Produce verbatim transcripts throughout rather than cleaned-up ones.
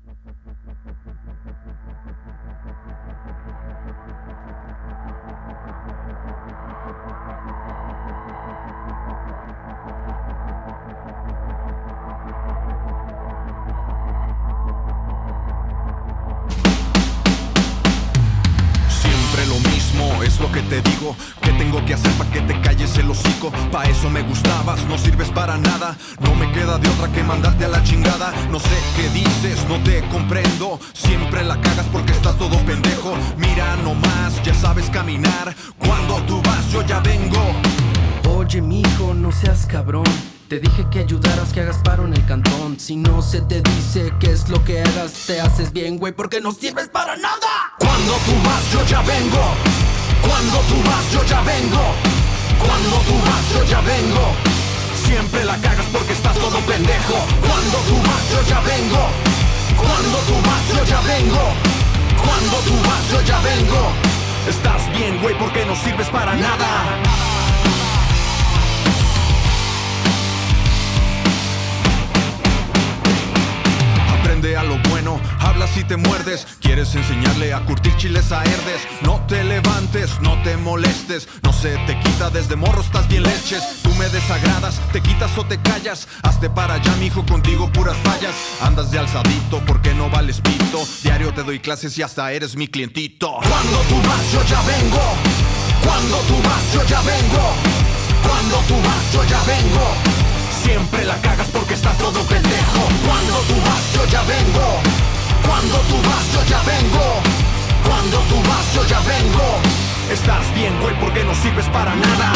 Es lo que te digo, que tengo que hacer pa' que te calles el hocico. Pa' eso me gustabas, no sirves para nada. No me queda de otra que mandarte a la chingada. No sé qué dices, no te comprendo. Siempre la cagas porque estás todo pendejo. Mira nomás, ya sabes caminar. Cuando tú vas yo ya vengo. Oye mijo, no seas cabrón. Te dije que ayudaras, que hagas paro en el cantón. Si no se te dice qué es lo que hagas, te haces bien, güey, porque no sirves para nada. Cuando tú vas yo ya vengo. Cuando tú vas yo ya vengo. Cuando tú vas yo ya vengo. Siempre la cagas porque estás todo pendejo. Cuando tú vas yo ya vengo. Cuando tú vas yo ya vengo. Cuando tú vas yo ya vengo. Estás bien, güey, porque no sirves para nada. A lo bueno, hablas y te muerdes. Quieres enseñarle a curtir chiles a herdes. No te levantes, no te molestes. No se te quita, desde morro estás bien leches. Tú me desagradas, te quitas o te callas. Hazte para allá, mijo, contigo puras fallas. Andas de alzadito porque no vales pito. Diario te doy clases y hasta eres mi clientito. Cuando tú vas yo ya vengo. Cuando tú vas yo ya vengo. Cuando tú vas yo ya vengo. Siempre la cagas porque estás todo pendejo. Cuando tú vas yo ya vengo. Cuando tú vas yo ya vengo. Cuando tú vas yo ya vengo. Estás bien, güey, porque no sirves para nada.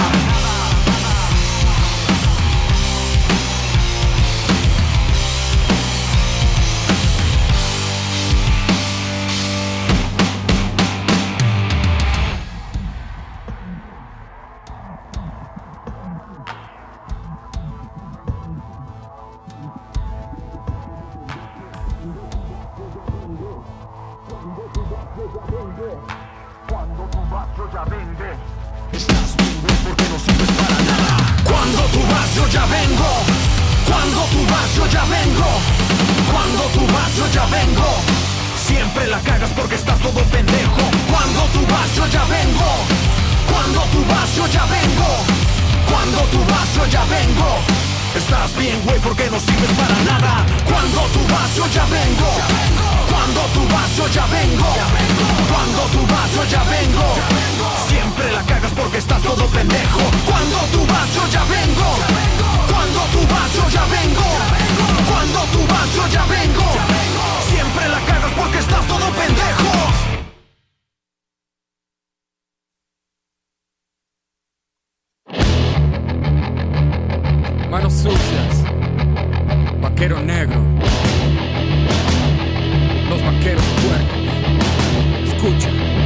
Cuando tú vas yo ya vengo. Estás bien, güey, porque no sirves para nada. Cuando tú vas yo ya vengo. Cuando tú vas yo ya vengo. Cuando tú vas yo ya vengo. Siempre la cagas porque estás todo pendejo. Cuando tú vas yo ya vengo. Cuando tú vas yo ya vengo. Cuando tú vas yo ya vengo. Estás bien, güey, porque no sirves para nada. Cuando tú vas yo ya vengo. Cuando tú vas yo ya vengo. Cuando tú vas yo ya vengo. Siempre la cagas porque estás todo pendejo. Cuando tú vas yo ya vengo. Cuando tú vas yo ya vengo. Cuando tú vas yo ya vengo. Siempre la cagas porque estás todo pendejo. Manos sucias, vaquero negro, los vaqueros puercos, escucha.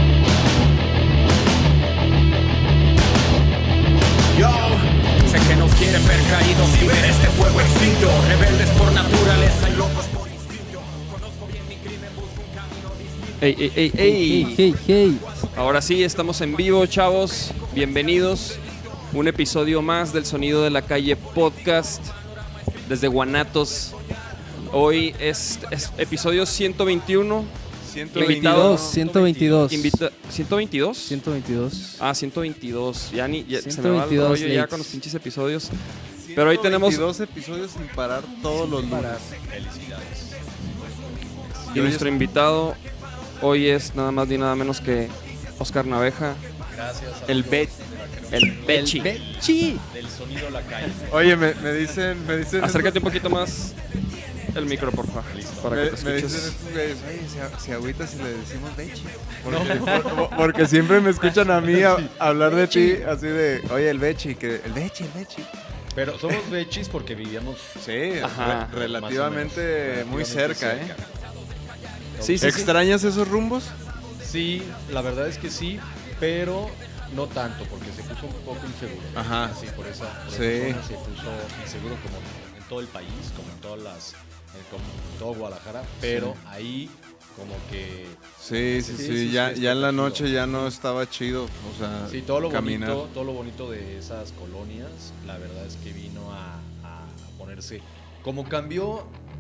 Yo sé que nos quieren ver caídos y ver este fuego extinto. Rebeldes por naturaleza y locos por instinto. Conozco bien mi crimen, busco un camino distinto. Ey, ey, ey, ey. Hey, hey, hey. Ahora sí, estamos en vivo, chavos. Bienvenidos. Un episodio más del Sonido de la Calle Podcast desde Guanatos. Hoy es, es episodio ciento veintiuno. ciento Invitado- ciento veintidós. Invita- ¿ciento veintidós? ciento veintidós. Ah, ciento veintidós. Ya ni ya se me va el ciento veintidós rollo ya likes. con los pinches episodios. Pero hoy tenemos dos episodios sin parar todos los lunes. y nuestro invitado hoy es nada más ni nada menos que Oscar Naveja. Gracias a El Bet, el Bechi. Bechi. del Sonido La Calle. Oye, me, me dicen, me dicen Acércate un poquito más el micro, por favor, para Me, que te me dicen escuches. estos güeyes, oye, si, si agüita si le decimos Bechi. Porque, por- porque siempre me escuchan a mí a- hablar de ti, así de, oye, el Bechi, que el Bechi, el Bechi. Pero somos bechis porque vivíamos Sí, Ajá. re- relativamente, más o menos, muy relativamente cerca, ¿eh? Sí, sí, sí. ¿Extrañas esos rumbos? Sí, la verdad es que sí, pero no tanto porque se puso un poco inseguro. Ajá. Sí, por esa, por esa Sí. zona se puso inseguro como en todo el país, como en todas las, en, como en todo Guadalajara, pero ahí como que Sí, sí, sí, Sí, sí, ya, sí, ya en la está noche chido. ya no estaba chido, o sea, sí, todo lo caminar. bonito, todo lo bonito de esas colonias, la verdad es que vino a, a ponerse, como cambió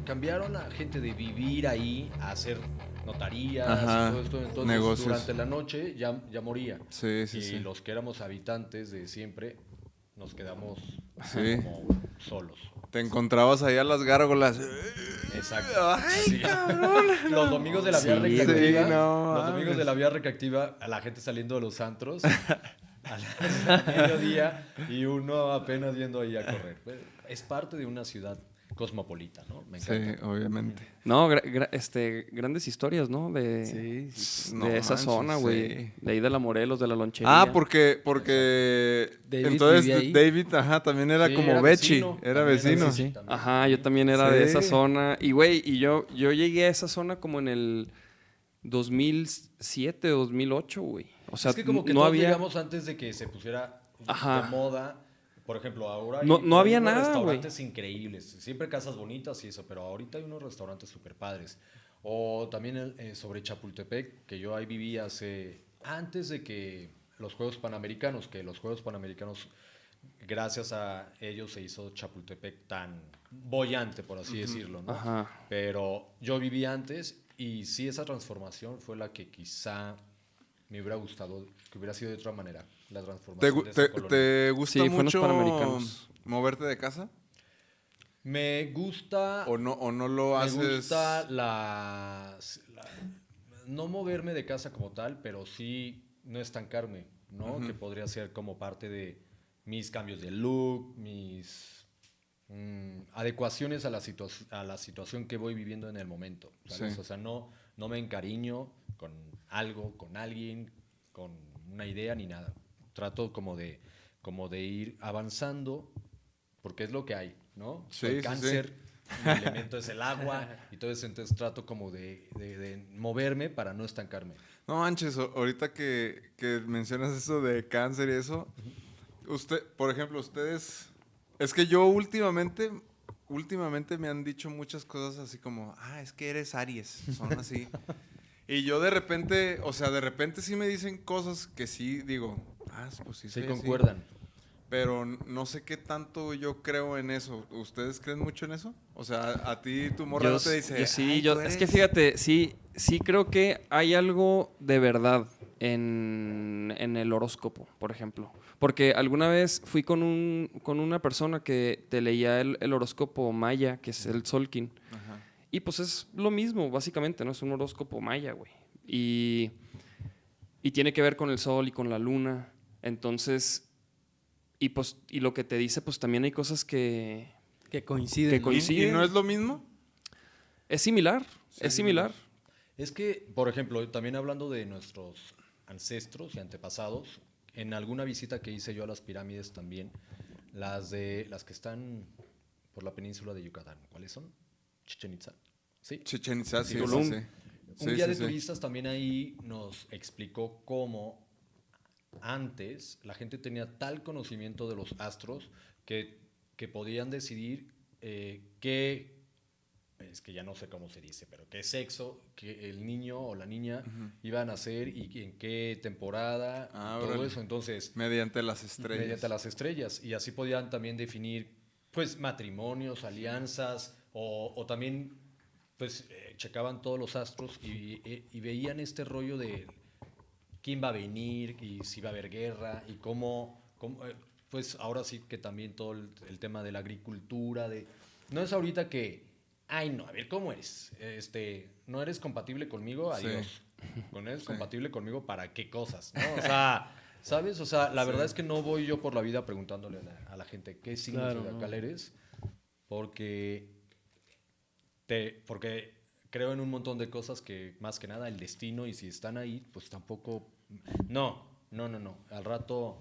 cambiaron a gente de vivir ahí a hacer notarías Ajá, y todo esto. Entonces, negocios. durante la noche ya, ya moría. Sí, sí, y sí. los que éramos habitantes de siempre nos quedamos Sí. como solos. Te encontrabas ahí a las gárgolas. Exacto. Ay, Sí. cabrón. Los domingos de la vía Sí, recreativa, sí, no los domingos mames. de la vía recreativa, a la gente saliendo de los antros a las mediodía y uno apenas yendo ahí a correr. Pues, es parte de una ciudad cosmopolita, ¿no? Me Sí, encanta. obviamente. No, gra- gra- este, grandes historias, ¿no? De, Sí, sí, de no esa manches, zona, güey. sí. De ahí de la Morelos, de la lonchería. Ah, porque, porque David entonces vivía ahí. David, ajá, también era Sí, como era Bechi, vecino, era también vecino. sí, sí. También. Ajá, yo también era de esa Sí. zona. Y, güey, y yo, yo llegué a esa zona como en el dos mil siete, dos mil ocho, güey. O sea, es que como que no todos había... llegamos antes de que se pusiera Ajá. de moda. Por ejemplo, ahora hay No- no había unos nada, restaurantes increíbles. Siempre casas bonitas y eso, pero ahorita hay unos restaurantes súper padres. O también el, eh, sobre Chapultepec, que yo ahí viví hace... Antes de que los Juegos Panamericanos, que los Juegos Panamericanos, gracias a ellos se hizo Chapultepec tan boyante, por así decirlo, ¿no? Ajá. Pero yo viví antes y sí, esa transformación fue la que quizá me hubiera gustado, que hubiera sido de otra manera, la ¿Te, transformación gu- de esa te- colonia. te gusta Sí, fue en los mucho Panamericanos. moverte de casa? Me gusta... ¿O no, o no lo Me haces? gusta la, la- no moverme de casa como tal, pero sí no estancarme, ¿no? Que podría ser como parte de mis cambios de look, mis mm, adecuaciones a la, situa- a la situación que voy viviendo en el momento, ¿sabes? Sí. O sea, no, no me encariño con algo, con alguien, con una idea ni nada. Trato como de, como de ir avanzando porque es lo que hay, ¿no? Sí, Soy sí, sí. cáncer, mi elemento es el agua y todo eso, entonces trato como de, de- de moverme para no estancarme. No manches, o- ahorita que, que mencionas eso de cáncer y eso, usted, por ejemplo, ustedes, es que yo últimamente, últimamente me han dicho muchas cosas así como, ah, es que eres Aries, son así. Y yo de repente, o sea, de repente sí me dicen cosas que sí digo, ah, pues sí, Sí, soy así". concuerdan. Pero no sé qué tanto yo creo en eso. ¿Ustedes creen mucho en eso? O sea, a, a ti tu morra Yo, no te dice. yo sí, "Ay, yo, tú es que eres". fíjate, sí, sí creo que hay algo de verdad en, en el horóscopo, por ejemplo. Porque alguna vez fui con, un, con una persona que te leía el, el horóscopo maya, que es el Solkin. Ajá. Y pues es lo mismo, básicamente, ¿no? Es un horóscopo maya, güey. Y, y tiene que ver con el sol y con la luna. Entonces, y pues, y lo que te dice, pues también hay cosas que Que coinciden. Que ¿no? ¿Y- coincide. ¿Y, no es lo mismo? es similar, es similar. Es que, por ejemplo, también hablando de nuestros ancestros y antepasados, en alguna visita que hice yo a las pirámides también, las de las que están por la península de Yucatán, ¿cuáles son? Chichen Itza. Sí. Chichen Itza, sí, Sí, sí, Tulum. sí. Un Sí, guía sí, de sí. turistas también ahí nos explicó cómo antes la gente tenía tal conocimiento de los astros que, que podían decidir eh, qué, es que ya no sé cómo se dice, pero qué sexo que el niño o la niña iban a nacer y en qué temporada, Ah, todo órale. eso. Entonces, Mediante las estrellas. mediante las estrellas. Y así podían también definir pues matrimonios, alianzas o, o también pues eh, checaban todos los astros y, y- y veían este rollo de quién va a venir y si va a haber guerra y cómo, cómo, eh, pues ahora sí que también todo el, el tema de la agricultura, de no es ahorita que, ay no, a ver cómo eres, este, no eres compatible conmigo, Sí. adiós. ¿No eres Sí. compatible conmigo para qué cosas? ¿No? O sea, ¿sabes? O sea, la verdad es que no voy yo por la vida preguntándole a la, a la gente qué signo Claro, zodiacal no. eres, porque, te, porque creo en un montón de cosas que más que nada el destino y si están ahí, pues tampoco... No, no, no, no. Al rato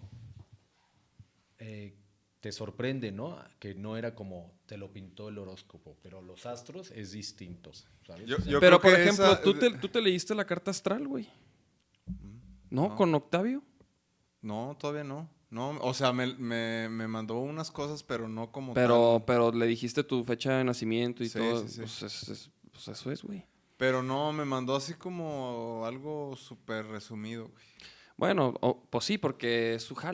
eh, te sorprende, ¿no? Que no era como te lo pintó el horóscopo, pero los astros es distinto, ¿sabes? Yo- O sea, yo Pero, creo por que ejemplo, esa- ¿tú, te, tú te leíste la carta astral, güey. ¿No? No. ¿Con Octavio? No, todavía no. No, o sea, me, me, me mandó unas cosas, pero no como Pero, tal. pero le dijiste tu fecha de nacimiento y Sí, todo. sí, sí. Pues, es- es- pues eso es, güey. Pero no, me mandó así como algo súper resumido, güey. Bueno, o- pues sí, porque es su jale, güey.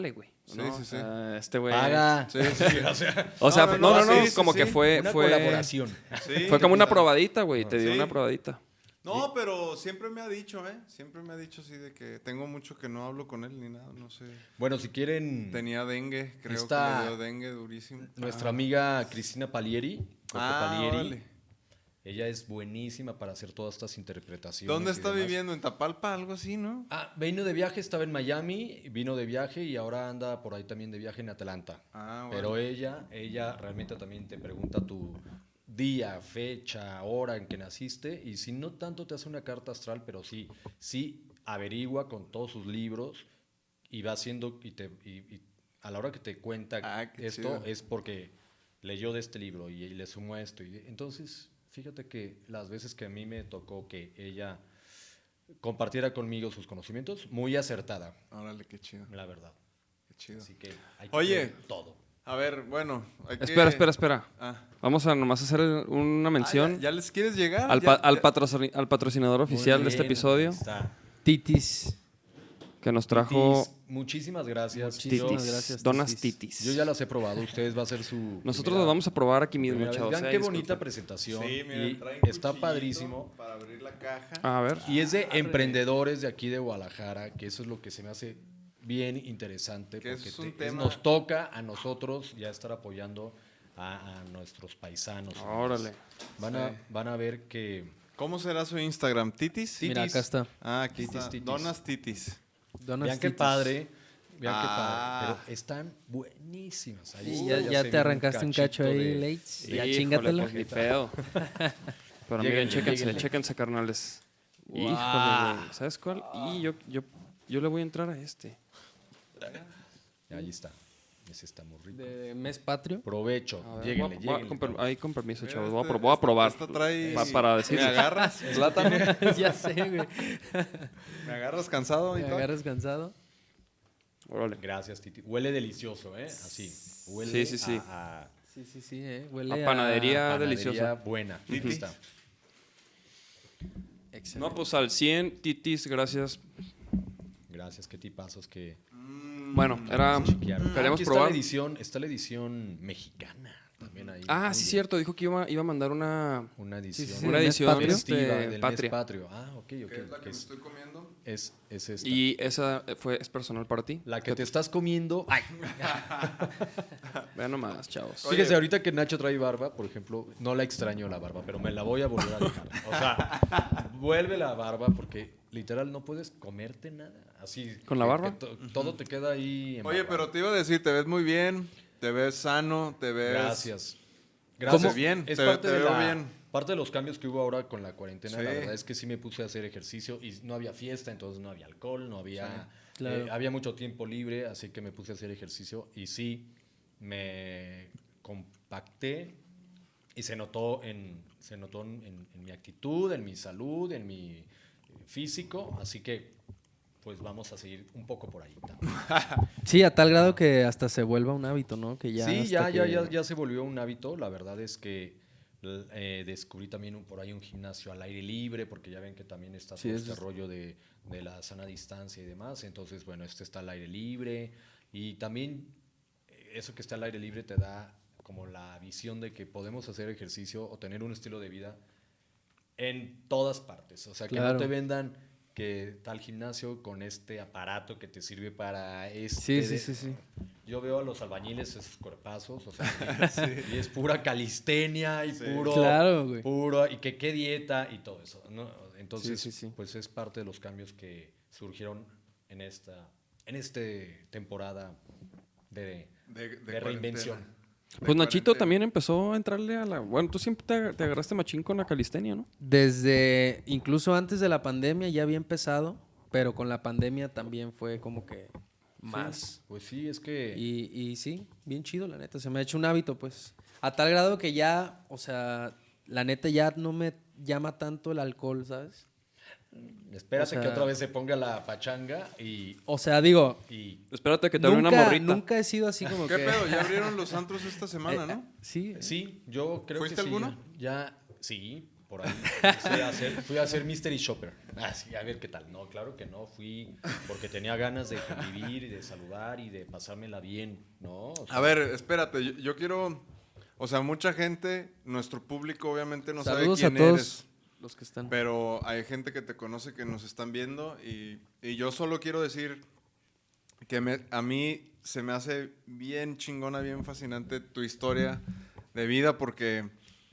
Sí, ¿no? sí, O sí. sea, este güey... Paga. Sí, sí. O sea, O sea, No, no, no, no, no, no, sí, sí, como sí. que fue... una fue colaboración. Sí, Fue como una claro. probadita, güey. Te dio Sí. una probadita. No, pero siempre me ha dicho, ¿eh? Siempre me ha dicho así de que tengo mucho que no hablo con él ni nada, no sé. Bueno, si quieren, Tenía dengue, creo Esta- que le dio dengue durísimo. nuestra amiga Cristina Palieri, Coco Ah, Palieri, órale. ella es buenísima para hacer todas estas interpretaciones. ¿Dónde y está demás. viviendo? ¿En Tapalpa? Algo así, ¿no? Ah, vino de viaje, estaba en Miami, vino de viaje y ahora anda por ahí también de viaje en Atlanta. Ah, bueno. Pero ella, ella realmente también te pregunta tu día, fecha, hora en que naciste y si no tanto te hace una carta astral, pero sí, sí averigua con todos sus libros y va haciendo y te y, y a la hora que te cuenta Ah, qué esto chido. es porque leyó de este libro y, y le sumó esto y entonces fíjate que las veces que a mí me tocó que ella compartiera conmigo sus conocimientos, muy acertada, Órale, qué chido, la verdad. qué chido. Así que hay que Oye. creer todo. A ver, bueno. hay que- Espera, espera, espera. Ah. Vamos a nomás hacer el- una Ah, mención ¿ya, ya les quieres llegar? al, Ya- pa- al, ya- patrocin- al patrocinador oficial Muy de este bien, episodio ahí está. Titis. que nos trajo Titis, muchísimas gracias. titis. Yo, Muchísimas gracias, Donas Titis. titis. yo ya las he probado, ustedes va a ser su Nosotros primera- lo vamos a probar aquí mismo, primera vez. chavos. Vean eh, qué disculpen. bonita presentación Sí, miren, y traen está cuchillito padrísimo. Para abrir la caja. A ver. Y es de emprendedores de aquí de Guadalajara, que eso es lo que se me hace bien interesante, Que porque es un te- tema- nos toca a nosotros ya estar apoyando a, a nuestros paisanos. Órale. Van a, Sí. van a ver que ¿Cómo será su Instagram? ¿Titis? Mira, acá está. Ah, aquí Titis, está. titis. Donas Titis. Donas vean qué Titis. padre, vean qué Ah. padre, pero están buenísimas. Ahí Y está, ya, se ya ve te arrancaste un cacho cachito ahí, de- Leitz. Ya Híjole, chingatelo. pues, ni pedo. Pero miren, Lléguenle, chéquense, lléguenle. chéquense, carnales. Wow. Híjole, güey. ¿Sabes cuál? Y yo, yo, yo le voy a entrar a este. Ahí está. Ese está muy rico. De mes patrio. Provecho. A ver, Lléguenle, voy a- voy a- lléguenle, con per- chavos. ahí con permiso, Mira, chavos. Voy a, este- pro- voy a esta- probar. esta trae- Pa- para decir. ¿Me agarras? Plátano. Ya sé, güey. ¿Me agarras cansado? Me y todo? agarras cansado. Órale. Gracias, Titi. Huele delicioso, ¿eh? Así. Huele Sí, sí, sí. A, a- Sí, sí, sí, eh. Huele A panadería. a panadería deliciosa. buena. Titi. Ahí está. Excelente. No, pues al cien, titis, gracias. Gracias, qué tipazos que Bueno, era. chequearon. Queremos Aquí está probar. la edición, está la edición mexicana también ahí. Ah, Muy sí, bien. cierto. Dijo que iba, iba a mandar una. Una edición. sí, Una del mes edición patrio. festiva este, del mes patria. patrio. Ah, ok, ok. ¿Qué es la que que me es, estoy comiendo? es, es esta. Y esa fue, es personal para ti. la que te estás comiendo. Ay, Vean nomás, chavos. Oye. fíjese, ahorita que Nacho trae barba, por ejemplo, no la extraño la barba, pero me la voy a volver a dejar. O sea, vuelve la barba porque literal no puedes comerte nada. Así. ¿Con la que- barba? que to- todo te queda ahí. Oye, embarrado. pero te iba a decir, te ves muy bien, te ves sano, te ves... Gracias. ¿Cómo? Bien, Es te- parte, te de veo la- bien. parte de los cambios que hubo ahora con la cuarentena. Sí. La verdad es que sí me puse a hacer ejercicio y no había fiesta, entonces no había alcohol, no había... claro. eh, había mucho tiempo libre, así que me puse a hacer ejercicio y sí me compacté y se notó en, se notó en, en- en mi actitud, en mi salud, en mi eh, físico, así que pues vamos a seguir un poco por ahí. también. Sí, a tal grado que hasta se vuelva un hábito, ¿no? Que ya sí, hasta ya, ya, que- ya, ya se volvió un hábito. La verdad es que l- eh, descubrí también un- por ahí un gimnasio al aire libre, porque ya ven que también está Sí, todo eso este es- rollo de, de la sana distancia y demás. Entonces, bueno, este está al aire libre. Y también eh, eso que está al aire libre te da como la visión de que podemos hacer ejercicio o tener un estilo de vida en todas partes. O sea, que Claro. no te vendan que tal gimnasio con este aparato que te sirve para este... Sí, sí, de- sí, sí. Yo veo a los albañiles esos cuerpazos, o sea, y, y es pura calistenia y puro, Claro, güey. puro, y que qué dieta y todo eso, ¿no? Entonces, Sí, sí, sí. pues es parte de los cambios que surgieron en esta, en este temporada de, De, de de reinvención. cuarentena. De Pues Nachito cuarentena. también empezó a entrarle a la. Bueno, tú siempre te, te agarraste machín con la calistenia, ¿no? Desde, incluso antes de la pandemia ya había empezado, pero con la pandemia también fue como que más. Sí, pues sí, es que... Y, y sí, bien chido, la neta. Se me ha hecho un hábito, pues. A tal grado que ya, o sea, la neta ya no me llama tanto el alcohol, ¿sabes? Espérate o que sea- otra vez se ponga la pachanga y... O sea, digo, y Espérate que te hable una nunca, morrita. nunca he sido así como ¿Qué que... pedo? Ya abrieron los antros esta semana, Eh, ¿no? Sí, sí, yo creo ¿Fuiste que sí. alguno? Ya, sí, por ahí. Fui a hacer, fui a hacer Mystery Shopper. Ah, sí, a ver qué tal. No, claro que no. Fui porque tenía ganas de convivir y de saludar y de pasármela bien, ¿no? O sea, A ver, espérate, yo, yo quiero... O sea, mucha gente, nuestro público obviamente no Saludos sabe quién a todos eres. los que están. Pero hay gente que te conoce, que nos están viendo. Y, y yo solo quiero decir que me- a mí se me hace bien chingona, bien fascinante tu historia de vida porque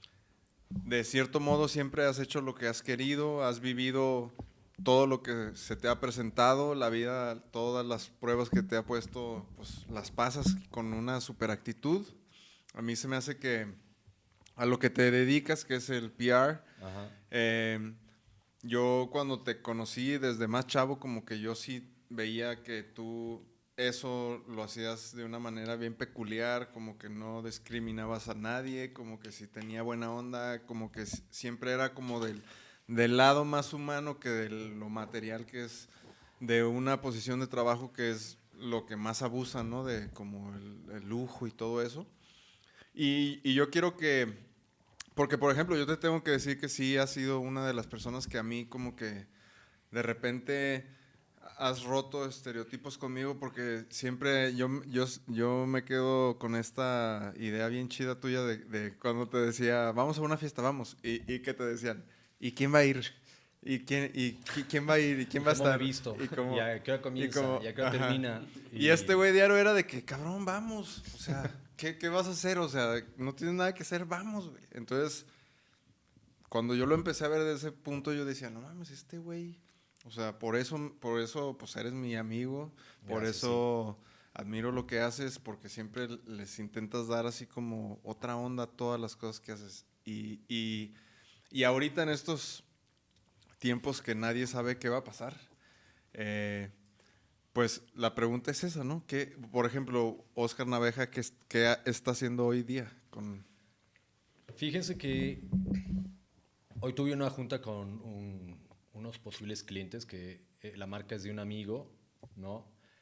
de cierto modo siempre has hecho lo que has querido, has vivido todo lo que se te ha presentado, la vida, todas las pruebas que te ha puesto, pues las pasas con una super actitud. A mí se me hace que a lo que te dedicas, que es el P R, ajá. eh, yo cuando te conocí desde más chavo, como que yo sí veía que tú eso lo hacías de una manera bien peculiar, como que no discriminabas a nadie, como que si tenía buena onda, como que s- siempre era como del, del lado más humano que de lo material, que es de una posición de trabajo que es lo que más abusan, ¿no? De como el, el lujo y todo eso. Y, y yo quiero que, porque por ejemplo, yo te tengo que decir que sí has sido una de las personas que a mí como que de repente has roto estereotipos conmigo porque siempre yo, yo, yo me quedo con esta idea bien chida tuya de, de cuando te decía, vamos a una fiesta, vamos, y, y que te decían, ¿y quién va a ir? ¿Y quién, y qui- quién va a ir? ¿Y quién ¿Y va a cómo me estar? he visto? Y cómo- ¿Y a qué hora y comienza? cómo- ¿Y a qué hora ajá. termina? Y este güey diario era de que, cabrón, vamos. O sea, ¿qué, qué vas a hacer? O sea, no tienes nada que hacer, vamos, güey. Entonces, cuando yo lo empecé a ver desde ese punto, yo decía, no mames, este güey. O sea, por eso, por eso, pues eres mi amigo. Por Gracias, eso admiro lo que haces, porque siempre les intentas dar así como otra onda a todas las cosas que haces. Y, y, y ahorita en estos tiempos que nadie sabe qué va a pasar, eh, pues la pregunta es esa, ¿no? ¿Qué, por ejemplo, Oscar Naveja, ¿qué, es- qué ha- está haciendo hoy día? Con... Fíjense que hoy tuve una junta con un- unos posibles clientes que eh, la marca es de un amigo, ¿no?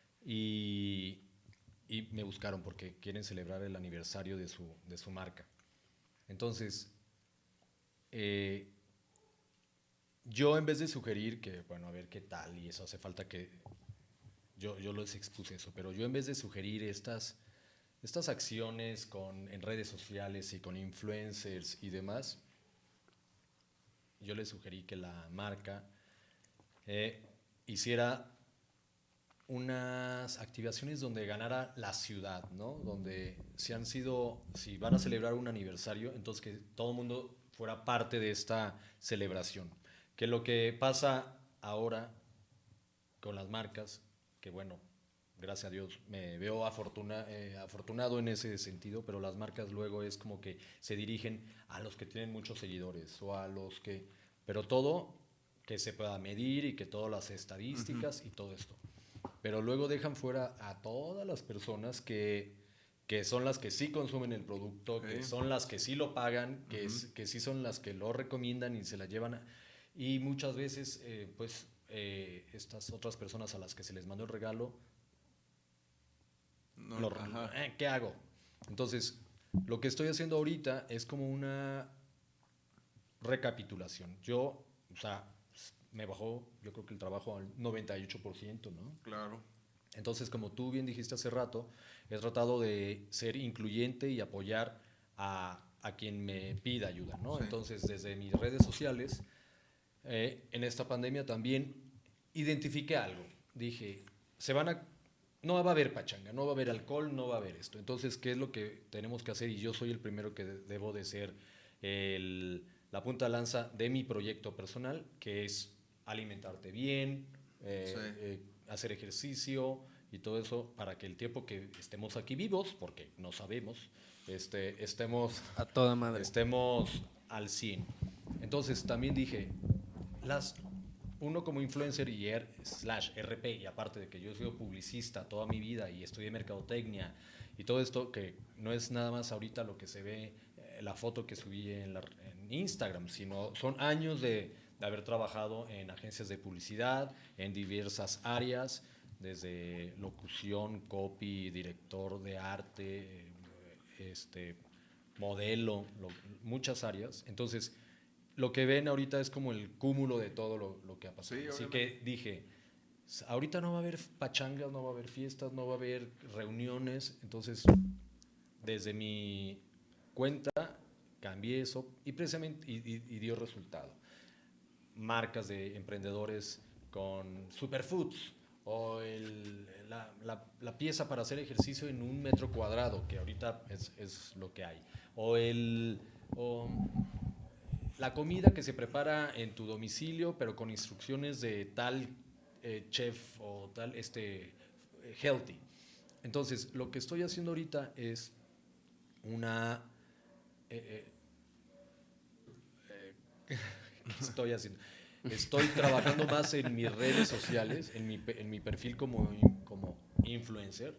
Y, y me buscaron porque quieren celebrar el aniversario de su, de su marca. Entonces, eh, yo en vez de sugerir que, bueno, a ver qué tal, y eso hace falta que yo, yo les expuse eso, pero yo en vez de sugerir estas, estas acciones con, en redes sociales y con influencers y demás, yo les sugerí que la marca eh, hiciera unas activaciones donde ganara la ciudad, ¿no? Donde si han sido, si van a celebrar un aniversario, entonces que todo el mundo fuera parte de esta celebración. Que lo que pasa ahora con las marcas, que bueno, gracias a Dios me veo afortuna, eh, afortunado en ese sentido, pero las marcas luego es como que se dirigen a los que tienen muchos seguidores o a los que, pero todo que se pueda medir y que todas las estadísticas uh-huh. y todo esto. Pero luego dejan fuera a todas las personas que, que son las que sí consumen el producto, okay. que son las que sí lo pagan, que, uh-huh. es, que sí son las que lo recomiendan y se la llevan. A, y muchas veces, eh, pues, eh, estas otras personas a las que se les mandó el regalo, no, lo, eh, ¿qué hago? Entonces, lo que estoy haciendo ahorita es como una recapitulación. Yo, o sea, me bajó, yo creo que el trabajo al noventa y ocho por ciento, ¿no? Claro. Entonces, como tú bien dijiste hace rato, he tratado de ser incluyente y apoyar a, a quien me pida ayuda, ¿no? Sí. Entonces, desde mis redes sociales, eh, en esta pandemia también identifiqué algo. Dije, se van a, no va a haber pachanga, no va a haber alcohol, no va a haber esto. Entonces, ¿qué es lo que tenemos que hacer? Y yo soy el primero que de, debo de ser el, la punta de lanza de mi proyecto personal, que es alimentarte bien, eh, sí. eh, hacer ejercicio y todo eso para que el tiempo que estemos aquí vivos, porque no sabemos, este, estemos a toda madre, estemos al cien. Entonces también dije, las, uno como influencer y er, slash R P, y aparte de que yo he sido publicista toda mi vida y estudié mercadotecnia y todo esto, que no es nada más ahorita lo que se ve, eh, la foto que subí en, la, en Instagram, sino son años de de haber trabajado en agencias de publicidad, en diversas áreas, desde locución, copy, director de arte, este, modelo, lo, muchas áreas. Entonces, lo que ven ahorita es como el cúmulo de todo lo, lo que ha pasado. Sí, Así obviamente. que dije, ahorita no va a haber pachangas, no va a haber fiestas, no va a haber reuniones. Entonces, desde mi cuenta, cambié eso y precisamente y, y, y dio resultado. Marcas de emprendedores con superfoods o el, la, la, la pieza para hacer ejercicio en un metro cuadrado, que ahorita es, es lo que hay. O el... O, la comida que se prepara en tu domicilio, pero con instrucciones de tal eh, chef o tal este, healthy. Entonces, lo que estoy haciendo ahorita es una... Eh, eh, eh, ¿Qué estoy haciendo? Estoy trabajando más en mis redes sociales, en mi, en mi perfil como, como influencer,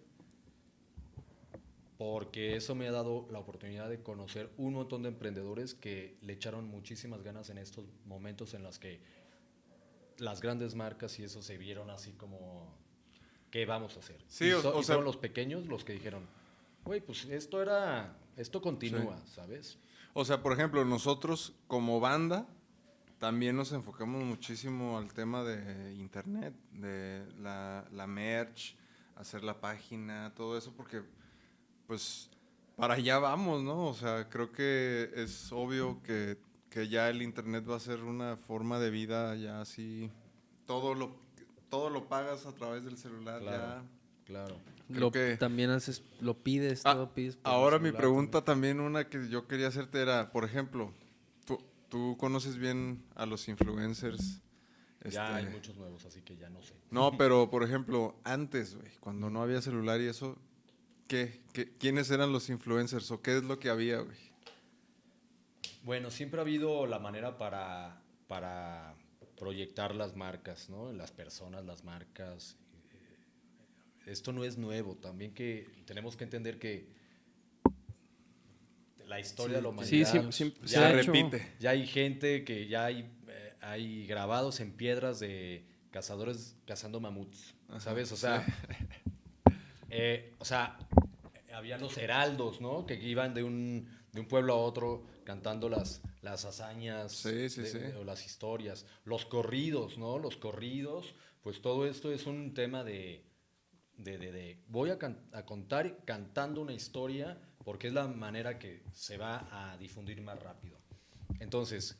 porque eso me ha dado la oportunidad de conocer un montón de emprendedores que le echaron muchísimas ganas en estos momentos en los que las grandes marcas y eso se vieron así como, ¿qué vamos a hacer? Sí, y, o- so, o y sea- fueron los pequeños los que dijeron, güey, pues esto era, esto continúa, Sí. ¿sabes? O sea, por ejemplo, nosotros como banda también nos enfocamos muchísimo al tema de internet, de la, la merch, hacer la página, todo eso, porque pues para allá vamos, ¿no? O sea, creo que es obvio que, que ya el internet va a ser una forma de vida ya así, todo lo, todo lo pagas a través del celular Claro, ya. claro. Creo Lo, que- También haces, lo pides, Ah, todo pides. por el ahora mi celular pregunta también, una que yo quería hacerte era, por ejemplo, tú, tú conoces bien a los influencers. Ya este, hay muchos nuevos, así que ya no sé. No, pero por ejemplo, antes, güey, cuando no había celular y eso, ¿qué, qué, quiénes eran los influencers o qué es lo que había, güey? Bueno, siempre ha habido la manera para, para proyectar las marcas, ¿no? Las personas, las marcas. Eh, Esto no es nuevo. También que tenemos que entender que la historia de la Sí, humanidad sí, sí, ya, se ha Se hecho. repite. ya hay gente que ya hay, eh, hay grabados en piedras de cazadores cazando mamuts, ¿sabes? O sea, eh, o sea, había los heraldos, ¿no? Que iban de un, de un pueblo a otro cantando las, las hazañas Sí, sí, de- sí. o las historias. Los corridos, ¿no? Los corridos, pues todo esto es un tema de, de, de, de voy a, can- a contar cantando una historia porque es la manera que se va a difundir más rápido. Entonces,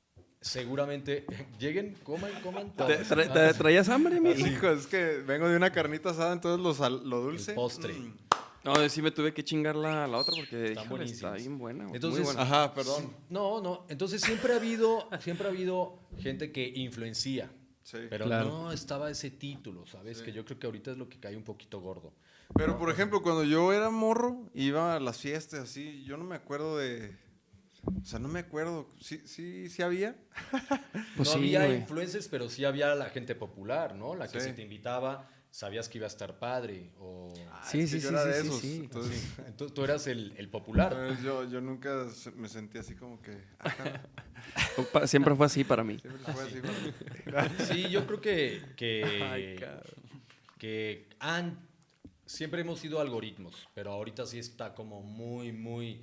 seguramente lleguen, coman, coman. ¿Te, todos. tra- te- ¿Traías hambre, mi? Hijo, es que vengo de una carnita asada, entonces lo, sal- lo dulce. El postre. mm. No, sí me tuve que chingar la, la otra porque Están híjole, buenísimos. está bien buena. güey, Entonces, muy buena. Ajá, perdón. No, no. Entonces siempre ha habido, siempre ha habido gente que influencia. Sí. Pero Claro. no estaba ese título, ¿sabes? Que yo creo que ahorita es lo que cae un poquito gordo. Pero por ejemplo, cuando yo era morro, iba a las fiestas así, yo no me acuerdo de... O sea, no me acuerdo. ¿Sí, sí, sí había? Pues no sí, había güey. influencers, pero sí había la gente popular, ¿no? La que Sí. si te invitaba, sabías que iba a estar padre. O... Sí, Es que sí, yo sí, era sí, de sí, esos, sí. entonces- Entonces tú eras el, el popular. Entonces, yo, yo nunca se- me sentí así como que... ah, cabrón, Pa- Siempre fue así para mí. siempre fue así para mí. Sí, yo creo que, que, Ay, cabrón. que han, siempre hemos sido algoritmos, pero ahorita sí está como muy, muy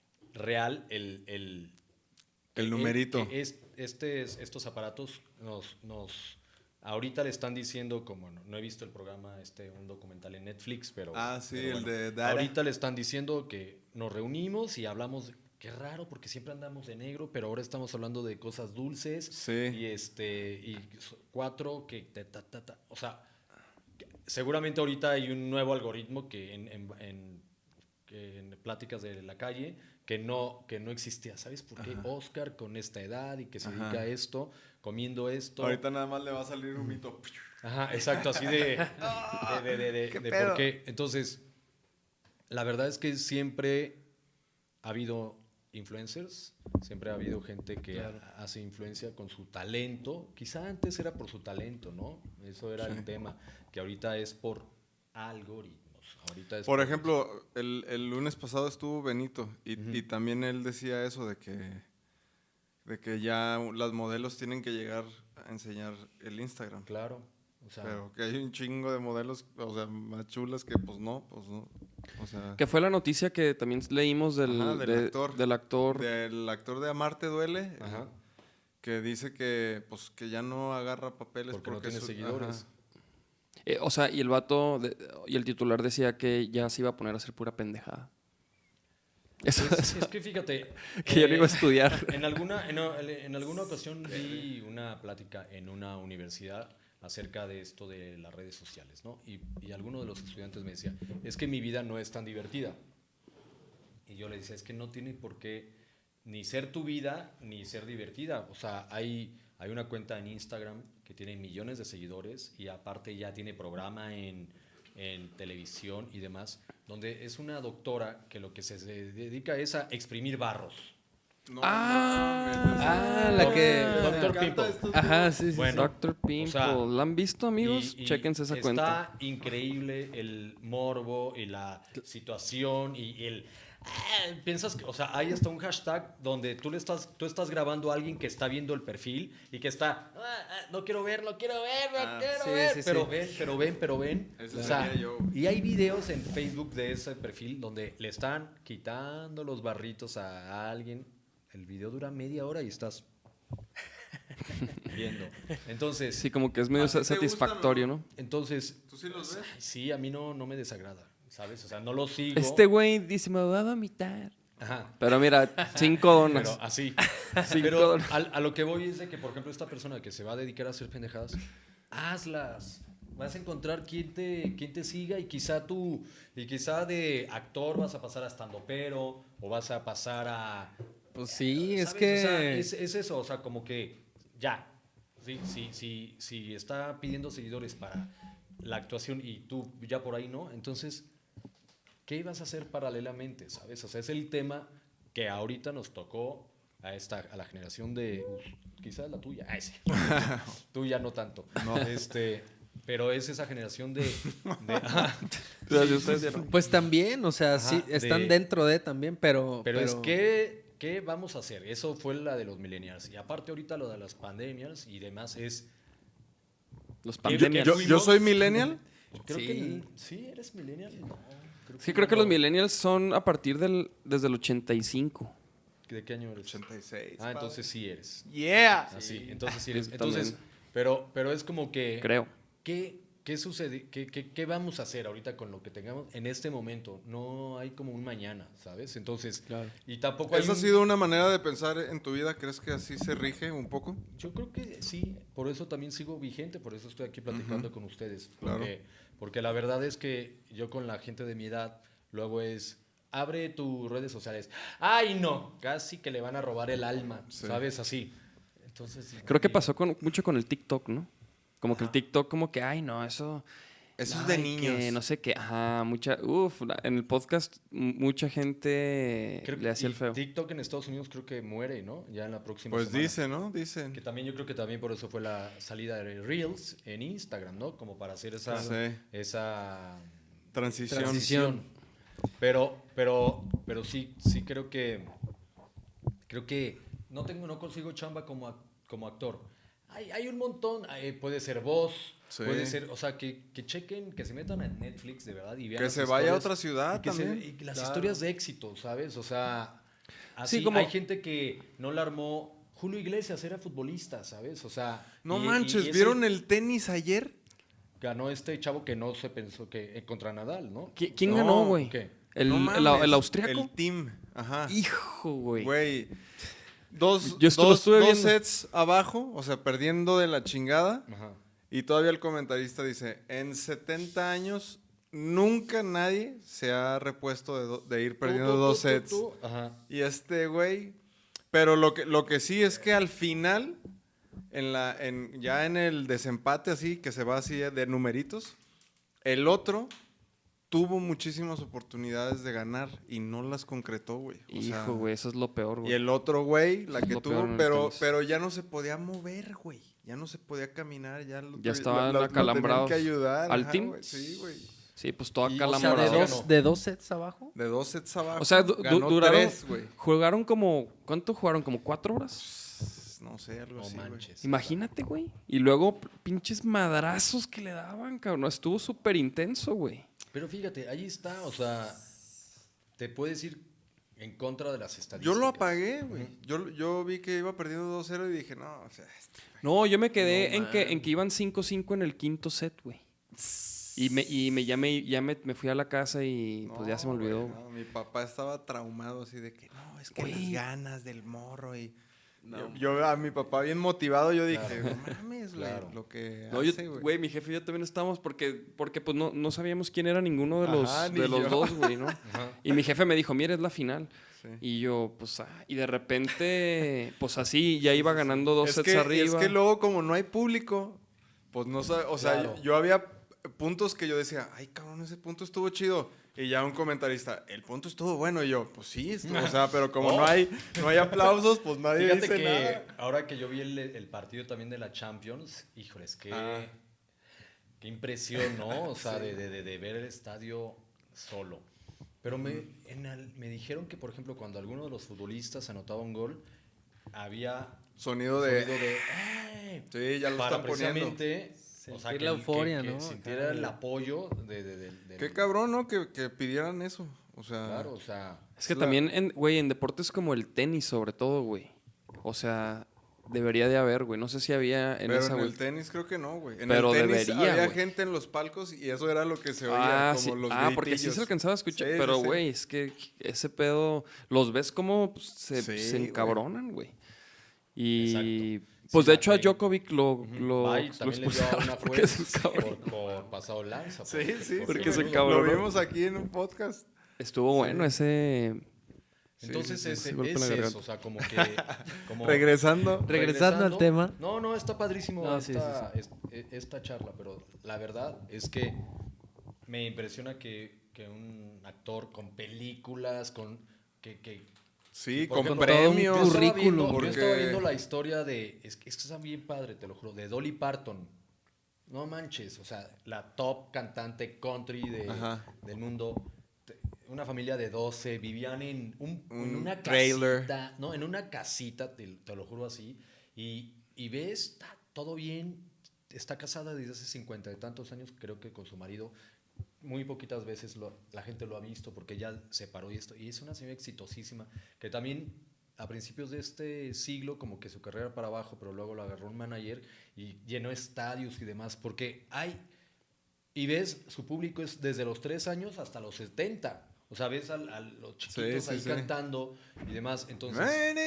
real el... el El que- numerito. que es- este, estos aparatos nos, nos... Ahorita le están diciendo, como no, no he visto el programa, este, un documental en Netflix, pero... Ah, sí, pero el de Dara. Ahorita le están diciendo que nos reunimos y hablamos... de- Qué raro, porque siempre andamos de negro, pero ahora estamos hablando de cosas dulces. Sí. Y este y so- cuatro que te, ta, ta, ta. O sea, que- seguramente ahorita hay un nuevo algoritmo que en, en, en- que en pláticas de la calle que no que no existía. ¿Sabes por qué? Oscar con esta edad y que se Ajá. dedica a esto, comiendo esto. Ahorita nada más le va a salir un mito. Ajá, exacto, así de, de, de, de- de- ¿Qué de pedo? por qué. Entonces, la verdad es que siempre ha habido influencers, siempre ha habido gente que ha- hace influencia con su talento. Quizá antes era por su talento, ¿no? Eso era el tema, que ahorita es por algoritmos. Ahorita es Por ejemplo, el, el lunes pasado estuvo Benito y, y también él decía eso de que, de que ya las modelos tienen que llegar a enseñar el Instagram. Claro, o sea, Pero que hay un chingo de modelos, o sea, más chulas que pues no, pues no. O sea, Que fue la noticia que también leímos del, Ajá, del de- actor. del actor. del actor de Amarte Duele, Ajá. que dice que, pues, que ya no agarra papeles Porque porque, no tiene su- seguidores. ajá. Eh, o sea, y el vato de- y el titular decía que ya se iba a poner a hacer pura pendejada. Eso, Es, eso- es que fíjate. que yo no iba a eh, estudiar. En alguna, en, en alguna ocasión vi una plática en una universidad acerca de esto de las redes sociales, ¿no? Y, y alguno de los estudiantes me decía, es que mi vida no es tan divertida. Y yo le decía, es que no tiene por qué ni ser tu vida ni ser divertida. O sea, hay, hay una cuenta en Instagram que tiene millones de seguidores y aparte ya tiene programa en, en televisión y demás, donde es una doctora que lo que se, se dedica es a exprimir barros. No, Ah, mames, la no, que- me Doctor encanta Pimple. estos Ajá, sí, sí. Bueno, Doctor Pimple. o sea, ¿La han visto, amigos? Y- y Chéquense esa está cuenta. increíble el morbo y la situación y el... ah, piensas que, o sea, hay hasta un hashtag donde tú le estás, tú estás grabando a alguien que está viendo el perfil y que está, "Ah, ah, no quiero ver, no quiero ver, no Ah, quiero sí, ver, sí, pero sí. ven, pero ven, pero ven. Ese O sea, sería yo. y hay videos en Facebook de ese perfil donde le están quitando los barritos a alguien. El video dura media hora y estás viendo. Entonces, Sí, como que es medio ¿A ti te satisfactorio, gustan, ¿no? entonces, ¿Tú sí los ves? sí, a mí no, no me desagrada, ¿sabes? O sea, no lo sigo. Este güey dice, me voy a vomitar. Ajá. Pero mira, cinco donas. Pero así. Cinco Pero donas. al- a, lo que voy es de que, por ejemplo, esta persona que se va a dedicar a hacer pendejadas, hazlas. Vas a encontrar quien te, quien te siga y quizá tú, y quizá de actor vas a pasar a estandopero o vas a pasar a... Pues sí, es ¿sabes? que... O sea, es, es eso, o sea, como que ya. Sí, sí, sí, sí está pidiendo seguidores para la actuación y tú ya por ahí no, entonces, ¿qué ibas a hacer paralelamente, sabes? O sea, es el tema que ahorita nos tocó a esta a la generación de uh, quizás la tuya, ay, sí. Tuya no tanto. Este, pero es esa generación de, de ah, O sea, si ustedes ya no- Pues también, o sea, Ajá, sí, están de- dentro de también, pero... pero, es que ¿qué vamos a hacer? Eso fue la de los millennials. Y aparte ahorita lo de las pandemias y demás es... Los Yo- pandemias. Yo, yo soy millennial. Creo Sí. que... ¿Sí? ¿Eres millennial? No. Sí, creo que no. los millennials son a partir del desde el ochenta y cinco. ¿De qué año eres? ochenta y seis. Ah, entonces sí eres. Yeah. Así, entonces sí eres. Yo Entonces, también. pero, pero es como que... Creo. ¿Qué, qué sucede? ¿Qué, qué, qué vamos a hacer ahorita con lo que tengamos en este momento? No hay como un mañana, ¿sabes? Entonces, y tampoco hay ¿Esa ha un- sido una manera de pensar en tu vida? ¿Crees que así se rige un poco? Yo creo que sí, por eso también sigo vigente, por eso estoy aquí platicando con ustedes. Claro. Porque, porque la verdad es que yo con la gente de mi edad, luego es, abre tus redes sociales. ¡Ay, no! Casi que le van a robar el alma, Sí. ¿sabes? Así. Entonces, Creo que y- pasó con, mucho con el TikTok, ¿no? Como que el TikTok como que, ay, no, eso... Eso es ay, de que niños. no sé qué, ajá, mucha... Uf, la- en el podcast m- mucha gente creo que- le hacía y el feo. TikTok en Estados Unidos creo que muere, ¿no? Ya en la próxima Pues semana. dice, ¿no? Dicen. Que también yo creo que también por eso fue la salida de Reels en Instagram, ¿no? Como para hacer esa... Sí. esa Transición. transición. Pero, pero, pero sí, sí creo que, creo que no tengo, no consigo chamba como, ac- como actor. Hay, hay un montón, eh, puede ser voz, Sí. puede ser, o sea, que, que chequen, que se metan en Netflix de verdad y vean Que las se vaya a historias otra ciudad y que se- también. y las Claro. historias de éxito, ¿sabes? O sea, así Sí, como- hay gente que no la armó. Julio Iglesias era futbolista, ¿sabes? O sea, No y- y- manches, y ese- ¿vieron el tenis ayer? ganó este chavo que no se pensó que eh, contra Nadal, ¿no? ¿Qui- ¿Quién No, ganó, güey? ¿qué? ¿El, No el, mames, el austriaco? El team. Ajá. Hijo, güey. Güey. Dos, Yo estu- lo dos, estuve dos viendo. sets abajo, o sea, perdiendo de la chingada. Ajá. Y todavía el comentarista dice, en setenta años nunca nadie se ha repuesto de, do- de ir perdiendo Tú, tú, dos tú, tú, sets. tú. Ajá. Y este güey, pero lo que, lo que sí es que al final, en la, en, ya en el desempate así, que se va así de numeritos, el otro tuvo muchísimas oportunidades de ganar y no las concretó, güey. O sea, Hijo, güey, eso es lo peor, y güey. el otro güey, la Es que lo peor en tuvo, el pero, tenis. pero ya no se podía mover, güey. Ya no se podía caminar, ya lo, Ya tu- estaban lo- lo- lo tenían acalambrados. que ayudar. ¿Al ajá, team? güey, Sí, güey. Sí, pues todo Y, O o sea, acalambrado. de Morado. dos, de dos sets abajo. De dos sets abajo. O sea, du- du- ganó duraron, tres, güey. jugaron como, ¿cuánto jugaron? ¿Como cuatro horas? No sé, algo No así, güey. manches. Imagínate, güey. Y luego p- pinches madrazos que le daban, cabrón. Estuvo súper intenso, güey. Pero fíjate, ahí está, o sea, te puedes ir en contra de las estadísticas. Yo lo apagué, güey. Uh-huh. Yo, yo vi que iba perdiendo dos cero y dije, no, o sea... Este, no, yo me quedé no, en, que, en que iban cinco cinco en el quinto set, güey. Y, me, y me, ya, me, ya me, me fui a la casa y no, pues ya se me olvidó. Güey, no, mi papá estaba traumado así de que, no, es que güey. Las ganas del morro y... No. Yo, yo a mi papá bien motivado, yo dije, claro. no mames, güey, claro. lo que no, hace, güey. Güey, mi jefe y yo también estábamos porque, porque pues no, no sabíamos quién era ninguno de los, Ajá, de los dos, güey, ¿no? Ajá. Y mi jefe me dijo, mira, es la final. Sí. Y yo, pues, ah, y de repente, pues así, ya iba ganando dos es sets que, arriba. Es que luego, como no hay público, pues no sabe, o sea, claro. yo, yo había puntos que yo decía, ay, cabrón, ese punto estuvo chido. Y ya un comentarista, el punto estuvo bueno. Y yo, pues sí, estuvo, o sea, pero como oh. no hay no hay aplausos, pues nadie Fíjate dice que nada. Ahora que yo vi el, el partido también de la Champions, híjoles, qué, ah. qué impresión, ¿no? O sea, sí. de, de, de ver el estadio solo. Pero me, en el, me dijeron que, por ejemplo, cuando alguno de los futbolistas anotaba un gol, había sonido de... Sonido de ¡eh! Sí, ya lo para están poniendo. O sea, que la euforia, que, ¿no? Que sintiera el apoyo de, de, de, de Qué cabrón, ¿no? Que, que pidieran eso. O sea... Claro, o sea... Es que la... también, en, güey, en deportes como el tenis, sobre todo, güey. O sea, debería de haber, güey. No sé si había en Pero esa, en güey. el tenis creo que no, güey. En Pero el tenis debería, había güey. gente en los palcos y eso era lo que se oía, ah, como sí. los Ah, gritillos. porque sí se alcanzaba a escuchar. Sí, pero, sí, güey, sí. es que ese pedo... Los ves como pues, se, Sí, se encabronan, güey. Y... Exacto. Pues sí, de hecho okay. a Djokovic lo, uh-huh. lo, Bye, lo también le dio una porque se por, por pasado lanza. Sí, sí, porque sí, se cabrón. Lo vimos aquí en un podcast. Estuvo sí. bueno ese... Entonces sí, sí, ese, sí, es eso, o sea, como que... Como regresando. regresando. Regresando al tema. No, no, está padrísimo no, esta, sí, sí, sí. esta, esta charla, pero la verdad es que me impresiona que, que un actor con películas, con... que, que Sí, con ejemplo, premios. Un currículum. Porque... Yo estaba viendo la historia de... Es, es que está bien padre, te lo juro. De Dolly Parton. No manches. O sea, la top cantante country de, del mundo. Una familia de doce. Vivían en, un, un en una trailer. casita. No, en una casita, te, te lo juro así. Y, y ves, está todo bien. Está casada desde hace cincuenta y tantos años, creo que con su marido. Muy poquitas veces lo, la gente lo ha visto porque ella se paró y esto. Y es una señora exitosísima que también a principios de este siglo como que su carrera para abajo, pero luego lo agarró un manager y llenó estadios y demás. Porque hay... Y ves, su público es desde los tres años hasta los setenta. O sea, ves a, a los chiquitos sí, ahí sí, sí. cantando y demás. Entonces...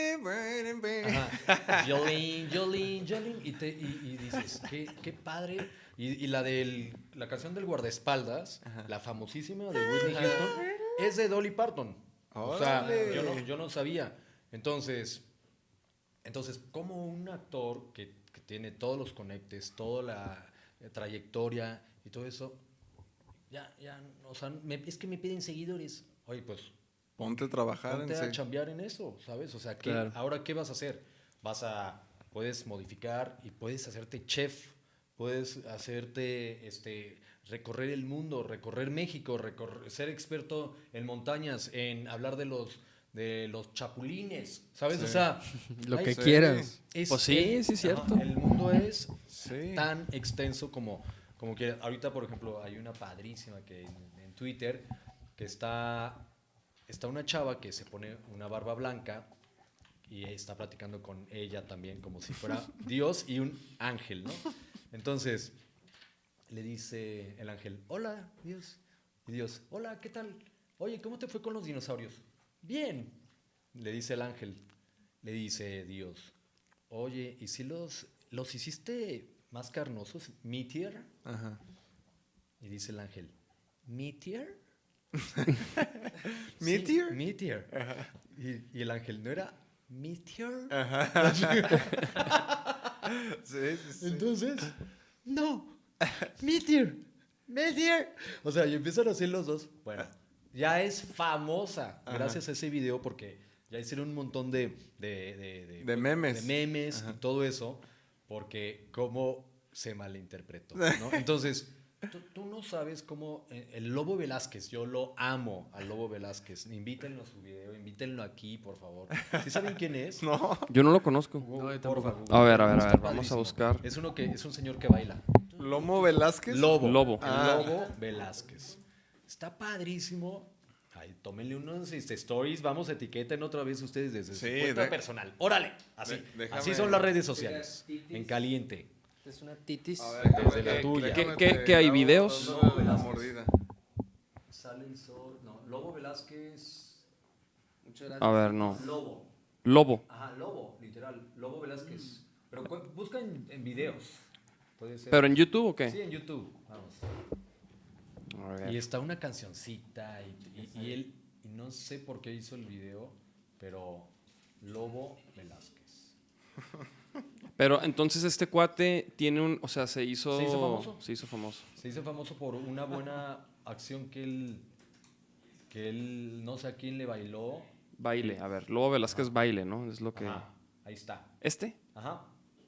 Ajá. Jolene, Jolene, Jolene. Y, te, y, y dices, qué, qué padre... Y, y la de la canción del guardaespaldas, Ajá. la famosísima de Whitney Houston, es de Dolly Parton. O sea, yo no, yo no sabía. Entonces, entonces, como un actor que, que tiene todos los conectes, toda la, la trayectoria y todo eso, ya, ya, o sea, me, es que me piden seguidores. Oye, pues, ponte a trabajar, ponte en a sí. chambear en eso, ¿sabes? O sea, ¿qué, claro. ahora qué vas a hacer? Vas a, puedes modificar y puedes hacerte chef. Puedes hacerte, este, recorrer el mundo, recorrer México, recorrer, ser experto en montañas, en hablar de los, de los chapulines, ¿sabes? Sí. O sea, lo hay, que sí. quieras. Es, pues sí, sí, es cierto. Ajá, el mundo es sí. tan extenso como, como que ahorita, por ejemplo, hay una padrísima que en, en Twitter que está, está una chava que se pone una barba blanca y está platicando con ella también como si fuera Dios y un ángel, ¿no? Entonces, le dice el ángel, hola, Dios. Y Dios, hola, ¿qué tal? Oye, ¿cómo te fue con los dinosaurios? Bien. Le dice el ángel, le dice Dios, oye, ¿y si los, los hiciste más carnosos? ¿Meteor? Ajá. Y dice el ángel, ¿Meteor? ¿Meteor? Sí, Meteor. Y, y el ángel, ¿no era Meteor? Ajá. Sí, sí, sí. Entonces, no, Meteor, Meteor. O sea, y empiezan a hacer los dos. Bueno, ya es famosa Ajá. gracias a ese video porque ya hicieron un montón de... De, de, de, de memes. De memes Ajá. y todo eso porque cómo se malinterpretó, ¿no? Entonces, tú, tú no sabes cómo... El Lobo Velázquez, yo lo amo al Lobo Velázquez. Invítenlo a su video, invítenlo aquí, por favor. ¿Sí saben quién es? No. Yo no lo conozco. No, yo tampoco. A ver, a ver, a ver, Está vamos padrísimo. a buscar. Es uno que es un señor que baila. ¿Lomo Velázquez? Lobo. Lobo. El Ah. Lobo Velázquez. Está padrísimo. Ay, tómenle unos este, stories, vamos, etiqueten otra vez ustedes desde Sí, su cuenta de- personal. Órale, así. de- déjame- así son las redes sociales. Titis. En caliente. Es una titis. A ver, Desde déjame- la tuya. déjame ¿Qué- te qué hay, hago videos? dándole la mordida. Sale el sol. No, Lobo Velázquez. Muchas gracias. A ver, no. Lobo. Lobo. Ajá, Lobo, literal. Lobo Velázquez. Pero cu- busca en, en videos. Puede ser. ¿Pero en YouTube o qué? Sí, en YouTube. Vamos. A ver. Y está una cancioncita y, y- y él, y no sé por qué hizo el video, pero Lobo Velázquez. Pero entonces este cuate tiene un, o sea, se hizo, ¿Se hizo famoso? Se hizo famoso. Se hizo famoso por una buena acción que él, que él, no sé a quién le bailó. Baile, a ver, Lobo Velázquez baile, ¿no? Es lo que. Ajá, ahí está. ¿Este? Ajá.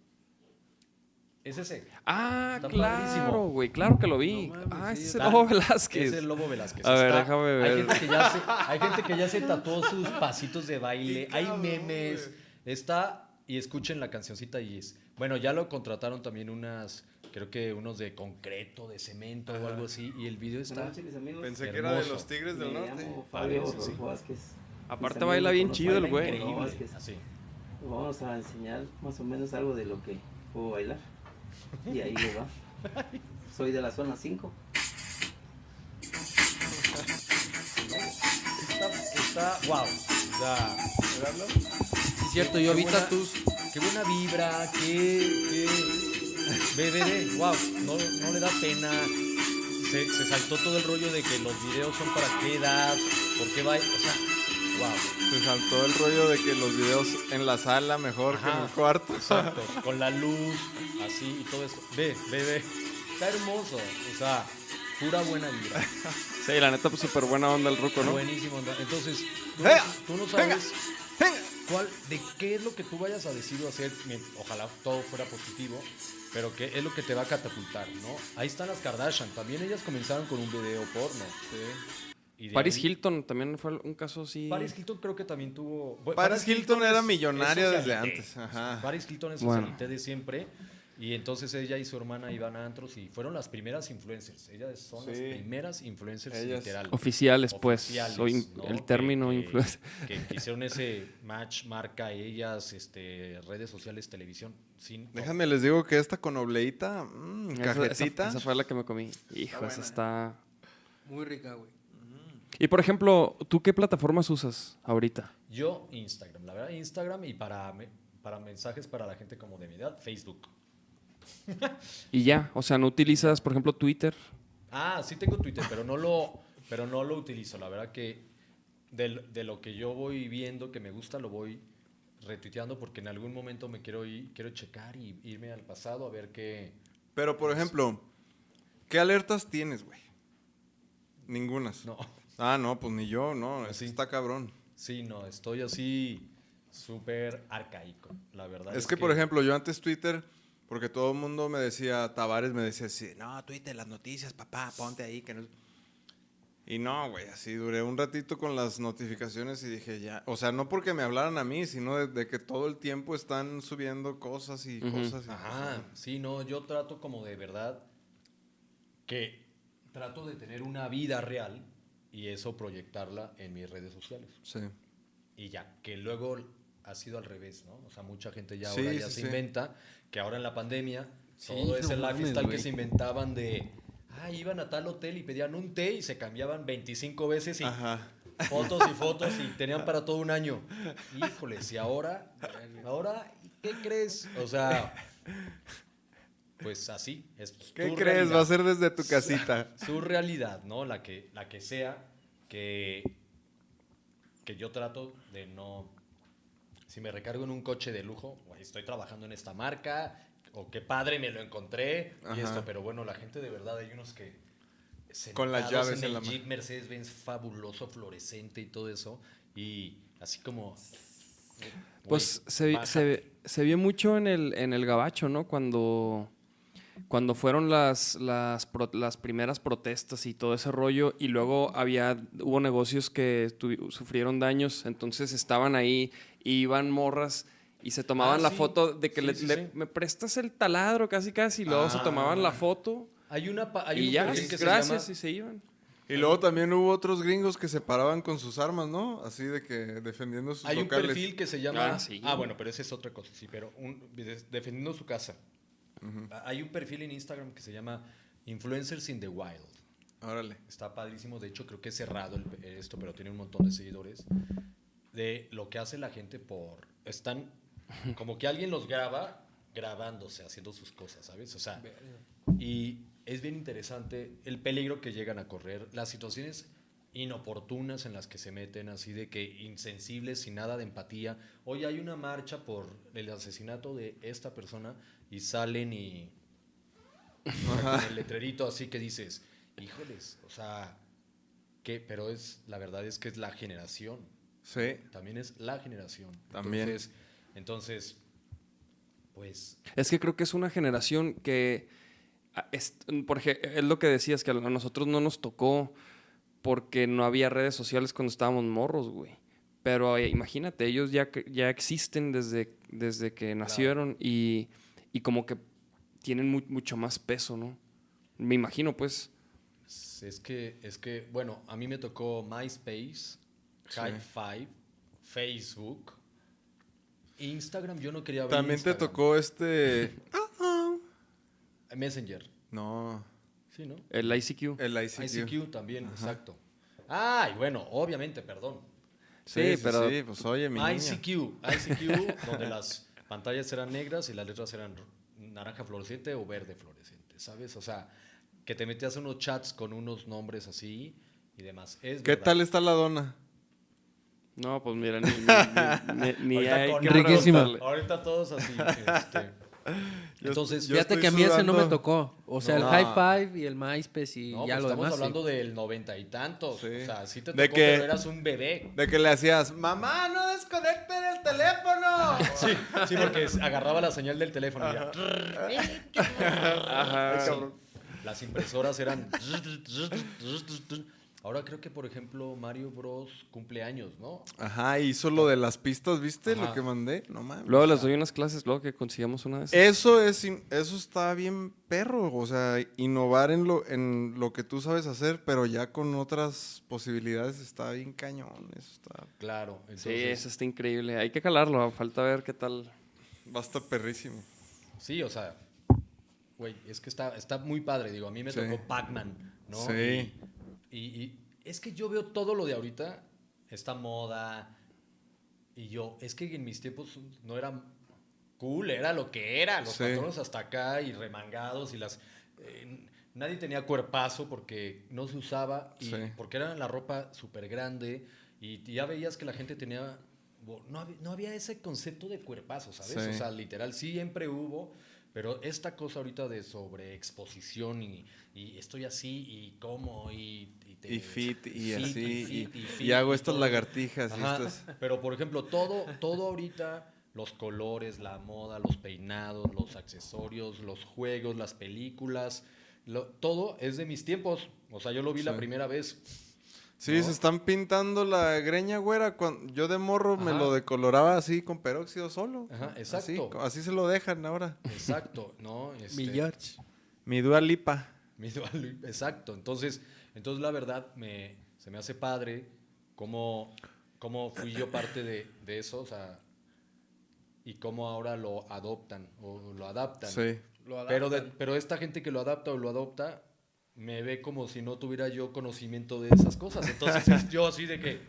Es ese. Ah, Está claro, padrísimo. güey, claro que lo vi. No mames, ah, sí, ese es el está- Lobo Velázquez. Es el Lobo Velázquez. A ver, Está- déjame ver. Hay gente que ya se, hay gente que ya se tatuó sus pasitos de baile, Qué hay cabrón, memes. güey. Está, y escuchen la cancioncita y es. Bueno, ya lo contrataron también unas, creo que unos de concreto, de cemento o algo así, y el video está. Buenas noches, mis amigos. Pensé que era de Hermoso. los Tigres del Me Norte. llamo Fabio Parece, sí. Vázquez. Aparte Mis baila amigos bien nos chido el bailan güey. increíble. Increíble. Vázquez. Así. Vamos a enseñar más o menos algo de lo que puedo bailar. Y ahí le va. Soy de la zona cinco. Está, está, wow. O sea, ¿verlo? Sí, es cierto, yo Qué vi buena- tatus. Qué buena vibra, qué, qué... Ve, ve, ve, wow, no, no le da pena. Se, se saltó todo el rollo de que los videos son para qué edad, por qué va, o sea, wow. Se saltó el rollo de que los videos en la sala mejor que en Ajá. el cuarto. Exacto, con la luz, así y todo esto. Ve, ve, ve. Está hermoso, o sea, pura buena vibra. Sí, la neta, pues súper buena onda el ruco, ¿no? Buenísimo. onda. Entonces, tú, Venga, tú no venga, sabes venga. cuál, de qué es lo que tú vayas a decidir hacer. mien- Ojalá todo fuera positivo, pero qué es lo que te va a catapultar, ¿no? Ahí están las Kardashian. También ellas comenzaron con un video porno. Y de Paris ahí- Hilton también fue un caso así. Paris Hilton creo que también tuvo... bueno, Paris Hilton era es- millonaria es desde socialité. antes, ajá. Paris Hilton es Bueno. socialité de siempre. Y entonces ella y su hermana iban a antros y fueron las primeras influencers. Ellas son las Sí. primeras influencers Ellas. literal. Oficiales, pues. Oficiales, o in- ¿no? el término que, influencer. Que, que hicieron ese match, marca ellas, este, redes sociales, televisión. Sin, Déjame les digo que esta con obleita, mm, Esa- cajetita. Esa, esa fue la que me comí. Hijo, esa está. Muy rica, güey. Y por ejemplo, ¿tú qué plataformas usas ahorita? Yo, Instagram, la verdad, Instagram y para, me- para mensajes para la gente como de mi edad, Facebook. Y ya, o sea, ¿no utilizas, por ejemplo, Twitter? Ah, sí tengo Twitter, pero no lo, pero no lo utilizo. La verdad que de, de lo que yo voy viendo que me gusta, lo voy retuiteando porque en algún momento me quiero ir, quiero checar y irme al pasado a ver qué... Pero por ejemplo, ¿qué alertas tienes, güey? Ningunas. No, Ah, no, pues ni yo, no, Sí. está cabrón. sí, no, estoy así súper arcaico, la verdad. Es que, por ejemplo, yo antes Twitter, porque todo el mundo me decía, Tavares me decía así, no, Twitter, las noticias, papá, ponte ahí. que no... Y no, güey, así duré un ratito con las notificaciones y dije ya, o sea, no porque me hablaran a mí, sino de, de que todo el tiempo están subiendo cosas y Ujú. cosas. Y Ajá, sí, no, yo trato como de verdad que trato de tener una vida real y eso proyectarla en mis redes sociales. Sí. Y ya, que luego ha sido al revés, ¿no? O sea, mucha gente ya Sí, ahora ya sí, se sí. inventa que ahora en la pandemia Sí, todo ese no lifestyle mames, que güey. se inventaban de, ah, iban a tal hotel y pedían un té y se cambiaban veinticinco veces y Ajá. fotos y fotos y tenían para todo un año. Híjoles, y ahora, ahora, ¿qué crees? O sea, pues así. Es ¿Qué tu crees? realidad. Va a ser desde tu casita. Su realidad, ¿no? La que, la que sea, que, que yo trato de no... Si me recargo en un coche de lujo, güey, estoy trabajando en esta marca, o qué padre me lo encontré, y Ajá. esto, pero bueno, la gente de verdad, hay unos que... Con las sentados llaves en, en el la mano. Jeep Mercedes-Benz fabuloso, fluorescente y todo eso, y así como... Pues güey, se, vi- bájate. se, se vio mucho en el, en el Gabacho, ¿no? Cuando, cuando fueron las, las, pro- las primeras protestas y todo ese rollo, y luego había, hubo negocios que tuvi- sufrieron daños, entonces estaban ahí, y iban morras y se tomaban Ah, la sí. foto de que Sí, le, sí, le- sí. me prestas el taladro casi casi, y luego se Ah. tomaban la foto Hay, una, pa- hay y un ya, perfil que se gracias, llama- y se iban. Y luego también hubo otros gringos que se paraban con sus armas, ¿no? Así de que defendiendo sus Hay un locales. perfil que se llama... Ah, sí. Ah, bueno, pero esa es otra cosa, sí, pero un, de- defendiendo su casa. Uh-huh. Hay un perfil en Instagram que se llama Influencers in the Wild. Órale. Está padrísimo, de hecho creo que es cerrado el, esto, pero tiene un montón de seguidores. De lo que hace la gente por... Están como que alguien los graba grabándose, haciendo sus cosas, ¿sabes? O sea, y es bien interesante el peligro que llegan a correr, las situaciones inoportunas en las que se meten, así de que insensibles, sin nada de empatía. Hoy hay una marcha por el asesinato de esta persona y salen y con el letrerito así que dices, híjoles, o sea, ¿qué? Pero es, la verdad es que es la generación. Sí. También es la generación. También. Entonces, entonces pues... Es que creo que es una generación que, es, por ejemplo, es lo que decías, que a nosotros no nos tocó porque no había redes sociales cuando estábamos morros, güey. Pero eh, imagínate, ellos ya, ya existen desde, desde que nacieron, claro. y, y como que tienen muy, mucho más peso, ¿no? Me imagino, pues. Es que, es que, bueno, a mí me tocó MySpace, sí. High Five, Facebook, Instagram. Yo no quería ver También Instagram. te tocó este... Messenger. No. Sí, ¿no? El I C Q. El I C Q. I C Q también, ajá. Exacto. Ah, y bueno, obviamente, perdón. Sí, sí, pero... Sí, pues oye, mi I C Q, niña. I C Q, donde las pantallas eran negras y las letras eran naranja fluorescente o verde fluorescente, ¿sabes? O sea, que te metías unos chats con unos nombres así y demás. Es ¿Qué verdad. tal está la dona? No, pues mira, ni, ni, ni, ni hay que riquísima. Ahorita todos así, este... Entonces, yo fíjate que a mí sudando. Ese no me tocó. O sea, no. el High Five y el MySpace y no, ya pues lo estamos demás. Estamos hablando sí. del noventa y tantos. Sí. O sea, sí te tocó, de que, pero eras un bebé. De que le hacías, mamá, no desconecten el teléfono. Sí, sí, porque agarraba la señal del teléfono y ya. Ajá. Sí. Las impresoras eran... Ahora creo que, por ejemplo, Mario Bros. Cumple años, ¿no? Ajá, hizo lo de las pistas, ¿viste? Ajá. Lo que mandé. No mames. Luego les doy unas clases, luego que consigamos una de esas. Eso es, eso está bien perro. O sea, innovar en lo, en lo que tú sabes hacer, pero ya con otras posibilidades está bien cañón. Eso está... Claro. Entonces... Sí, eso está increíble. Hay que calarlo, falta ver qué tal. Va a estar perrísimo. Sí, o sea, güey, es que está, está muy padre. Digo, a mí me sí. tocó Pac-Man, ¿no? Sí. Y, y, y es que yo veo todo lo de ahorita, esta moda, y yo, es que en mis tiempos no era cool, era lo que era, los sí. pantalones hasta acá y remangados y las... Eh, nadie tenía cuerpazo porque no se usaba, y sí. porque era la ropa súper grande, y, y ya veías que la gente tenía... No había, no había ese concepto de cuerpazo, ¿sabes? Sí. O sea, literal, siempre hubo... Pero esta cosa ahorita de sobreexposición y, y estoy así y como y... Y, te, y fit y fit, así y, fit, y, y, fit, y hago y estas todo. lagartijas. Y estas... Pero por ejemplo, todo, todo ahorita, los colores, la moda, los peinados, los accesorios, los juegos, las películas, lo, todo es de mis tiempos. O sea, yo lo vi sí. la primera vez. Sí, ¿no? Se están pintando la greña, güera. Cuando yo de morro Ajá. me lo decoloraba así con peróxido solo. Ajá, exacto. Así, así se lo dejan ahora. Exacto, ¿no? Este, mi George. Mi Dua Lipa. Mi Dua Lipa, exacto. Entonces, entonces la verdad, me, se me hace padre cómo, cómo fui yo parte de, de eso, o sea, y cómo ahora lo adoptan o lo adaptan. Sí. Lo adaptan. Pero, de, pero esta gente que lo adapta o lo adopta... me ve como si no tuviera yo conocimiento de esas cosas. Entonces es yo así de que...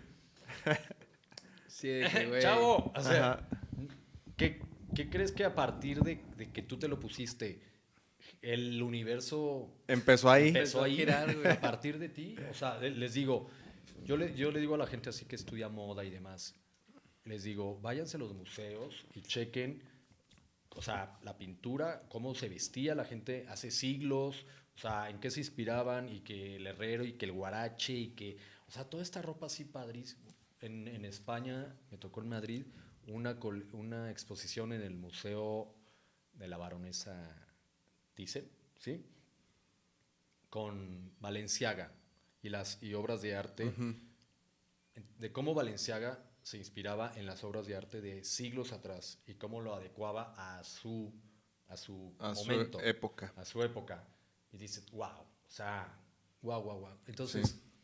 Sí, de que, güey. ¡Chavo! O sea, ¿qué, ¿qué crees que a partir de, de que tú te lo pusiste, el universo... Empezó ahí. Empezó a girar, güey, a partir de ti? O sea, les digo, yo le, yo le digo a la gente así que estudia moda y demás, les digo, váyanse a los museos y chequen, o sea, la pintura, cómo se vestía la gente hace siglos... O sea, en qué se inspiraban y que el herrero y que el guarache y que... O sea, toda esta ropa así padrísimo. En, en España, me tocó en Madrid, una, una exposición en el Museo de la Baronesa Thyssen, ¿sí? Con Balenciaga y, las, y obras de arte. Uh-huh. De cómo Balenciaga se inspiraba en las obras de arte de siglos atrás y cómo lo adecuaba a su, a su a momento. A su época. A su época. Y dices, wow, o sea, wow, wow, wow. Entonces, sí.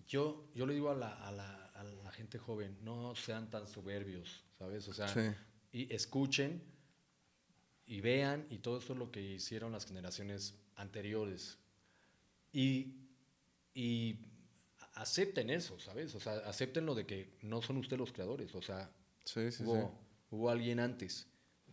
yo, yo le digo a la, a, la, a la gente joven, no sean tan soberbios, ¿sabes? O sea, Sí. y escuchen y vean, y todo esto es lo que hicieron las generaciones anteriores. Y, y acepten eso, ¿sabes? O sea, acepten lo de que no son ustedes los creadores, o sea, Sí, sí, hubo, sí. hubo alguien antes.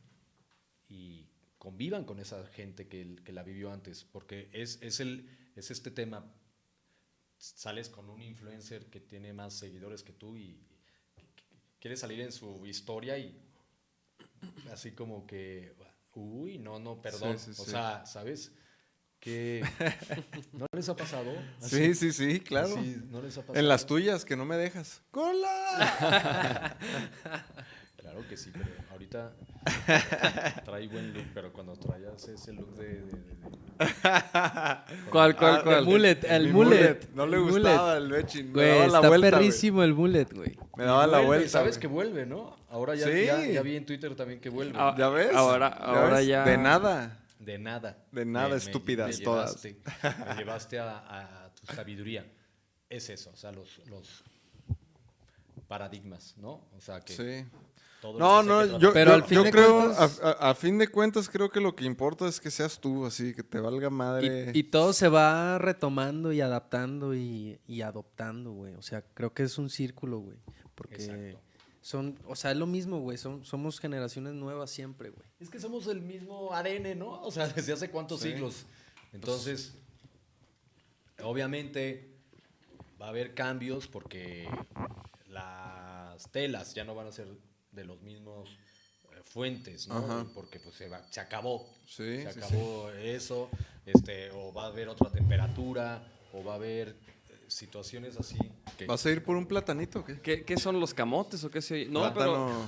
Y convivan con esa gente que, que la vivió antes, porque es, es, el, es este tema. Sales con un influencer que tiene más seguidores que tú y, y quieres salir en su historia y así como que, uy, no, no, perdón. Sí, sí, o sí. sea, ¿sabes? Que ¿no les ha pasado? Sí, sí, sí, claro. Así, ¿no les ha pasado? En las tuyas, que no me dejas. ¡Cola! Claro que sí, pero ahorita trae buen look, pero cuando traías ese look de... de, de, de ¿Cuál, cuál, Ah, cuál? el mullet, el mi mullet. No le el gustaba mullet. el Bechin. Me Güey, daba la está vuelta, güey. perrísimo el mullet, güey. Me daba Y la vuelve, vuelta. Sabes güey. que vuelve, ¿no? Ahora ya, Sí. ya, ya vi en Twitter también que vuelve. Ah, ¿Ya ves? Ahora- ¿Ya ahora ves? ya- De nada. De nada. De nada, estúpidas todas. Llevaste, me llevaste a, a tu sabiduría. Es eso, o sea, los, los paradigmas, ¿no? O sea, que Sí. todo No, lo que no, se que yo, Pero yo- al fin yo de creo, cuentas- a, a- a fin de cuentas, creo que lo que importa es que seas tú, así, que te valga madre. Y, y todo se va retomando y adaptando y, y adoptando, güey. O sea, creo que es un círculo, güey. Porque Exacto. son, o sea, es lo mismo, güey. Son, somos generaciones nuevas siempre, güey. Es que somos el mismo A D N, ¿no? O sea, desde hace cuántos Sí. siglos. Entonces, obviamente va a haber cambios porque las telas ya no van a ser de los mismos eh, fuentes, ¿no? Ajá. Porque pues se, va- se acabó. Sí, se sí, acabó eso, este, o va a haber otra temperatura, o va a haber eh, situaciones así. Que, ¿Vas a ir por un platanito o qué? ¿Qué, qué son los camotes o qué se No, pero, Plátano.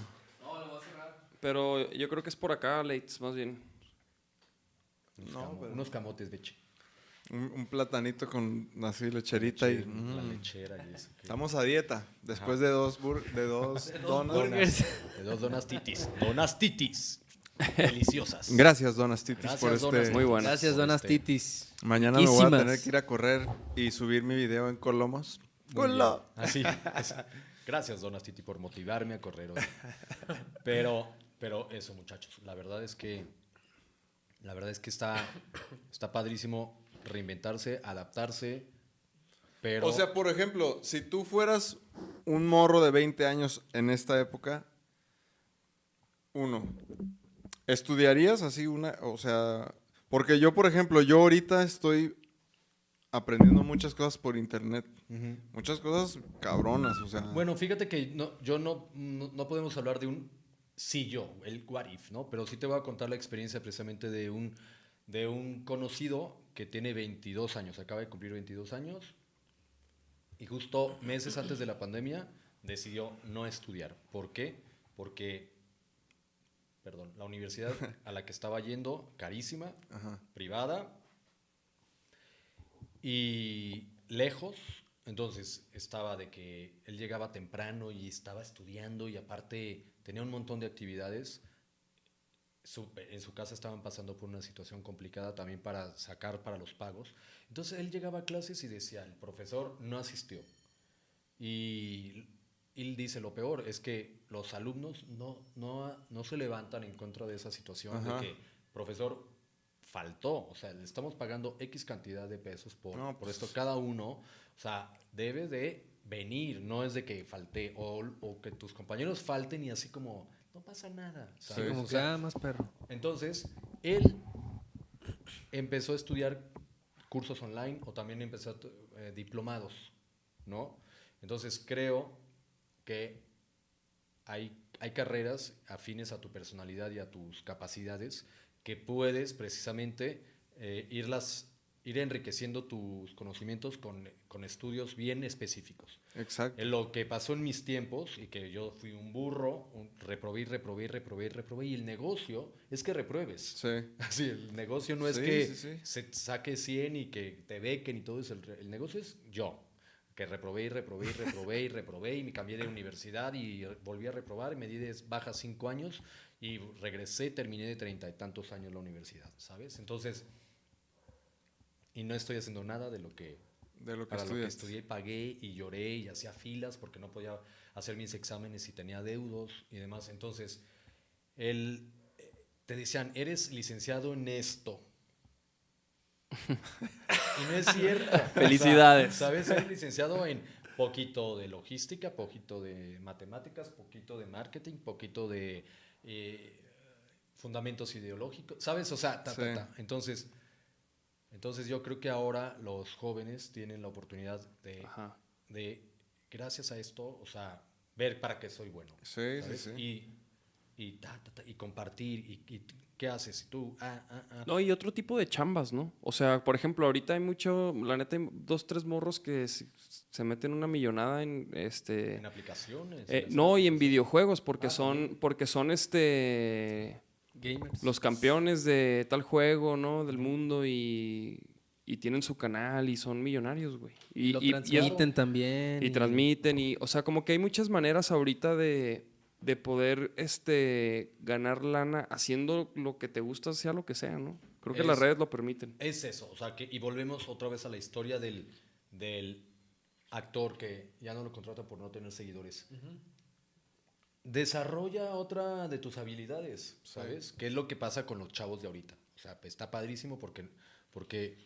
pero yo creo que es por acá, Leitz, más bien. unos, no, camo- pero- unos camotes, beche. Un, un platanito con así lecherita y... La mm. lechera y eso. que- Estamos a dieta, después de dos, bur- de dos donas. Donas, de dos donas titis. Donas titis. Deliciosas. Gracias, Donas Titis, Gracias, por este... Donas Muy buenas. Gracias, Por Donas este- Titis. Mañana me voy a Riquísimas. tener que ir a correr y subir mi video en Colomos. Muy bien. ¡Hola! Así. es. Gracias, Donas Titi, por motivarme a correr hoy. Pero, pero eso, muchachos. La verdad es que. La verdad es que está, está padrísimo reinventarse, adaptarse. Pero. O sea, por ejemplo, si tú fueras un morro de veinte años en esta época, uno, ¿estudiarías así una? O sea, porque yo, por ejemplo, yo ahorita estoy aprendiendo muchas cosas por internet. Ujú. Muchas cosas cabronas, o sea. Bueno, fíjate que no, yo no, no, no podemos hablar de un sí yo, el what if, ¿no? Pero sí te voy a contar la experiencia precisamente de un, de un conocido que tiene veintidós años, acaba de cumplir veintidós años y justo meses antes de la pandemia decidió no estudiar. ¿Por qué? Porque, perdón, la universidad a la que estaba yendo, carísima, Ajá. privada y lejos. Entonces estaba de que él llegaba temprano y estaba estudiando y aparte tenía un montón de actividades. Su- en su casa estaban pasando por una situación complicada también para sacar para los pagos. Entonces él llegaba a clases y decía, el profesor no asistió. Y él dice, lo peor es que los alumnos no, no, no se levantan en contra de esa situación Ajá. de que, profesor, faltó. O sea, le estamos pagando X cantidad de pesos por, No, por pues. esto cada uno. O sea, debe de venir, no es de que falté o, o que tus compañeros falten y así como, no pasa nada. Sí, ¿sabes? como O que, sea, ah, más perro. entonces, él empezó a estudiar cursos online o también empezó a eh, diplomados, ¿no? Entonces, creo que hay, hay carreras afines a tu personalidad y a tus capacidades que puedes precisamente eh, irlas, ir enriqueciendo tus conocimientos con, con estudios bien específicos. Exacto. En lo que pasó en mis tiempos, y que yo fui un burro, un, reprobé, reprobé, reprobé, reprobé, y el negocio es que repruebes. Sí. Así, el negocio no es Sí, que sí, sí. se saque cien y que te bequen y todo eso. El, el negocio es yo, que reprobé y reprobé y reprobé y reprobé y me cambié de universidad y volví a reprobar y me di de baja cinco años y regresé, terminé de treinta y tantos años la universidad, ¿sabes? Entonces, y no estoy haciendo nada de lo que De lo que para lo que estudiaste. estudié, pagué y lloré y hacía filas porque no podía hacer mis exámenes y tenía deudos y demás. Entonces, el, te decían, eres licenciado en esto. Y no es cierto. Felicidades. O sea, ¿sabes? Eres licenciado en poquito de logística, poquito de matemáticas, poquito de marketing, poquito de eh, fundamentos ideológicos, ¿sabes? O sea, ta, ta, Sí. ta. Entonces, entonces yo creo que ahora los jóvenes tienen la oportunidad de, Ajá. de gracias a esto, o sea, ver para qué soy bueno. Sí, sí, ¿sabes? sí. Y, y, ta, ta, ta, y compartir, y, y qué haces, y tú, ah, ah, ah. No, y otro tipo de chambas, ¿no? O sea, por ejemplo, ahorita hay mucho, la neta, hay dos, tres morros que se, se meten una millonada en este. En aplicaciones. eh, las no, y en aplicaciones. videojuegos, porque Ah, son, también. porque son este. Gamers. Los campeones de tal juego, ¿no? Del mundo y, y tienen su canal y son millonarios, güey. Y, lo y- y es- transmiten también. y transmiten y, o sea, como que hay muchas maneras ahorita de, de poder este, ganar lana haciendo lo que te gusta, sea lo que sea, ¿no? Creo que Es- las redes lo permiten. Es eso, o sea, que, y volvemos otra vez a la historia del, del actor que ya no lo contrata por no tener seguidores. Desarrolla otra de tus habilidades, ¿sabes? ¿Qué es lo que pasa con los chavos de ahorita? O sea, está padrísimo porque, porque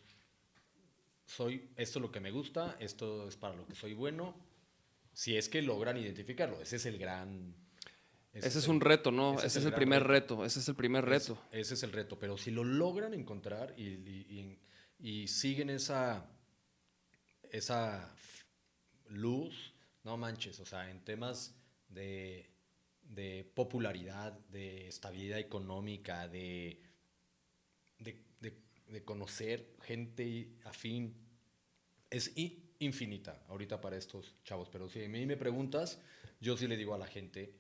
soy, esto es lo que me gusta, esto es para lo que soy bueno, si es que logran identificarlo. Ese es el gran... Ese es el- un reto, ¿no? ese Ese es el gran primer reto, ese es el primer reto. es- ese es el reto, pero si lo logran encontrar y, y- y- y siguen esa, esa f- luz, no manches, o sea, en temas de, de popularidad, de estabilidad económica, de, de, de- de conocer gente afín, es i- infinita ahorita para estos chavos. Pero si a mí me preguntas, yo sí le digo a la gente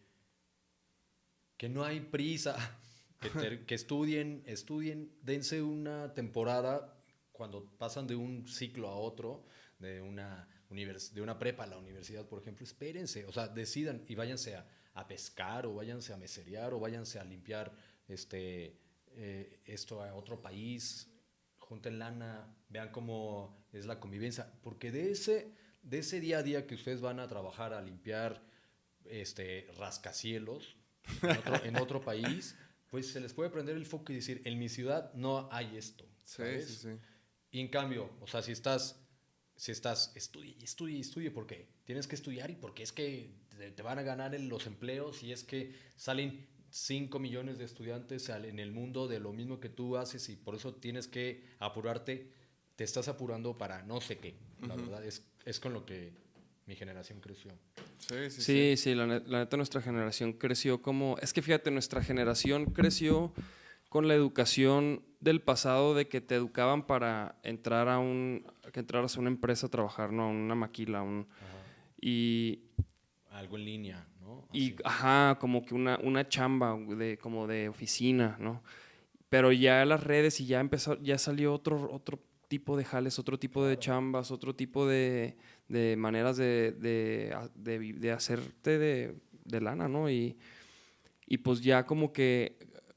que no hay prisa, que, ter- que estudien, estudien, dense una temporada cuando pasan de un ciclo a otro, de una, univers- de una prepa a la universidad, por ejemplo, espérense, o sea, decidan y váyanse a, a pescar o váyanse a meserear o váyanse a limpiar este, eh, esto a otro país, junten lana, vean cómo es la convivencia, porque de ese, de ese día a día que ustedes van a trabajar a limpiar este, rascacielos, en otro, en otro país, pues se les puede prender el foco y decir, en mi ciudad no hay esto, Sí, ¿sabes? sí, sí. Y en cambio, o sea, si estás, si estás, estudie, y estudie, y estudie, ¿por qué? Tienes que estudiar y porque es que te, te van a ganar en los empleos y es que salen cinco millones de estudiantes al- en el mundo de lo mismo que tú haces y por eso tienes que apurarte, te estás apurando para no sé qué, la verdad, es, es con lo que mi generación creció. Sí, sí, Sí, sí, la, net- la neta nuestra generación creció como... Es que fíjate, nuestra generación creció con la educación del pasado de que te educaban para entrar a un... que entraras a una empresa a trabajar, ¿no? A una maquila, a un... Y, Algo en línea, ¿no? y Así. ajá, como que una, una chamba de, como de oficina, ¿no? Pero ya las redes y ya empezó, ya salió otro, otro tipo de jales, otro tipo de chambas, otro tipo de, de maneras de, de, de vi- de hacerte de, de lana, ¿no? Y, y pues ya como que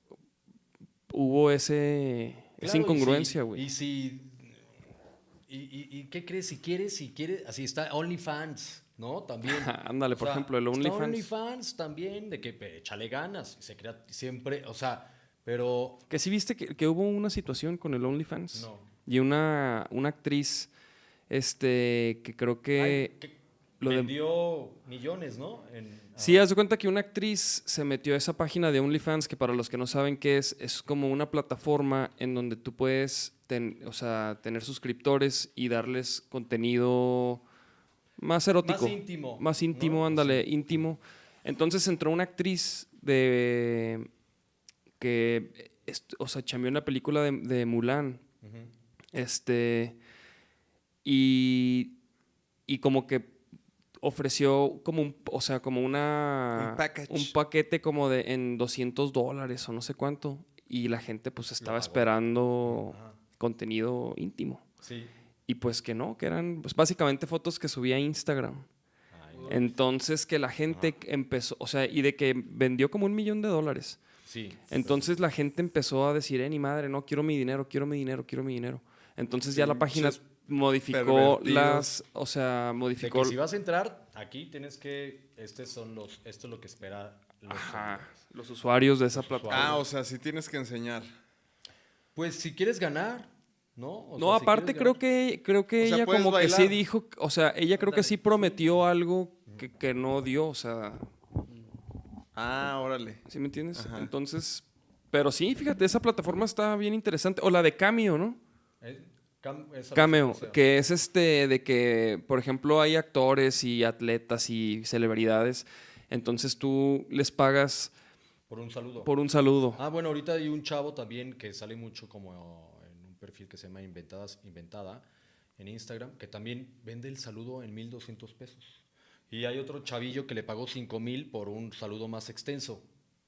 hubo ese, esa Claro, y incongruencia, si- güey. Y si... Y, y- y qué crees? Si quieres, si quieres... Así está OnlyFans, ¿no? También. Ándale, O por sea, ejemplo, el está OnlyFans. OnlyFans también, de que pe, échale ganas. Se crea siempre... O sea, pero... Que sí viste que, que hubo una situación con el OnlyFans. No. Y una, una actriz, este, que creo que... Ay, que lo de- vendió millones, ¿no? En- Sí, ah, haz de cuenta que una actriz se metió a esa página de OnlyFans, que para los que no saben qué es, es como una plataforma en donde tú puedes ten- o sea, tener suscriptores y darles contenido más erótico. Más íntimo, Más íntimo, ¿no? ándale, Sí. íntimo. Entonces entró una actriz de que, est- o sea, chambeó en la película de, de Mulan. ujú. Este, y, y como que ofreció como un, o sea, como una... Un package. un paquete como de en doscientos dólares o no sé cuánto. Y la gente pues estaba pagó. esperando Ajá. contenido íntimo. Sí. Y pues que no, que eran pues básicamente fotos que subía a Instagram. Ay, Entonces que la gente empezó, o sea, y de que vendió como un millón de dólares. sí. Entonces la gente empezó a decir, eh, ni madre, no, quiero mi dinero, quiero mi dinero, quiero mi dinero. Entonces ya la página... Muchas modificó Pervertidos. las, o sea, De modificó... que si vas a entrar, aquí tienes que, estos son los, esto es lo que espera los Ajá, seguidores. los usuarios de esa Los plataforma. Ah, o sea, sí tienes que enseñar. Pues si quieres ganar, ¿no? O No, sea, si aparte quieres creo ganar. que creo que O sea, ella puedes como que sí bailar. dijo, o sea, ella creo que sí prometió algo que, que no dio, o sea, Ah, órale. ¿sí me entiendes? Ajá. Entonces, pero sí, fíjate, esa plataforma está bien interesante. O la de Cameo, ¿no? Eh, cam- esa Cameo, no sé. que es este de que, por ejemplo, hay actores y atletas y celebridades, entonces tú les pagas Por un saludo. por un saludo. Ah, bueno, ahorita hay un chavo también que sale mucho como en un perfil que se llama Inventadas, Inventada en Instagram, que también vende el saludo en mil doscientos pesos. Y hay otro chavillo que le pagó cinco mil por un saludo más extenso.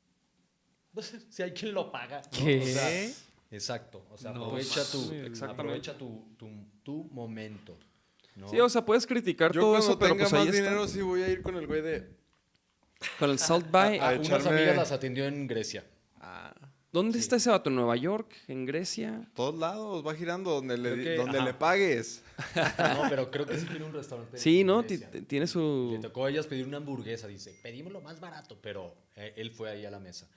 Pues, si hay quien lo paga. ¿no? ¿Qué? O sea, exacto. O sea, No aprovecha, tu, mames, exactamente. aprovecha tu, tu, tu momento. ¿no? Sí, o sea, puedes criticar Yo todo cuando eso, pero tenga pues ahí más está. dinero sí voy a ir con el güey de... Con el Salt By. Ah, a unas echarme- amigas las atendió en Grecia. ¿Dónde está ese vato? ¿En Nueva York? ¿En Grecia? Todos lados, va girando donde, le, Creo que- donde ajá. le pagues. No, pero creo que sí tiene un restaurante. Sí, en ¿no? Grecia. Ti- ti- Tiene Le su... tocó a ellas pedir una hamburguesa, dice, pedimos lo más barato, pero eh, él fue ahí a la mesa.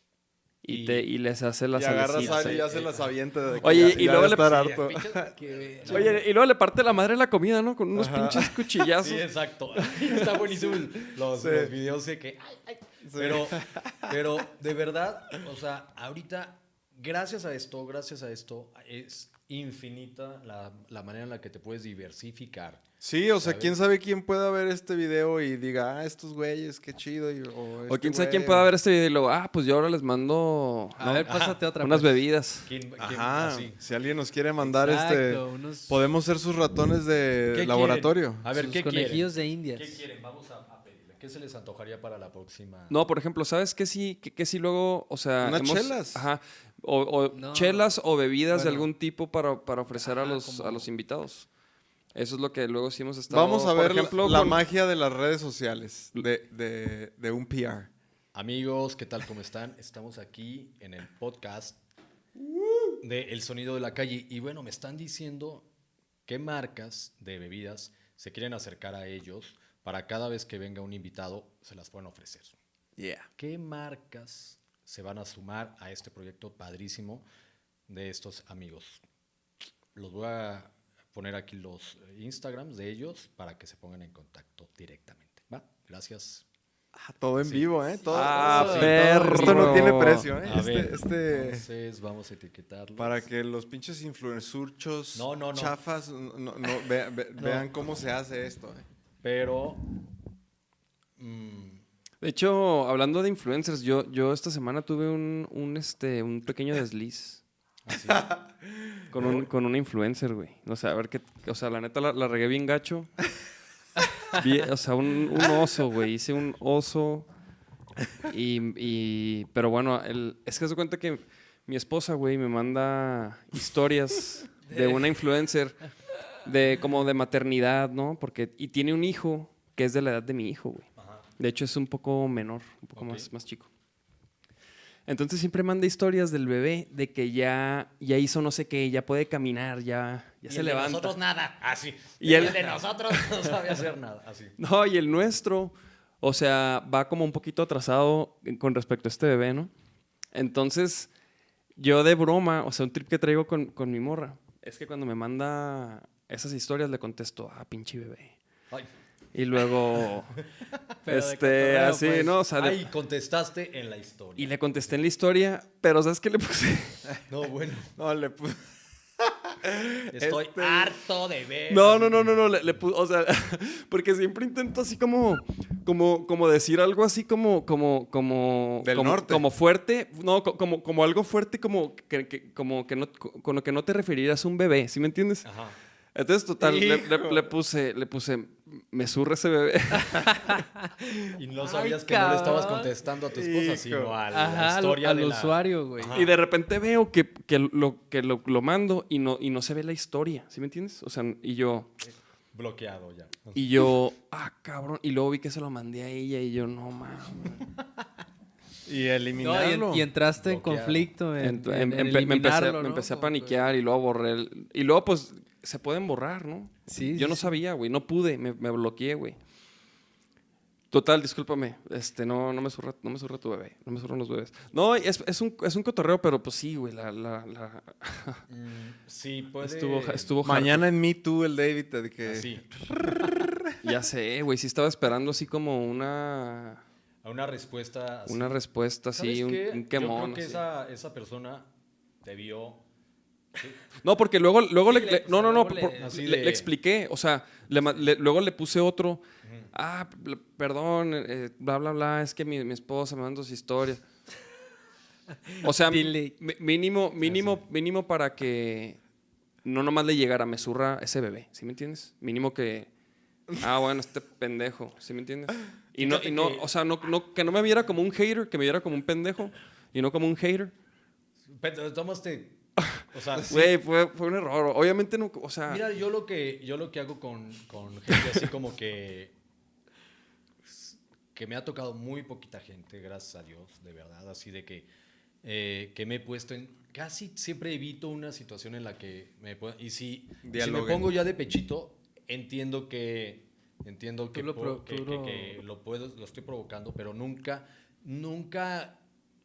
Y, te, y les hace la Y agarra salecita. sal y ya sí. se las avienta. De que Oye, ya- y ya luego de le- estar Sí, harto. pinches- Oye, y luego le parte la madre la comida, ¿no? Con unos pinches cuchillazos. Sí, exacto. Está buenísimo el- los, Sí. los videos de que... ay, ay. Pero, pero de verdad, o sea, ahorita, gracias a esto, gracias a esto, es infinita la, la manera en la que te puedes diversificar. Sí, o sea, ¿sabes? quién sabe quién pueda ver este video y diga, ah, estos güeyes, qué chido. y- o O este quién sabe güey. quién pueda ver este video y luego, ah, pues yo ahora les mando A ¿no? ver, pásate otra. unas pues. bebidas. ¿Quién, quién- Ajá, así? si alguien nos quiere mandar Exacto, este... unos- Podemos ser sus ratones de ¿Qué laboratorio. quieren? A ver, sus ¿qué quieren? conejillos de indias. ¿Qué quieren? Vamos a, a pedirle. ¿Qué se les antojaría para la próxima? No, por ejemplo, ¿sabes qué sí, qué, qué sí luego, o sea, Unas hemos- chelas. Ajá. O, o No. chelas o bebidas de Bueno. algún tipo para, para ofrecer a Ajá, los, como- a los invitados. Eso es lo que luego sí hemos estado. Vamos a por ver la- ejemplo, la con- magia de las redes sociales, de, de, de un P R. Amigos, ¿qué tal? ¿Cómo están? Estamos aquí en el podcast de El Sonido de la Calle. Y bueno, me están diciendo qué marcas de bebidas se quieren acercar a ellos para cada vez que venga un invitado se las pueden ofrecer. Yeah. ¿Qué marcas se van a sumar a este proyecto padrísimo de estos amigos? Los voy a poner aquí los Instagrams de ellos para que se pongan en contacto directamente. ¿Va? Gracias. Ah, todo en Sí. vivo, ¿eh? Todo, Ah, todo- perro. Esto no tiene precio, ¿eh? A Este, ver, este- entonces vamos a etiquetarlos. para que los pinches influencerchos No, no, no. chafas no, no, no, ve- ve- vean cómo se hace esto. ¿eh? Pero... mm, De hecho, hablando de influencers, yo, yo esta semana tuve un, un, este, un pequeño desliz. así. Con, un, con una influencer, güey. No sé, a ver qué. O sea, la neta la, la regué bien gacho. Bien, o sea, un, un oso, güey. Hice un oso. Y. y- pero bueno, el, es que se cuenta que mi esposa, güey, me manda historias de una influencer. De como de maternidad, ¿no? Porque. Y tiene un hijo que es de la edad de mi hijo, güey. De hecho, es un poco menor, un poco Ok. más, más chico. Entonces siempre manda historias del bebé de que ya, ya hizo no sé qué, ya puede caminar, ya, ya Y se el de levanta. nosotros nada, así. Y Y el- el de nosotros no sabe hacer nada, así. No, y el nuestro, o sea, va como un poquito atrasado con respecto a este bebé, ¿no? Entonces, yo de broma, o sea, un trip que traigo con, con mi morra, es que cuando me manda esas historias le contesto, ah, pinche bebé. Ay, Y luego, Pero de este, cotorreo, así, pues. ¿no? O sea, de- ay, contestaste en la historia. y le contesté en la historia, pero ¿sabes qué le puse? No, bueno. No, le pu- Estoy Este- harto de ver. No, no, no, no, no, le, le pu- o sea, porque siempre intento así como, como, como decir algo así como, como, como, Del como, norte. como fuerte, no, co- como, como algo fuerte, como que, que- como que no, co- con lo que no te referirías a un bebé, ¿sí me entiendes? Ajá. Entonces, total, le, le- Hijo. le puse, le puse, me surre ese bebé. Y no Ay, sabías que no le estabas cabrón. contestando a tu esposa, Hijo. sino a la Ajá, al, historia al de la... usuario, güey. Ajá. Y de repente veo que, que, lo, que lo, lo mando y no, y no se ve la historia, ¿sí me entiendes? O sea, y yo, Bloqueado ya. y yo, ah, cabrón, y luego vi que se lo mandé a ella y yo, no, mames. Y No, y, eliminarlo. en- y entraste en Bloqueado. conflicto en, Ent- en- em- en empe- me, empecé, eliminarlo, me ¿no? empecé a Como- paniquear y luego borré el... Y luego, pues, se pueden borrar, ¿no? Sí, Yo sí, no sí. sabía, güey. No pude, me, me bloqueé, güey. Total, discúlpame. Este, no, no me zurra, no me zurra tu bebé. No me zurran los bebés. No, es, es, un, es un cotorreo, pero pues sí, güey. La, la, la... Mm, sí, puede... Estuvo, estuvo Mañana en Me Too el David te que Así, hardcore. Ya sé, güey. Sí estaba esperando así como una... a una respuesta así. Una respuesta ¿Sabes así, un, qué? un Yo quemón. creo que así. esa, esa persona debió... No, porque luego, luego Sí, le, le- le- o no, sea, no, no, luego por- le- Así le, de- le expliqué, o sea, le ma- le- luego le puse otro, ah, pl- perdón, eh, bla, bla, bla, es que mi, mi esposa me mandó su historia. O sea, Dile. mi- mínimo, mínimo, mínimo para que no nomás le llegara, me zurra ese bebé, ¿sí me entiendes? Mínimo que, ah, bueno, este pendejo, ¿sí me entiendes? Y no, y no, Fíjate que- o sea, no, no, que no me viera como un hater, que me viera como un pendejo, y no como un hater. Pero tomaste... O sea, sí. Güey, fue, fue un error. Obviamente no, o sea. Mira, yo lo que, yo lo que hago con, con gente así como que... Que me ha tocado muy poquita gente, gracias a Dios, de verdad. Así de que, eh, que me he puesto en... Casi siempre evito una situación en la que me puedo... Y si, y si me Dialoguen. pongo ya de pechito, entiendo que... Entiendo que, lo po- pro- que, tú que- lo- que lo puedo, lo estoy provocando, pero nunca, nunca...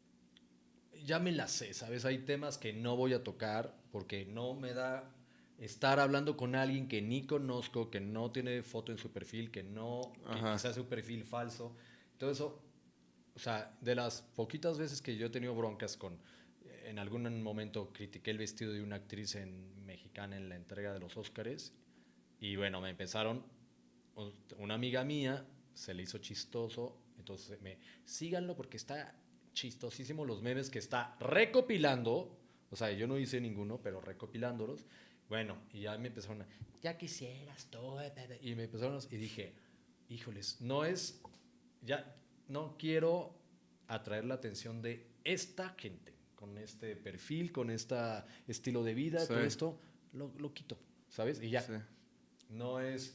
Ya me la sé, ¿sabes? Hay temas que no voy a tocar porque no me da estar hablando con alguien que ni conozco, que no tiene foto en su perfil, que no, que Ajá. quizás es un perfil falso. Todo eso, o sea, de las poquitas veces que yo he tenido broncas con, en algún momento critiqué el vestido de una actriz en, mexicana en la entrega de los Óscares y bueno, me empezaron, una amiga mía se le hizo chistoso, entonces me, síganlo porque está chistosísimo los memes que está recopilando, o sea, yo no hice ninguno, pero recopilándolos. Bueno, y ya me empezaron a, ya quisieras todo, y me empezaron a, y dije, híjoles, no es, ya, no quiero atraer la atención de esta gente, con este perfil, con este estilo de vida, Sí. todo esto, lo, lo quito, ¿sabes? Y ya, Sí. no es...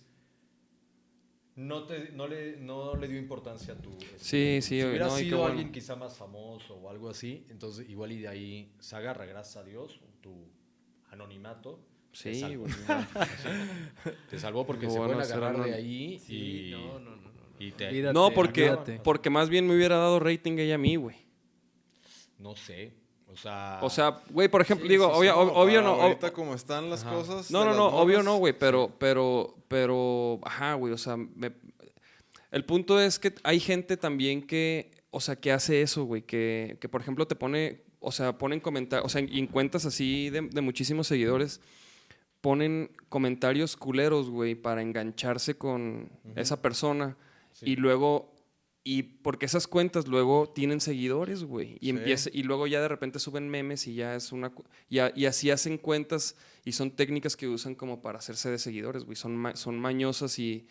No, te, no, le, no le dio importancia a tu... Sí, sí, si hubiera no, y qué sido bueno. alguien quizá más famoso o algo así, entonces igual y de ahí se agarra, gracias a Dios, tu anonimato. Sí, te salvó. güey. Sí. Te salvó porque se Bueno, pueden será agarrar no- de ahí Sí, y, no, no, no, no. y te... Olvídate, No, porque, olvídate. porque más bien me hubiera dado rating ella a mí, güey. No sé, o sea... O sea, güey, por ejemplo, Sí, digo, sí, sí. obvio, No, ob- obvio para no. ob- Ahorita como están las Ajá. cosas. No, de no, las no, obvio morras, no, güey, pero, pero, pero, ajá, güey, o sea, me- el punto es que hay gente también que, o sea, que hace eso, güey, que, que por ejemplo te pone, o sea, ponen comentarios, o sea, en cuentas así de, de muchísimos seguidores, ponen comentarios culeros, güey, para engancharse con esa persona Sí. y luego, y porque esas cuentas luego tienen seguidores, güey, y Sí. empieza, y luego ya de repente suben memes y ya es una, cu- y, a- y así hacen cuentas y son técnicas que usan como para hacerse de seguidores, güey, son, ma- son mañosas y,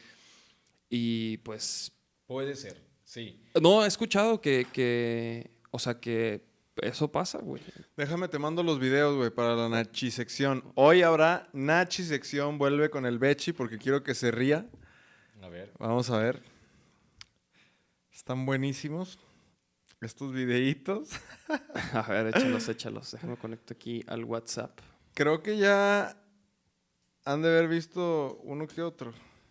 y pues, Puede ser, sí. no, he escuchado que, que o sea, que eso pasa, güey. Déjame, te mando los videos, güey, para la Nachi sección. Hoy habrá Nachi sección, vuelve con el Bechi porque quiero que se ría. A ver. Vamos a ver. Están buenísimos estos videitos. A ver, échalos, échalos, déjame conecto aquí al WhatsApp. Creo que ya han de haber visto uno que otro.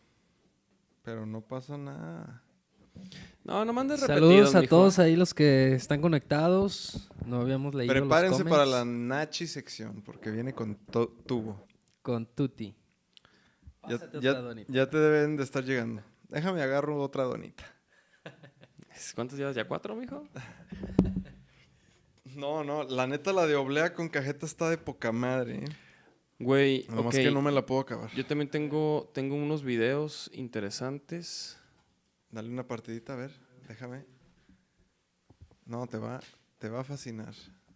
Pero no pasa nada. No, no mandes Saludos repetidos, a mijo. todos ahí los que están conectados. No habíamos leído Prepárense los para la comments. Nachi sección porque viene con to- tubo. Con Tuti. Ya, Pásate ya- otra donita. ya te deben de estar llegando. Déjame agarro otra donita. ¿Cuántos llevas? ¿Ya cuatro, mijo? No, no, la neta la de oblea con cajeta está de poca madre. ¿eh? Güey, Nada más ok. que no me la puedo acabar. Yo también tengo, tengo unos videos interesantes. Dale una partidita, a ver, déjame. No, te va, te va a fascinar.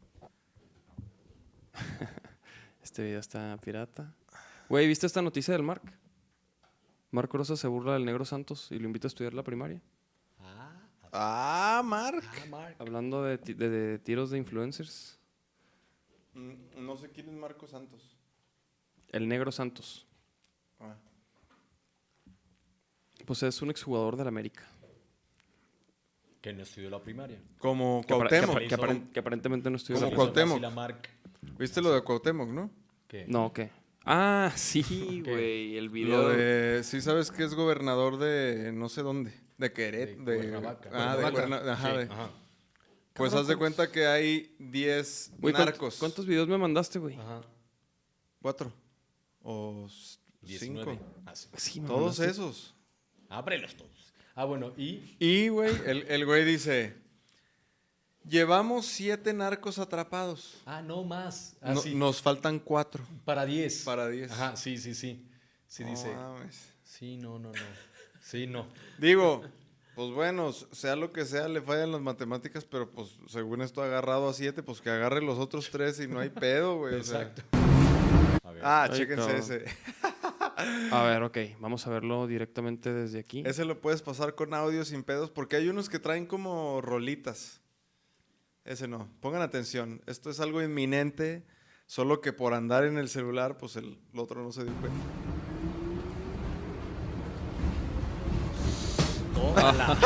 Este video está pirata. Güey, ¿viste esta noticia del Marc? Marc Rosa se burla del Negro Santos y lo invita a estudiar la primaria. Ah, Mark. Hablando de, ti- de- de tiros de influencers. Mm, No sé quién es Marco Santos. El Negro Santos. Ah. Pues es un exjugador del América. Que no estudió la primaria. Como Que, apar- que Cuauhtémoc. apar- que aparen- que aparentemente no estudió Como la Cuauhtémoc. Así la Marc. ¿Viste lo de Cuauhtémoc, no? ¿Qué? No, ¿qué? Ah, sí, güey, el video. Lo de, sí sabes que es gobernador de no sé dónde, de Querétaro, De de, Cuernavaca. ah, de Cuernavaca. Cuerna- ajá, Sí, de- ajá. Pues haz de cuenta que hay diez Güey, ¿cuánt- narcos. ¿cuántos videos me mandaste, güey? Ajá. Cuatro o s- diecinueve. cinco. Ah, sí. Sí, me Todos mandaste. esos. Ábrelos todos. Ah, bueno, y... Y, güey, el, el güey dice, llevamos siete narcos atrapados. Ah, no más. Ah, No- sí. Nos faltan cuatro. Para diez. Para diez. Ajá, sí, sí, sí. Sí No dice. mames. Sí, no, no, no. Sí, no. Digo, pues bueno, sea lo que sea, le fallan las matemáticas, pero pues según esto agarrado a siete, pues que agarre los otros tres y no hay pedo, güey. o sea. Exacto. A ver. Ah, Ay, chéquense cabrón. ese. A ver, ok, vamos a verlo directamente desde aquí. Ese lo puedes pasar con audio sin pedos, porque hay unos que traen como rolitas. Ese no. Pongan atención. Esto es algo inminente, solo que por andar en el celular, pues el, el otro no se dio cuenta. Tómala.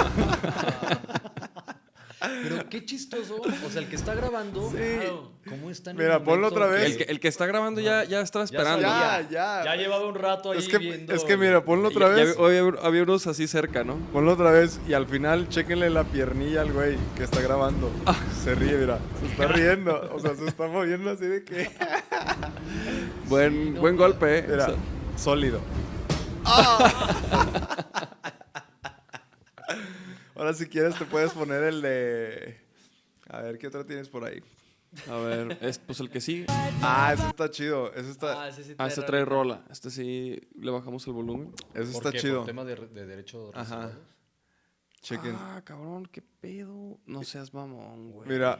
Pero qué chistoso. O sea, el que está grabando. Claro, ¿cómo está en el Mira, ponlo momento otra vez. El que, el que está grabando ya, ya estaba esperando. sabía. Ya, ya. Ya llevaba un rato ahí Es que, viendo. es que mira, ponlo Ya- otra ya vez. había, había unos así cerca, ¿no? Ponlo otra vez y al final chéquenle la piernilla al güey que está grabando. Se ríe, mira. Se está riendo. O sea, se está moviendo así de que. Buen, buen golpe, ¿eh? Mira, O sea, sólido. Ahora si quieres te puedes poner el de... A ver, ¿qué otro tienes por ahí? a ver, es, pues el que sigue. Ah, ese está chido. Ese está, Ah, ese sí Ah, este trae rola. Este sí le bajamos el volumen. ese ¿Por está qué? chido. ¿Por tema de, de derechos Ajá. reservados? Chequen. Ah, cabrón, qué pedo. No seas mamón, güey. Mira.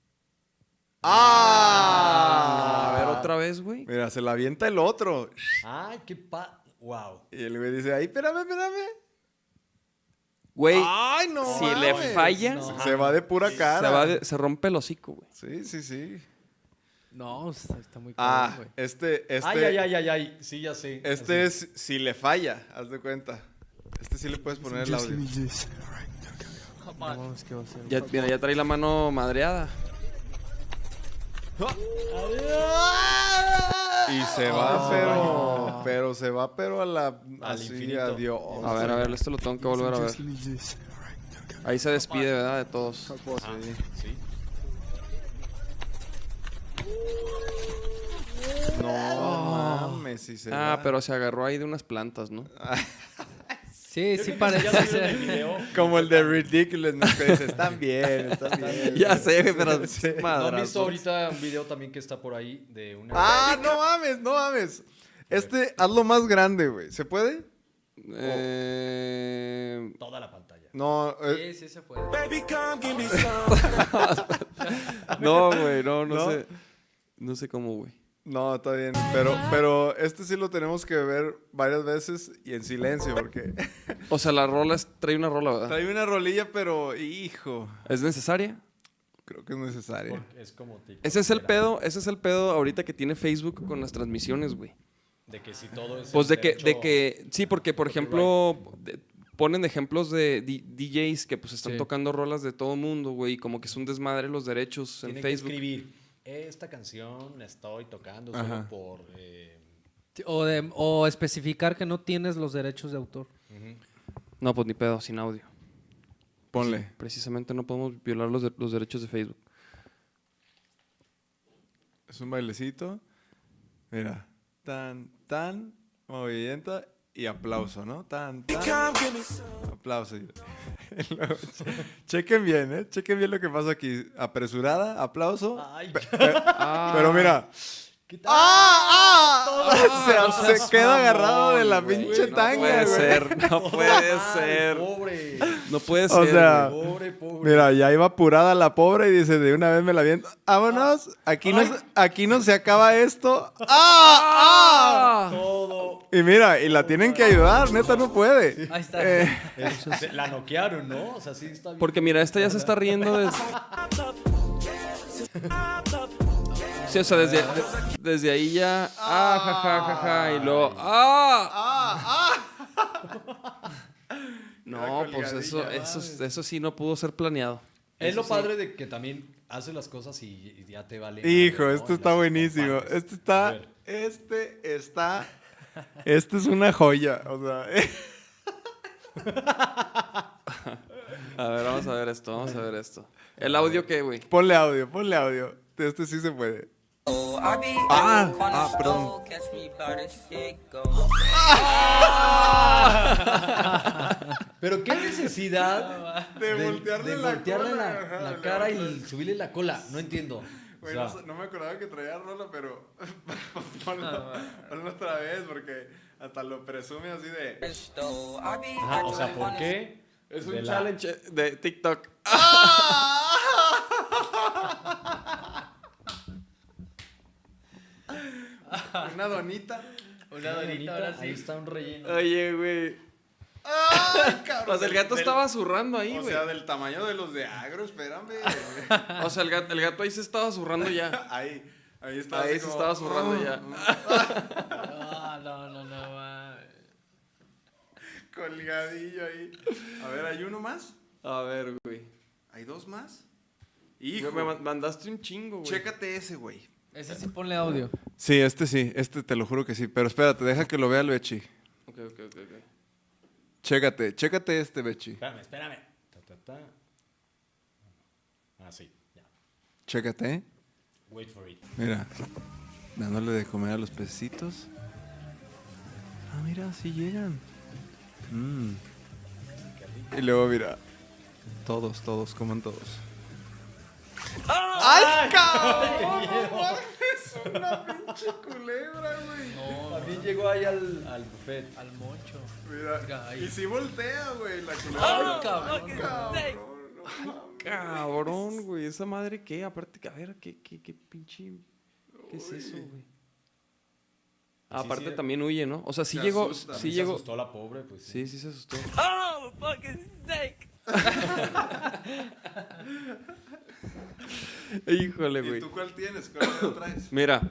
¡Ah! A ver, otra vez, güey. Mira, se la avienta el otro. Ay, qué pa... Wow. Y el güey dice, ay, espérame, espérame. Güey, ¡Ay, no si le mames! falla, No. Se va de pura se, cara. va de- se rompe el hocico, güey. Sí, sí, sí. No, está, está muy Ah, cabrón, güey. este, este... Ay, ay, ay, ay, ay. Sí, ya sé. Este Así. es si le falla, haz de cuenta. Este sí le puedes poner el audio. No mames, ¿qué va a hacer? Ya, mira, ya trae la mano madreada. Y se va, pero, pero se va, pero a la, Al así, infinito. adiós. A ver, a ver, esto lo tengo que volver a ver. Ahí se despide, ¿verdad? De todos. Ajá, sí. No mames, si se Ah, va. pero se agarró ahí de unas plantas, ¿no? Sí, sí Ya parece lo vieron en el ser. video. Como el de Ridiculous, ¿no? Que dice, están bien, están bien. Ya sé, güey, pero Sí. ¿No han madrazos. visto ahorita un video también que está por ahí de una... Ah, no mames, no mames. Este, hazlo más grande, güey. ¿Se puede? Eh, Toda la pantalla. No, eh, Sí, sí se puede. no, güey, no, no, ¿No? sé. No sé cómo, güey. no, está bien. Pero, pero este sí lo tenemos que ver varias veces y en silencio, porque O sea, la rola es- trae una rola, ¿verdad? trae una rolilla, pero hijo, ¿Es necesaria? creo que es necesario. Porque es como TikTok, Ese es el era, pedo, ese es el pedo ahorita que tiene Facebook con las transmisiones, güey. De que si todo es... Pues el de que, de derecho- que, sí, porque por ejemplo, de- ponen ejemplos de D- DJs que pues están Sí. tocando rolas de todo mundo, güey, y como que es un desmadre los derechos en Tienen que Facebook. escribir, esta canción la estoy tocando Ajá. solo por... eh, O, de, o especificar que no tienes los derechos de autor. No, pues ni pedo, sin audio. Ponle. Precisamente no podemos violar los, de- los derechos de Facebook. Es un bailecito. Mira. Tan, tan, movimiento y aplauso, ¿no? Tan, tan. Aplauso. Y luego, che- chequen bien, ¿eh? Chequen bien lo que pasa aquí. Apresurada, aplauso. Ay, Pero mira. ¿qué tal? ¡Ah! ¡Ah! se se seas queda mamón, agarrado de la güey. pinche No tanga, puede güey. ser, no puede Ay, ser. Pobre, No puede O ser. sea, güey. pobre, pobre. Mira, ya iba apurada la pobre y dice, de una vez me la viento. Vámonos, aquí no, se- aquí no se acaba esto. ¡Ah! ¡Ah! Todo. Y mira, y la tienen que ayudar, neta no puede. Ahí está. Eh, Es- se- la noquearon, ¿no? O sea, sí está bien. Porque mira, esta ya se está riendo desde... Sí, o sea, desde, de- desde ahí ya... Ah, ja, ja, ja, ja, y luego... ¡Ah! No, pues eso, eso, eso sí no pudo ser planeado. Es lo sí. padre de que también haces las cosas y, y ya te vale. Hijo, madre, ¿no? esto Y está las buenísimo. compartes. Este A está, ver. este está, este es una joya. O sea, A ver, vamos a ver esto, vamos a ver esto. ¿El audio qué, güey? ponle audio, ponle audio. Este sí se puede. Ah, ah, perdón. Pero qué necesidad De voltearle la voltearle cola, la, ajá, la de cara y levantarle. subirle la cola. No entiendo. Güey, O sea, no, sé- no me acordaba que traía rola, pero ponlo, ponlo otra vez porque hasta lo presume así de... ajá, o sea, ¿por qué? Es De un la- challenge de TikTok. Una donita. Una Bonita, ahí está un relleno. Oye, güey. ¡Ay, cabrón! Pues el gato Del- estaba zurrando ahí, O güey. sea, del tamaño de los de agro, espérame. O sea, el gato, el gato ahí se estaba zurrando ya. Ahí, ahí está. Ahí así se como- estaba zurrando ya. No, no, no, no, mames. Colgadillo ahí. A ver, ¿hay uno más? A ver, güey. ¿Hay dos más? Güey, Hijo, me man- mandaste un chingo, güey. chécate ese, güey. Ese sí ponle audio. Sí, este sí, este te lo juro que sí. Pero espérate, deja que lo vea el Bechi. Ok, ok, ok, ok. Chécate, chécate este, Bechi. Espérame, espérame. Ta, ta, ta. Ah, sí, ya. Chécate, ¿eh? Wait for it. Mira, dándole de comer a los pececitos. Ah, mira, sí llegan. Mm. Y luego, mira, todos, todos, coman todos. ¡Ay, cabrón! Es una pinche culebra, güey. También llegó ahí al, al buffet. Al moncho. Mira, Ay. y sí voltea, güey, la culebra. Ay, cabrón. Cabrón, no mames. Cabrón, güey. ¿Esa madre qué? Aparte, a ver, ¿qué, qué, qué pinche... ¿Qué es eso, güey? Ah, Sí, aparte sí. también huye, ¿no? O sea, sí Se llegó... asusta. Sí Se llegó... asustó la pobre, pues. Sí, sí se asustó. Híjole, ¿Y güey. tú cuál tienes? ¿Cuál otro traes? Mira,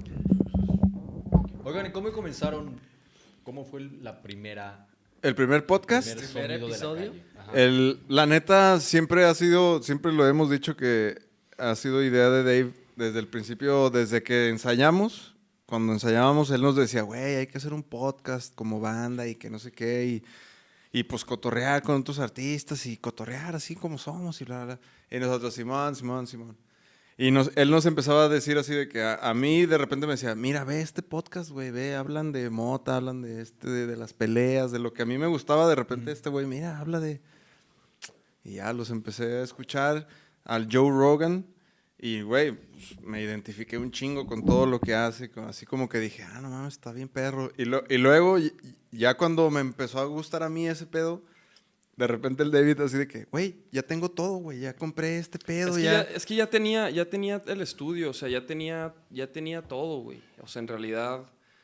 Oigan, ¿y cómo comenzaron? ¿Cómo fue la primera... El primer podcast. primer ¿Primer sonido de la episodio? calle? Ajá. El, la neta, siempre ha sido, siempre lo hemos dicho que ha sido idea de Dave desde el principio, desde que ensayamos. Cuando ensayábamos, él nos decía, güey, hay que hacer un podcast como banda y que no sé qué. Y, y pues cotorrear con otros artistas y cotorrear así como somos y bla, bla, bla. Y nosotros, Simón, Simón, Simón. Y nos, él nos empezaba a decir así de que a, a mí de repente me decía, mira, ve este podcast, güey, ve, hablan de mota, hablan de este, de, de las peleas, de lo que a mí me gustaba. De repente este güey, mira, habla de... Y ya los empecé a escuchar al Joe Rogan y, güey, pues, me identifiqué un chingo con todo lo que hace, con- así como que dije, ah, no mames, está bien perro. Y, lo- y luego, y- ya cuando me empezó a gustar a mí ese pedo, de repente el David así de que, güey, ya tengo todo, güey, ya compré este pedo, es que ya... ya, es que ya tenía, ya tenía el estudio, o sea, ya tenía, ya tenía todo, güey. O sea, en realidad,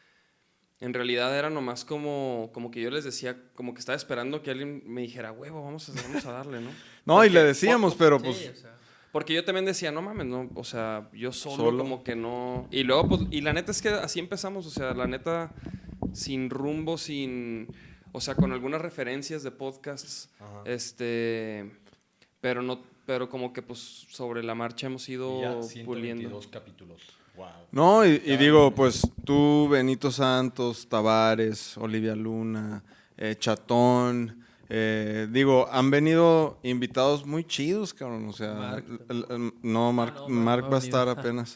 en realidad era nomás como, como que yo les decía, como que estaba esperando que alguien me dijera, huevo, vamos a, vamos a darle, ¿no? No, y le Porque- decíamos, pero Sí, pues... o sea. Porque yo también decía, no mames, no, o sea, yo solo, Solo. como que no. Y luego, pues, y la neta es que así empezamos, o sea, la neta, sin rumbo, sin. O sea, con algunas referencias de podcasts, Ajá. este. Pero no, pero como que pues sobre la marcha hemos Y ido ya ciento puliendo. veintidós capítulos. Wow. No, y, y Cada digo, lunes. pues tú, Benito Santos, Tavares, Olivia Luna, eh, Chatón, eh, digo, han venido invitados muy chidos, cabrón, o sea, Mark el- el- no, Mark, no, Mark Mark no va a ha estar venido. apenas,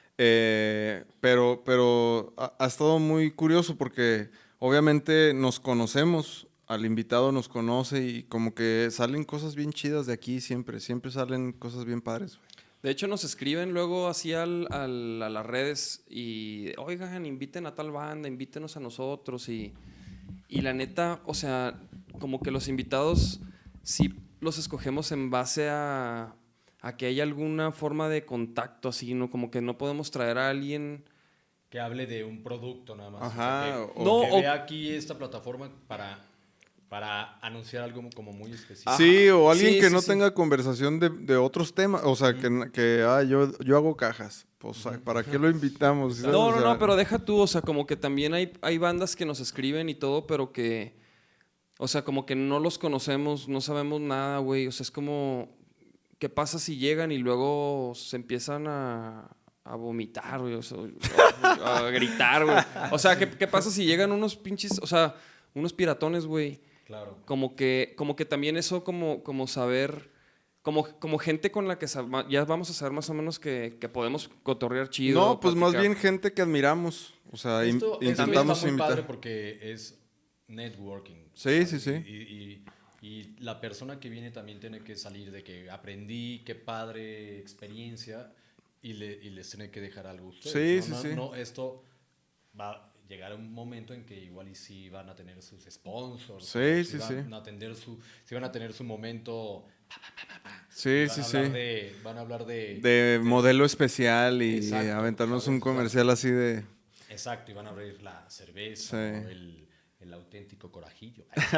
Eh, pero, pero ha, ha estado muy curioso porque obviamente nos conocemos, al invitado nos conoce y como que salen cosas bien chidas de aquí siempre, siempre salen cosas bien padres, güey. De hecho, nos escriben luego así al, al- a las redes y, oigan, inviten a tal banda, invítenos a nosotros. Y, y la neta, o sea, como que los invitados sí los escogemos en base a, a que hay alguna forma de contacto, así, ¿no? Como que no podemos traer a alguien... Que hable de un producto nada más. Ajá, O sea, que, o- No, que o- vea aquí esta plataforma para, para anunciar algo como muy específico. Ajá. Sí, o alguien Sí, que sí, no sí. tenga conversación de, de otros temas, o sea, que, que ah, yo, yo hago cajas, pues ¿para qué lo invitamos? ¿Sí sabes? No, O no, sea, no, pero deja tú, o sea, como que también hay, hay bandas que nos escriben y todo, pero que, o sea, como que no los conocemos, no sabemos nada, güey, o sea, es como ¿qué pasa si llegan y luego se empiezan a, a vomitar, güey? O sea, a, a gritar, güey. O sea, ¿qué, ¿qué pasa si llegan unos pinches, o sea, unos piratones, güey? Claro. Como que, como que también eso, como, como saber, como, como gente con la que sab- ya vamos a saber más o menos que, que podemos cotorrear chido. No, pues más platicar. bien gente que admiramos. O sea, in- Esto, esto intentamos está muy invitar. padre porque es networking. Sí, sí, sí. Y, y- y la persona que viene también tiene que salir de que aprendí, qué padre experiencia, y, le, y les tiene que dejar algo a ustedes. Sí, ¿no? sí, No- sí. no, esto va a llegar a un momento en que igual y sí van a tener sus sponsors. Sí, o sí, si van sí. A atender su, si van a tener su momento. Sí, van sí, a sí. hablar de- van a hablar de... De modelo especial y Exacto, aventarnos ¿sabes? un comercial así de... Exacto, y van a abrir la cerveza, Sí. ¿no? el, el auténtico corajillo. Este,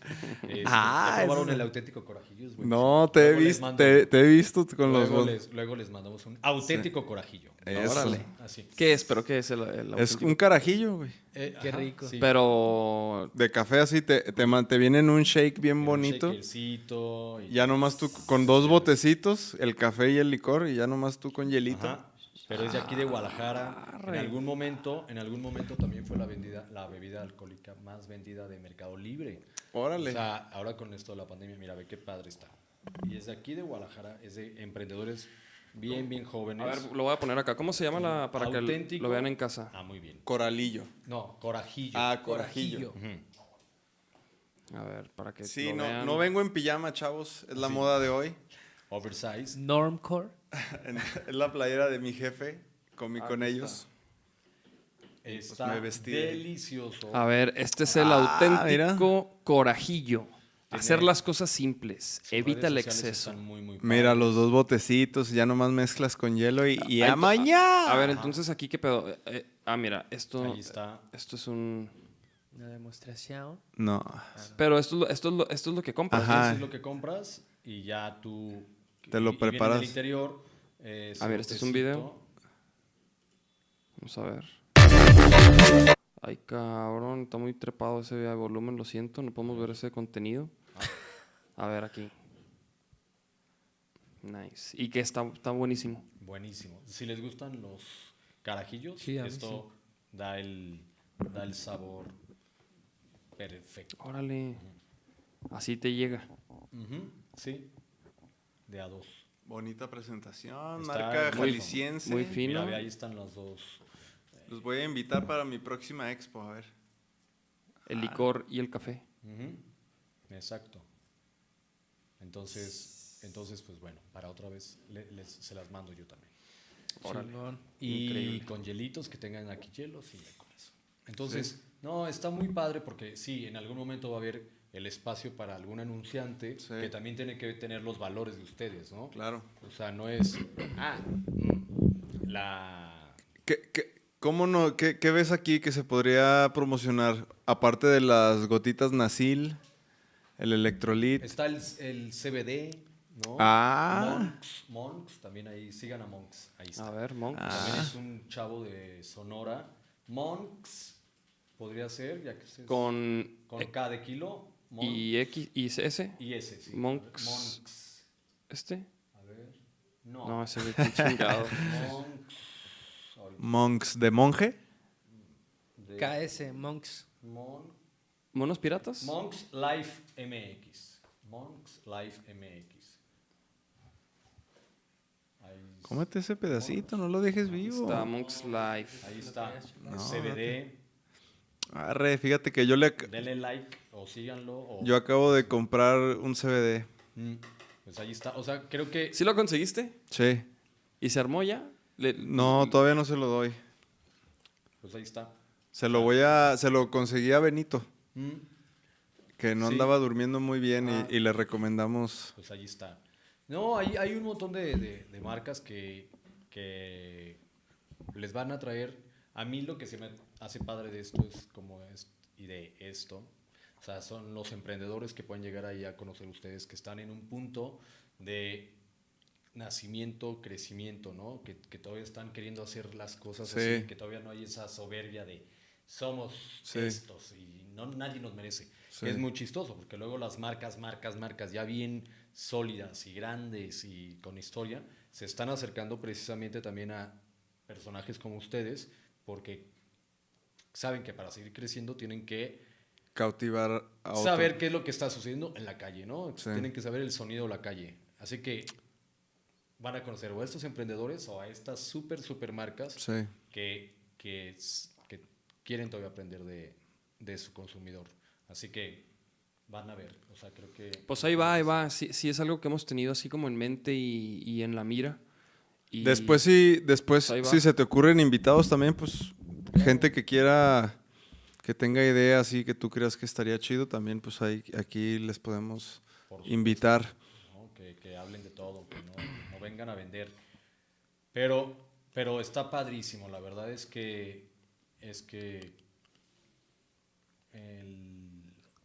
Ah, ¿ya probaron ese- el auténtico corajillo? Es buenísimo. No, te he, Luego les visto, mando- te, te he visto con los... luego, les, luego les mandamos un auténtico corajillo. Eso. Órale. Así. ¿Qué es? ¿Pero qué es el, el Es auténtico? un carajillo, güey. Eh, Qué ajá, rico. sí. Pero De café así, te, te, man- te viene en un shake bien Un bonito. shakercito y- Ya nomás tú con dos botecitos, el café y el licor, y ya nomás tú con hielito. Ajá. Pero es de aquí de Guadalajara. En algún momento, en algún momento también fue la vendida, la bebida alcohólica más vendida de Mercado Libre. Órale. O sea, ahora con esto de la pandemia, mira, ve qué padre está. Y es de aquí de Guadalajara, es de emprendedores bien, bien jóvenes. a ver, lo voy a poner acá. ¿Cómo se llama la para que Auténtico. lo vean en casa? Ah, muy bien. Coralillo. No, corajillo. Ah, corajillo. Ujú. A ver, para que Sí, lo no, vean. no vengo en pijama, chavos. Es la moda de hoy. Oversize. Normcore. Es la playera de mi jefe. Comí con Aquí ellos. Está me vestí de- delicioso. A ver, este es el Ah, auténtico corajillo. Hacer las cosas simples. Sus Evita el redes sociales exceso. están muy, muy Mira, padres. los dos botecitos, ya nomás mezclas con hielo y, y Ahí a to- mañana. A ver, entonces aquí qué pedo. Eh, eh, ah, mira, esto, Ahí está. esto es un. Una demostración. No. Pero esto, es lo- esto, es lo, esto es lo que compras. Ajá. Eso es lo que compras y ya tú... Te lo y- y viene preparas. del interior. eh, A ver, este es un botecito. video. Vamos a ver. Ay, cabrón, está muy trepado ese volumen, lo siento, no podemos ver ese contenido. A ver aquí. Nice. Y que está, está buenísimo. Buenísimo. Si les gustan los carajillos, Sí, a mí esto da el, da el sabor perfecto. Órale. Así te llega. Ujú, sí, de a dos. Bonita presentación, Está marca muy- jalisciense. muy fin- Mira, Fino. ve, ahí están los dos. Los voy a invitar para mi próxima expo, a ver. El licor y el café. Ujú, exacto. Entonces, entonces, pues bueno, para otra vez le- les- se las mando yo también. Chingón. Y Increíble. con hielitos que tengan aquí hielos y ya con eso. Entonces, no, está muy padre porque sí, en algún momento va a haber el espacio para algún anunciante Sí. que también tiene que tener los valores de ustedes, ¿no? Claro. O sea, no es, ah, mm, la... ¿Qué, qué, cómo no, qué, qué ves aquí que se podría promocionar? Aparte de las gotitas Nasil, el electrolit. Está el, el C B D, ¿no? Ah. Monks, Monks, también ahí, sigan a Monks, ahí está. A ver, Monk. También es un chavo de Sonora. Monks, podría ser, ya que ustedes- Con con eh, K de kilo. Monks. y X y S. Y ese, sí. Monks. Monks. ¿Este? A ver. No. No, ese es el chingado. Monks. Ahorita. Monks de monje. De- K S, Monks. Mon- ¿Monos piratas? Monks Life M X. Monks Life M X. Ahí, Cómete ese pedacito, no lo dejes vivo. Está Monks Life. ahí está. C B D. Arre, fíjate que yo le ac- Denle like o síganlo. O, yo acabo de comprar un C B D. Mm, pues ahí está. O sea, creo que. ¿Sí lo conseguiste? Sí. ¿Y se armó ya? Le- No, todavía no se lo doy. Pues ahí está. Se lo voy a, se lo conseguí a Benito, Mm, que no Sí. andaba durmiendo muy bien y- Ah. y, le recomendamos. Pues ahí está. No, hay, hay un montón de, de- de marcas que, que les van a traer. A mí lo que se me hace padre de esto es como es y de esto. O sea, son los emprendedores que pueden llegar ahí a conocer ustedes que están en un punto de nacimiento, crecimiento, ¿no? Que, que todavía están queriendo hacer las cosas Sí. así, que todavía no hay esa soberbia de somos Sí. estos y no, nadie nos merece. Sí. Es muy chistoso porque luego las marcas, marcas, marcas ya bien sólidas y grandes y con historia se están acercando precisamente también a personajes como ustedes porque saben que para seguir creciendo tienen que Cautivar a otro. saber qué es lo que está sucediendo en la calle, ¿no? Sí. Tienen que saber el sonido de la calle. Así que van a conocer o a estos emprendedores o a estas súper, súper marcas Sí. que, que, es- que quieren todavía aprender de, de su consumidor. Así que van a ver. O sea, creo que... Pues ahí va, ahí va. Sí, sí es algo que hemos tenido así como en mente y, y en la mira. Y Después sí, después Pues ahí va. si se te ocurren invitados también, pues gente que quiera, que tenga ideas y que tú creas que estaría chido, también pues ahí, aquí les podemos Por supuesto. invitar. ¿no? Que, que hablen de todo, que no, no vengan a vender. Pero, pero está padrísimo, la verdad es que es que el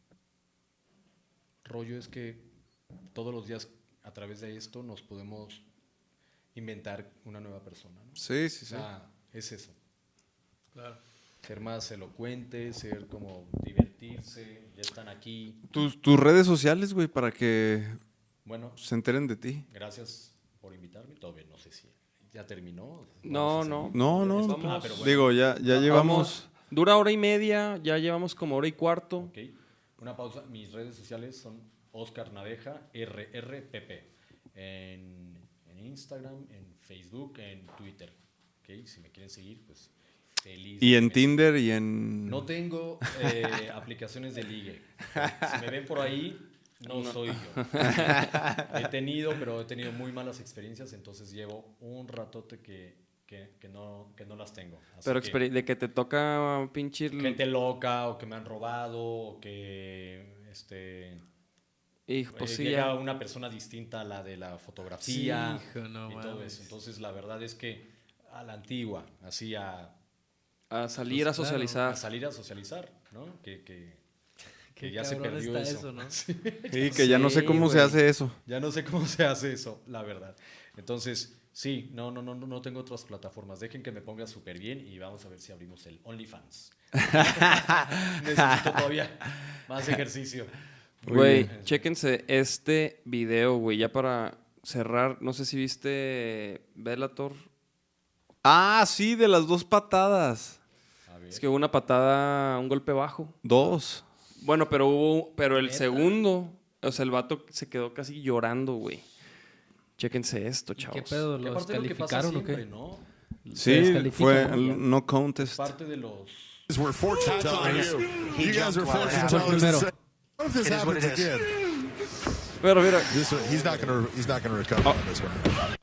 rollo es que todos los días a través de esto nos podemos inventar una nueva persona, ¿no? Sí, sí, O sí. sea, es eso. Ser más elocuente, ser como divertirse, ya están aquí. Tus, tus redes sociales, güey, para que Bueno, se enteren de ti. gracias por invitarme. Todavía no sé si ya terminó. No, Vamos a no. seguir. No, no, Esto- vamos. ah, pero bueno. Digo, ya, ya llevamos... Dura hora y media, ya llevamos como hora y cuarto. Ok, una pausa. Mis redes sociales son Oscar Naveja, R R P P. En, en Instagram, en Facebook, en Twitter. Ok, si me quieren seguir, pues feliz. Y de en mes. Tinder y en... No tengo eh, aplicaciones de ligue. Si me ven por ahí, no, soy yo. He tenido, pero he tenido muy malas experiencias, entonces llevo un ratote que, que, que, no, que no las tengo. Así Pero que experi- de que te toca pinche... gente loca, o que me han robado, o que este, Y pues eh, sí, llega ya. una persona distinta a la de la fotografía Sí, hijo, no y todo mames. eso. Entonces, la verdad es que a la antigua, así a... A salir a pues, claro, socializar. a salir a socializar, ¿no? Que, que, que Qué ya se cabrón perdió está eso. eso, ¿no? Sí, Sí, que ya no sé Sí, cómo se güey. hace eso. ya no sé cómo se hace eso, la verdad. Entonces, sí, no, no, no, no, no tengo otras plataformas. Dejen que me ponga súper bien y vamos a ver si abrimos el OnlyFans. Necesito todavía más ejercicio. Güey, chéquense este video, güey, ya para cerrar. No sé si viste Bellator. Ah, sí, de las dos patadas. A ver. Es que hubo una patada, un golpe bajo. Dos. Bueno, pero hubo, pero el ¿Neta? segundo, o sea, el vato se quedó casi llorando, güey. Chéquense esto, ¿Y chavos. ¿Qué pedo? Que ¿Los aparte es lo que pasa calificaron o siempre, qué? ¿no? Sí, descalifican, fue ¿no? el no contest. Parte de los... We're fortune tellers. You guys are fortune Fue el tellers. primero. What if this happens again? Pero mira, This one, he's not gonna he's not gonna recover on this one.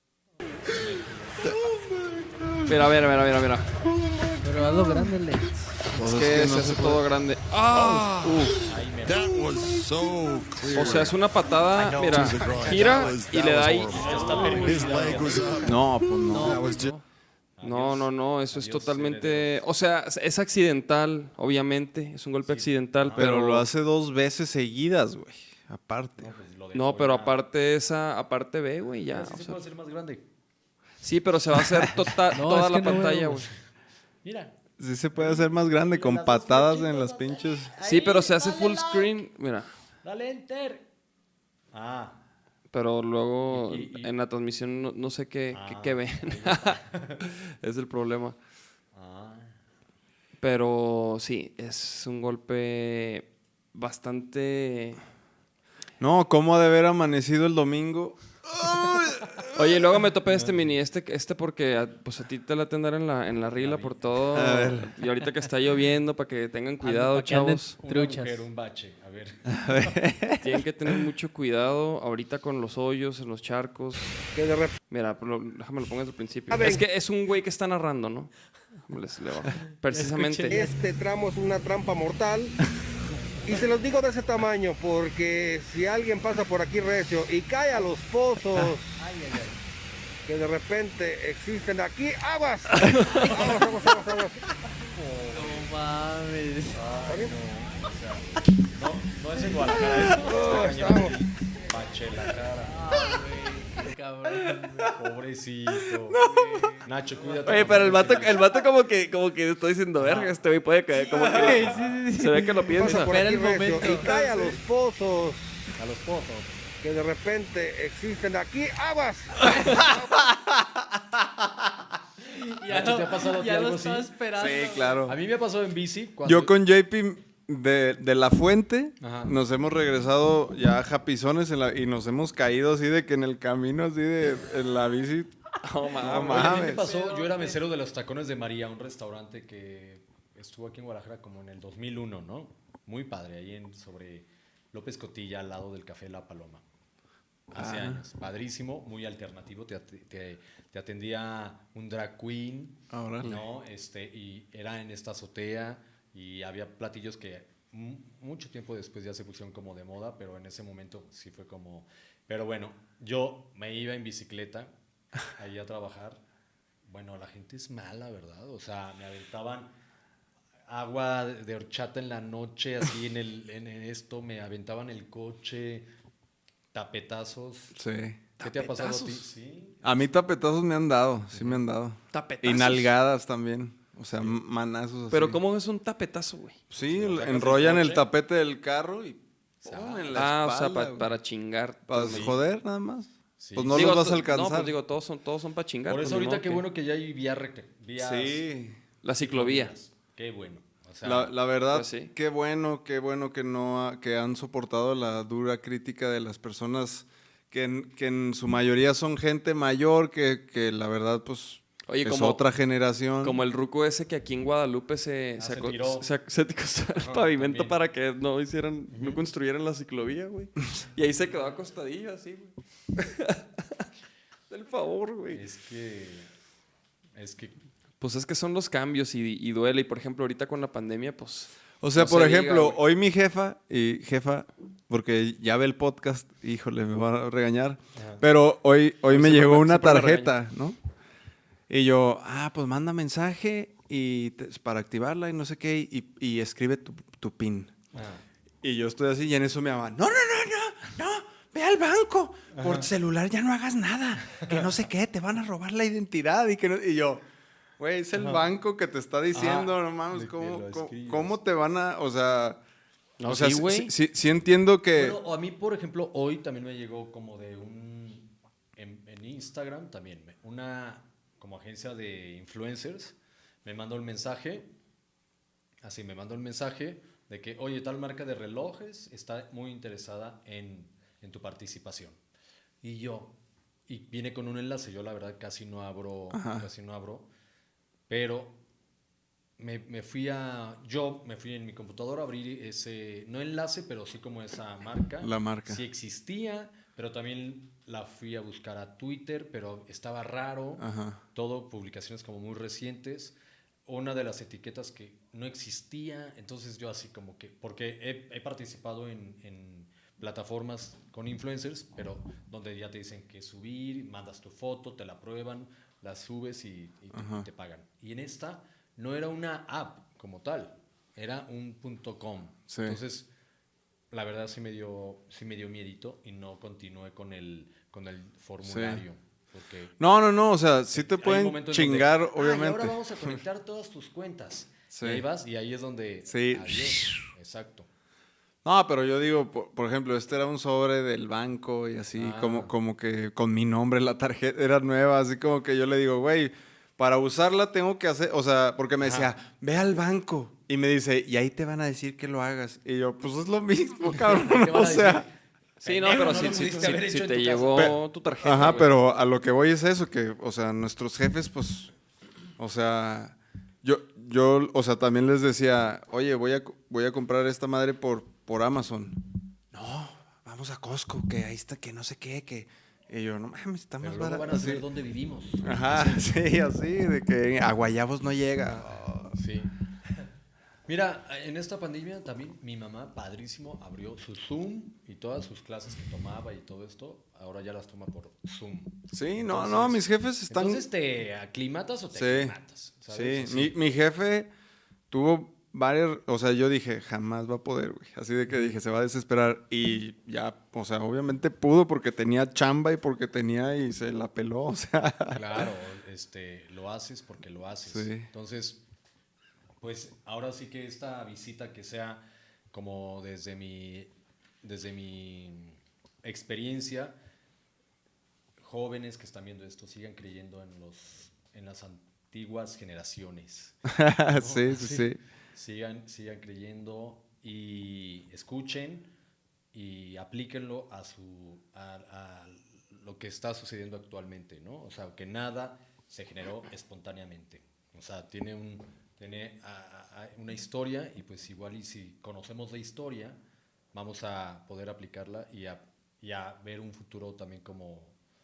mira, mira, mira, mira, mira. Pero hazlo grande, Lex. Es que se hace todo grande. ¡Ah! That was so clear. O sea, es una patada, mira, To the groin. gira That was- y that le was da ahí. horrible. His leg was up. No, pues no. That was just No, no, no, eso es Adiós, totalmente... O sea, es accidental, obviamente, es un golpe accidental, pero... Pero lo hace dos veces seguidas, güey. Aparte. No, pues, lo de No, pero fuera. aparte esa, aparte ve, güey, ya. Sí o se sea, puede hacer más grande. sí, pero se va a hacer tota- No, toda es la que no pantalla, veo, güey. Mira. Sí se puede hacer más grande con patadas en las pinches. Sí, pero se hace full screen, mira. Dale enter. Ah. Pero luego Y- y- y- en la transmisión no, no sé qué, qué- Ah, qué ven. ahí está. Es el problema. Ah. Pero sí, es un golpe bastante... No, ¿cómo ha de haber amanecido el domingo? Oye, y luego me topé este mini, este, este porque a- pues a ti te la tendrán en la, en la rila por todo. Y ahorita que está lloviendo, para que tengan cuidado, para que anden- chavos. Una Truchas. mujer, un bache. A ver. Tienen que tener mucho cuidado ahorita con los hoyos, en los charcos. Mira, lo- déjame lo pongo desde el principio. Es que es un güey que está narrando, ¿no? Les- le bajo. Precisamente. Este tramo es una trampa mortal. Y se los digo de ese tamaño porque si alguien pasa por aquí recio y cae a los pozos que de repente existen aquí, aguas. Aguas, aguas, aguas, aguas. No mames. No, no es en Guadalajara. Es No, está cañón. estamos. Bache en la cara. Qué cabrón. Pobrecito. Nacho, cuídate. Oye, pero el vato, el vato como que, como que está diciendo, verga, este güey puede caer, como que Sí, sí, sí. se ve que lo Pasa piensa. por Espera aquí el recio momento. y cae a los pozos A los pozos. que de repente existen aquí. ¡Aguas! Ya, Nacho, ¿te ha pasado a ti ya algo lo así? estaba esperando. Sí, claro. A mí me ha pasado en bici. Cuando... Yo con J P de, de La Fuente Ajá. nos hemos regresado ya japizones en la- y nos hemos caído así de que en el camino, así de en la bici. No, No mames. Oye, a mí me mames. pasó, yo era mesero de los Tacones de María, un restaurante que estuvo aquí en Guadalajara como en el dos mil uno, ¿no? Muy padre, ahí en, sobre López Cotilla, al lado del Café La Paloma. Hace Ah. años. Padrísimo, muy alternativo. Te, at- te- te atendía un drag queen, Órale. ¿no? Este, y era en esta azotea y había platillos que mu- mucho tiempo después ya se pusieron como de moda, pero en ese momento sí fue como... Pero bueno, yo me iba en bicicleta ahí a trabajar. Bueno, la gente es mala, ¿verdad? O sea, me aventaban agua de horchata en la noche, así en, el, en esto, me aventaban el coche, tapetazos. Sí. ¿Qué te ha pasado a ti? ¿Tapetazos? Sí. A mí tapetazos me han dado, sí me han dado. Tapetazos. Y nalgadas también. O sea, manazos así. Pero ¿cómo es un tapetazo, güey? Sí, lo sacas del enrollan el coche. tapete del carro y ¡pum! en la Ah, o sea, espalda, pa- güey. para chingar. Para Sí. joder nada más. Sí. Pues no Digo, los vas a to- alcanzar. No, pues digo, todos son, todos son para chingar. Por pues, eso ni ahorita modo qué que- bueno que ya hay vía recta. Vías, Sí. La ciclovía. Qué bueno. O sea, La, la verdad, pues sí. qué bueno, qué bueno que no ha- que han soportado la dura crítica de las personas que en, que en su mayoría son gente mayor, que, que la verdad, pues, Oye, es como- otra generación. Como el ruco ese que aquí en Guadalupe se, Ah, se, se aco- tiró. se, se tiró el Ajá, pavimento también. para que no hicieran, no construyeran la ciclovía, güey. Y ahí se quedó acostadillo así, güey. Del favor, güey. es que... Es que... Pues es que son los cambios y, y duele. Y por ejemplo, ahorita con la pandemia, pues. O sea, no por se diga, ejemplo, güey. hoy mi jefa, y jefa, porque ya ve el podcast, híjole, me va a regañar, pero hoy, hoy me siempre llegó me- una siempre me tarjeta, ¿no? Y yo, ah, pues manda mensaje y te- para activarla y no sé qué, y, y escribe tu, tu pin. Ah. Y yo estoy así y en eso me llama, no, no, no, no, no, ve al banco, por celular ya no hagas nada, que no sé qué, te van a robar la identidad y que no- y yo, güey, es el Ajá. banco que te está diciendo, Ajá, no mames, de que ¿cómo, lo cómo, escribas. cómo te van a, o sea, No, o sea, sí, sí, güey. sí, sí- sí entiendo que, Bueno, a mí, por ejemplo, hoy también me llegó como de un... En, en Instagram también, me- una como agencia de influencers me mandó el mensaje, así me mandó el mensaje de que, oye, tal marca de relojes está muy interesada en, en tu participación. Y yo, y viene con un enlace, yo la verdad casi no abro, Ajá. casi no abro, pero me, me fui a, yo me fui en mi computadora a abrir ese, no enlace, pero sí como esa marca. La marca. Sí existía, pero también la fui a buscar a Twitter, pero estaba raro. Ajá. Todo publicaciones como muy recientes. Una de las etiquetas que no existía, entonces yo así como que, porque he, he participado en, en plataformas con influencers, pero donde ya te dicen que subir, mandas tu foto, te la prueban, la subes y, y te, Ajá. te pagan. Y en esta no era una app como tal, era un punto .com. Sí. Entonces, la verdad sí me dio, sí me dio miedito y no continué con el, con el formulario. Porque no, no, no, o sea, sí te hay un pueden momento en chingar, donde, "Ah, y obviamente. ahora vamos a conectar todas tus cuentas. Sí. Y ahí vas y ahí es donde... Sí. Adiós. Exacto. No, pero yo digo, por, por ejemplo, este era un sobre del banco y así, Ah. como, como que con mi nombre, la tarjeta era nueva, así como que yo le digo, güey, para usarla tengo que hacer, o sea, porque me decía, Ajá. ve al banco. Y me dice, y ahí te van a decir que lo hagas. Y yo, pues es lo mismo, cabrón. Ahí te van O a sea, decir, Sí, no, "Pendejo, pero no si, lo si- pudiste si- haber si hecho en te tu casa". llegó tu tarjeta. ajá, güey. pero a lo que voy es eso, que, o sea, nuestros jefes, pues, o sea, yo, yo, o sea, también les decía, oye, voy a, voy a comprar esta madre por, por Amazon. No, vamos a Costco, que ahí está, que no sé qué, que... Y yo, no mames, está Pero más luego barato. van a saber Sí. dónde vivimos. Ajá, sí, así, de que a Guayabos no llega. Sí. Mira, en esta pandemia también mi mamá, padrísimo, abrió su Zoom y todas sus clases que tomaba y todo esto, ahora ya las toma por Zoom. Sí, no, Entonces- no, mis jefes están... Entonces, ¿te aclimatas o te Sí, aclimatas? sí, ¿Sabes? mi, mi jefe tuvo varias, o sea, yo dije, jamás va a poder, güey. Así de que dije, se va a desesperar. Y ya, o sea, obviamente pudo porque tenía chamba y porque tenía y se la peló, o sea. Claro, este, lo haces porque lo haces. Sí. Entonces, pues ahora sí que esta visita que sea como desde mi, desde mi experiencia, jóvenes que están viendo esto sigan creyendo en los, en las antiguas generaciones. ¿no? Sí, sí, sí. Sigan, sigan creyendo y escuchen y aplíquenlo a su a, a lo que está sucediendo actualmente, ¿no? O sea, que nada se generó espontáneamente. O sea, tiene un tiene a, a, una historia y pues igual y si conocemos la historia vamos a poder aplicarla y a, y a ver un futuro también como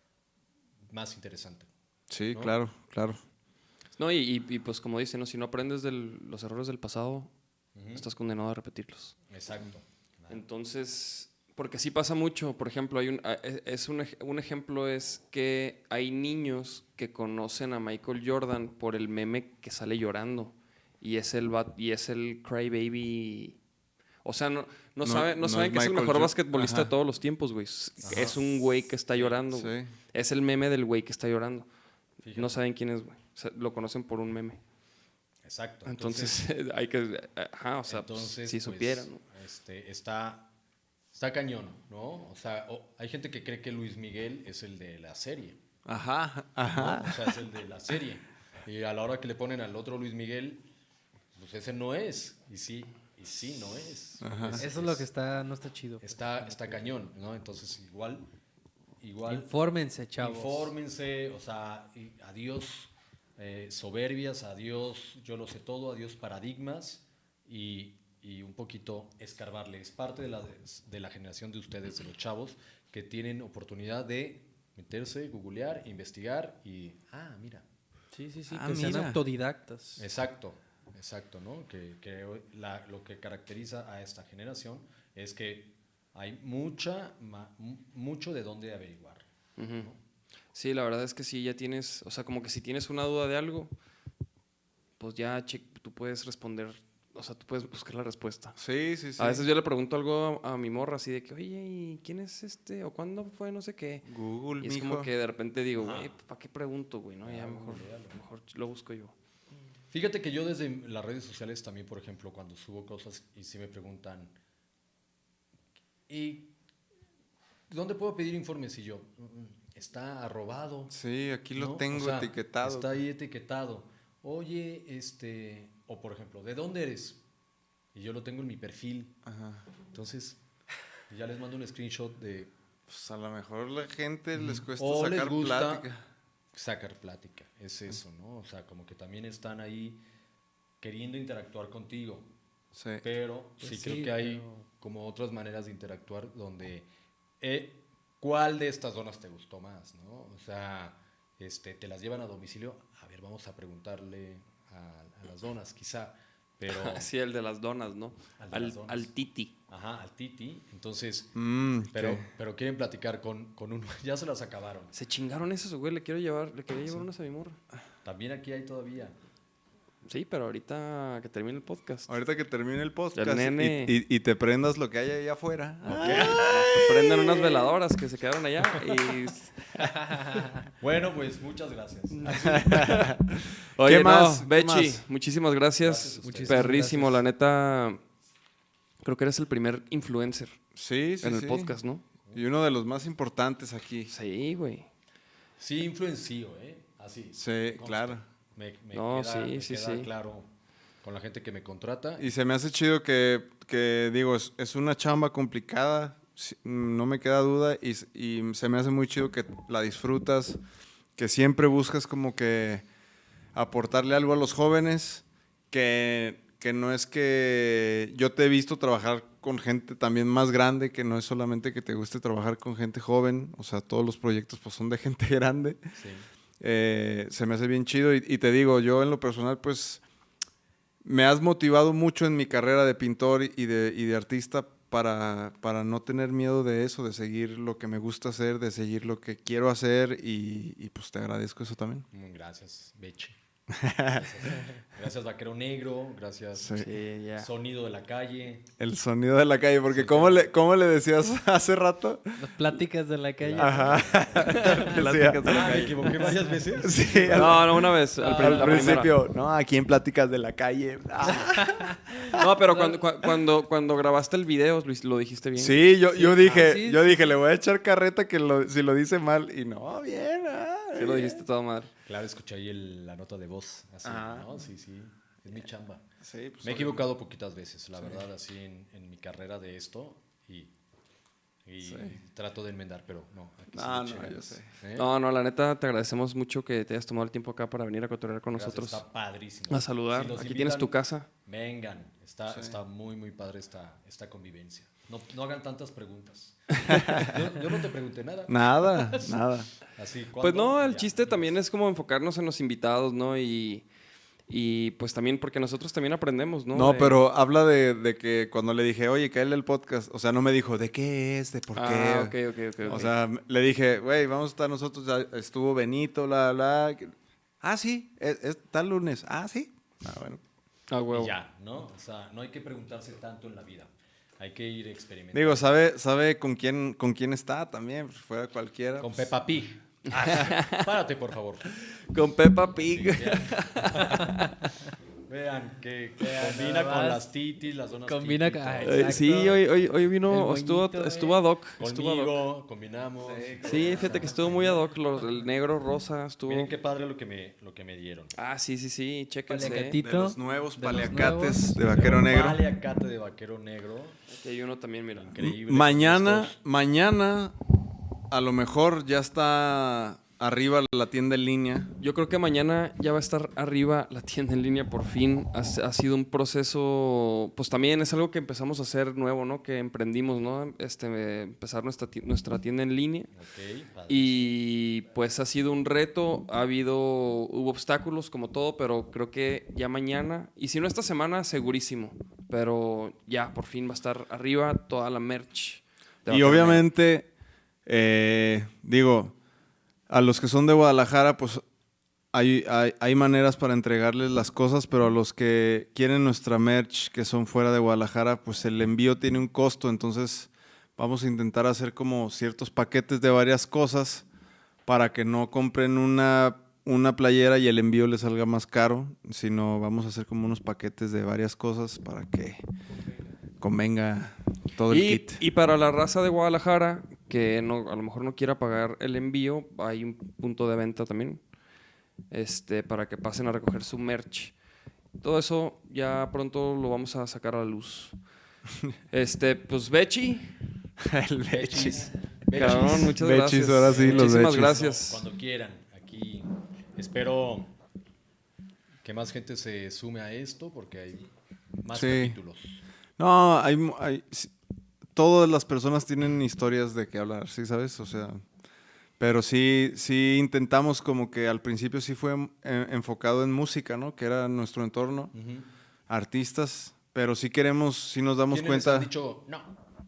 más interesante. Sí, ¿no? claro, claro. No, y, y, y pues como dicen, ¿no? Si no aprendes de los errores del pasado, uh-huh. estás condenado a repetirlos. Exacto. Entonces, porque sí pasa mucho, por ejemplo, hay un, es un, un ejemplo es que hay niños que conocen a Michael Jordan por el meme que sale llorando y es el, y es el crybaby. O sea, no, no, no, sabe, no, no saben es que es el mejor basquetbolista Ajá. de todos los tiempos, güey. Ajá. Es un güey que está llorando. Sí. Es el meme del güey que está llorando. Fíjate. No saben quién es, güey. O sea, lo conocen por un meme. Exacto. Entonces, entonces hay que... Ajá, o sea, entonces, pues, si pues, supieran, ¿no? Este, está, está cañón, ¿no? O sea, o, hay gente que cree que Luis Miguel es el de la serie. Ajá, ajá. ¿no? O sea, es el de la serie. Y a la hora que le ponen al otro Luis Miguel, pues ese no es. Y sí... Y sí, no es. es Eso es, es lo que está, no está chido. Está, está cañón, ¿no? Entonces, igual, igual. Infórmense, chavos. Infórmense, o sea, adiós eh, soberbias, adiós yo lo sé todo, adiós paradigmas y, y un poquito escarbarle. Es parte de la, de la generación de ustedes, de los chavos, que tienen oportunidad de meterse, googlear, investigar y, ah, mira. Sí, sí, sí, ah, que mira. sean autodidactas. Exacto. Exacto, ¿no? Que, que la, lo que caracteriza a esta generación es que hay mucha, ma, mucho de dónde averiguar. Uh-huh. ¿no? Sí, la verdad es que sí, ya tienes, o sea, como que si tienes una duda de algo, pues ya che, tú puedes responder, o sea, tú puedes buscar la respuesta. Sí, sí, sí. A veces yo le pregunto algo a, a mi morra así de que, oye, ¿y quién es este? ¿O cuándo fue? No sé qué. Google, y es mijo. como que de repente digo, güey, ¿para qué pregunto, güey? No, ya mejor, mejor lo busco yo. Fíjate que yo desde las redes sociales también, por ejemplo, cuando subo cosas y si me preguntan, ¿y dónde puedo pedir informes? Y yo, está arrobado. Sí, aquí lo ¿no? tengo o sea, etiquetado. Está ahí etiquetado. Oye, este, o por ejemplo, ¿de dónde eres? Y yo lo tengo en mi perfil. Ajá. Entonces, ya les mando un screenshot de... Pues a lo mejor la gente les cuesta o sacar les gusta plática. Sacar plática, es eso, ¿no? O sea, como que también están ahí queriendo interactuar contigo. Sí. Pero pues sí, sí creo que hay pero... como otras maneras de interactuar donde eh, ¿cuál de estas zonas te gustó más, no? O sea, este, te las llevan a domicilio. A ver, vamos a preguntarle a, a las donas, quizá. Pero sí, el de las donas, ¿no? Al, al, donas. al Titi. Ajá, al Titi. Entonces, mm, pero, okay. pero quieren platicar con, con uno. Ya se las acabaron. Se chingaron esos, güey. Le quiero llevar, le quería llevar sí. unas a mi morra. También aquí hay todavía. Sí, pero ahorita que termine el podcast. Ahorita que termine el podcast el nene... y, y, y te prendas lo que hay ahí afuera. Okay. Prendan unas veladoras que se quedaron allá. Y... bueno, pues muchas gracias. Oye, ¿Qué más? No, Bechi, más? muchísimas gracias. gracias Perrísimo, gracias. la neta. Creo que eres el primer influencer sí, sí, en el sí. podcast, ¿no? Y uno de los más importantes aquí. Sí, güey. Sí, influencio, ¿eh? Así. Sí, consta. claro. Me, me no, queda, sí, me sí, queda sí. claro con la gente que me contrata. Y se me hace chido que, que digo, es, es una chamba complicada, no me queda duda, y, y se me hace muy chido que la disfrutas, que siempre buscas como que aportarle algo a los jóvenes, que, que no es que yo te he visto trabajar con gente también más grande, que no es solamente que te guste trabajar con gente joven, o sea, todos los proyectos pues son de gente grande. Sí. Eh, se me hace bien chido y, y te digo, yo en lo personal pues me has motivado mucho en mi carrera de pintor y de, y de artista para, para no tener miedo de eso, de seguir lo que me gusta hacer, de seguir lo que quiero hacer y, y pues te agradezco eso también. Gracias, Beche. Gracias, gracias Vaquero Negro, gracias Sí. Sí, ya. Sonido de la Calle. El sonido de la calle, porque Sí, ¿cómo, claro. le, ¿cómo le decías hace rato? Las pláticas de la calle. Ajá. Pláticas de la Ah, me calle. equivoqué varias veces. Sí, al, No, no, una vez. Al, pri- al la primera. principio, no, aquí en Pláticas de la Calle. Ah. No, pero cuando, cu- cuando, cuando grabaste el video, lo, lo dijiste bien. Sí, yo, yo dije, Ah, sí, yo sí. dije, le voy a echar carreta que lo- si lo dice mal. Y no, bien, ah, Sí lo bien. dijiste todo madre. Claro, escuché ahí el- la nota de voz. Así, Ajá. ¿no? Sí, sí. Es mi chamba. Sí, pues, Me he equivocado poquitas veces, la verdad, así en, en mi carrera de esto. Y, y Sí. trato de enmendar, pero no. Aquí sí Ah, le eché no, yo ganas. sé. ¿Eh? No, no, la neta, te agradecemos mucho que te hayas tomado el tiempo acá para venir a cotorrear con Gracias, nosotros. Está padrísimo. A saludar. Si nos Aquí invitan, tienes tu casa. Vengan, está, está muy, muy padre esta, esta convivencia. No, no hagan tantas preguntas. yo, yo no te pregunté nada. Nada, nada. Así, Pues ¿cuándo? no, el Ya, chiste dinos. también es como enfocarnos en los invitados, ¿no? Y, y pues también, porque nosotros también aprendemos, ¿no? No, De- pero habla de, de que cuando le dije, oye, cáele el podcast, o sea, no me dijo, ¿de qué es? ¿De por Ah, qué? ok, ok, ok. O ok. sea, le dije, güey, vamos a estar nosotros, ya estuvo Benito, bla, bla. Ah, sí, es, es tal lunes. Ah, sí. Ah, bueno. Ah, huevo. Y ya, ¿no? O sea, no hay que preguntarse tanto en la vida. Hay que ir experimentando. Digo, sabe, sabe con quién, con quién está también, pues, fuera cualquiera. Con pues. Peppa Pig. Ah, párate, por favor. Con Peppa Pig. Sí, vean. Vean que, que combina nada con más. las titis, las zonas Combina titis, con- todo. Ay, Eh, Exacto. sí, hoy, hoy, hoy vino, El estuvo, moñito, estuvo ad hoc. Estuvo ad hoc. Conmigo, combinamos. Sí, fíjate que estuvo muy ad hoc. los- el negro, rosa, estuvo... Miren qué padre lo que me, lo que me dieron. Ah, sí, sí, sí, chéquense. Paliacatito. De los nuevos De los paliacates nuevos. de Vaquero Un Negro. Paliacate de vaquero negro. Aquí hay uno también, mira. Increíble. Mañana, Estos- mañana, a lo mejor ya está arriba la tienda en línea. Yo creo que mañana ya va a estar arriba la tienda en línea por fin. Ha, ha sido un proceso, pues también es algo que empezamos a hacer nuevo, ¿no? Que emprendimos, ¿no? Este, empezar nuestra, ti- nuestra tienda en línea. Ok, padre. Y pues ha sido un reto, ha habido, hubo obstáculos como todo, pero creo que ya mañana, y si no esta semana, segurísimo. Pero ya, por fin va a estar arriba toda la merch. de Y Vaquero obviamente, eh, digo, a los que son de Guadalajara, pues hay, hay, hay maneras para entregarles las cosas, pero a los que quieren nuestra merch, que son fuera de Guadalajara, pues el envío tiene un costo, entonces vamos a intentar hacer como ciertos paquetes de varias cosas para que no compren una, una playera y el envío les salga más caro, sino vamos a hacer como unos paquetes de varias cosas para que convenga todo el Y, kit. y para la raza de Guadalajara, que no, a lo mejor no quiera pagar el envío, hay un punto de venta también, este, para que pasen a recoger su merch. Todo eso ya pronto lo vamos a sacar a la luz. Este, pues Bechi, el Bechis. cabrón, muchas Bechis, gracias. ahora sí, los Muchísimas Bechis. gracias. Cuando quieran. Aquí espero que más gente se sume a esto porque hay más Sí. capítulos. No, hay, mu- hay- sí, todas las personas tienen historias de qué hablar, ¿sí sabes? O sea, pero sí, sí intentamos como que al principio sí fue en- enfocado en música, ¿no? Que era nuestro entorno, Ujú. artistas, pero sí queremos, sí nos damos ¿Quiénes les cuenta. han dicho no?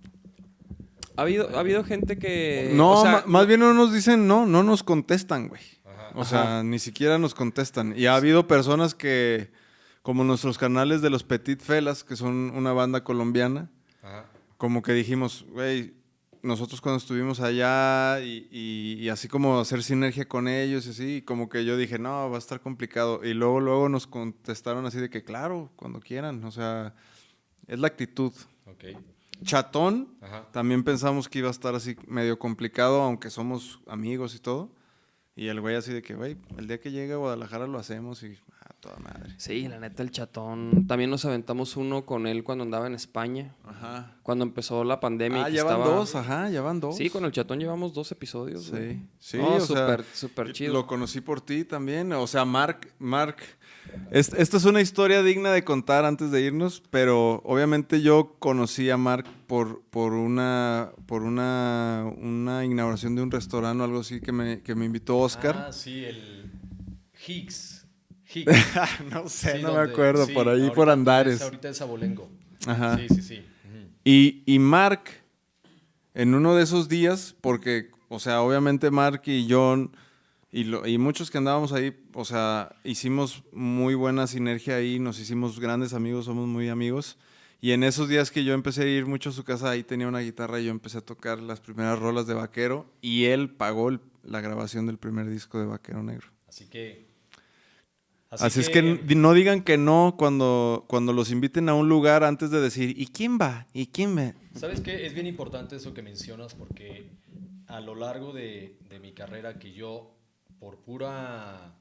Ha habido, ha habido gente que... No, o sea, ma- más bien no nos dicen no, no nos contestan, güey. Ajá. O sea, ni siquiera nos contestan. Y ha habido personas que, como nuestros canales de los Petit Felas, que son una banda colombiana, Ajá. como que dijimos, güey, nosotros cuando estuvimos allá y, y- y así como hacer sinergia con ellos y así, como que yo dije, no, va a estar complicado. Y luego, luego nos contestaron así de que, claro, cuando quieran. O sea, es la actitud. Ok. Chatón, Ajá. también pensamos que iba a estar así medio complicado, aunque somos amigos y todo. Y el güey así de que, güey, el día que llegue a Guadalajara lo hacemos y a toda madre. Sí, la neta, el chatón. También nos aventamos uno con él cuando andaba en España. Ajá. Cuando empezó la pandemia. Ah, y que ya van estaba- dos, ajá, ya van dos. Sí, con el chatón llevamos dos episodios. Sí, güey. sí, No, o sea, súper, súper chido. Lo conocí por ti también, o sea, Mark, Mark, es- esta es una historia digna de contar antes de irnos, pero obviamente yo conocí a Mark por, por una, por una, una inauguración de un restaurante o algo así que me, que me invitó Oscar. Ah, sí, el Higgs. Higgs. no sé, Sí, no me donde- acuerdo, sí, por ahí, ahorita por es- Andares. ahorita es Abolengo. Ajá. Sí, sí, sí. Ujú. Y, y Mark, en uno de esos días, porque, o sea, obviamente Mark y John Y, lo, y muchos que andábamos ahí, o sea, hicimos muy buena sinergia ahí, nos hicimos grandes amigos, somos muy amigos. Y en esos días que yo empecé a ir mucho a su casa, ahí tenía una guitarra y yo empecé a tocar las primeras rolas de Vaquero y él pagó el, la grabación del primer disco de Vaquero Negro. Así que... Así, Así que, es que no digan que no cuando, cuando los inviten a un lugar antes de decir, ¿y quién va? ¿Y quién va? ¿Sabes qué? Es bien importante eso que mencionas porque a lo largo de, de mi carrera que yo, por pura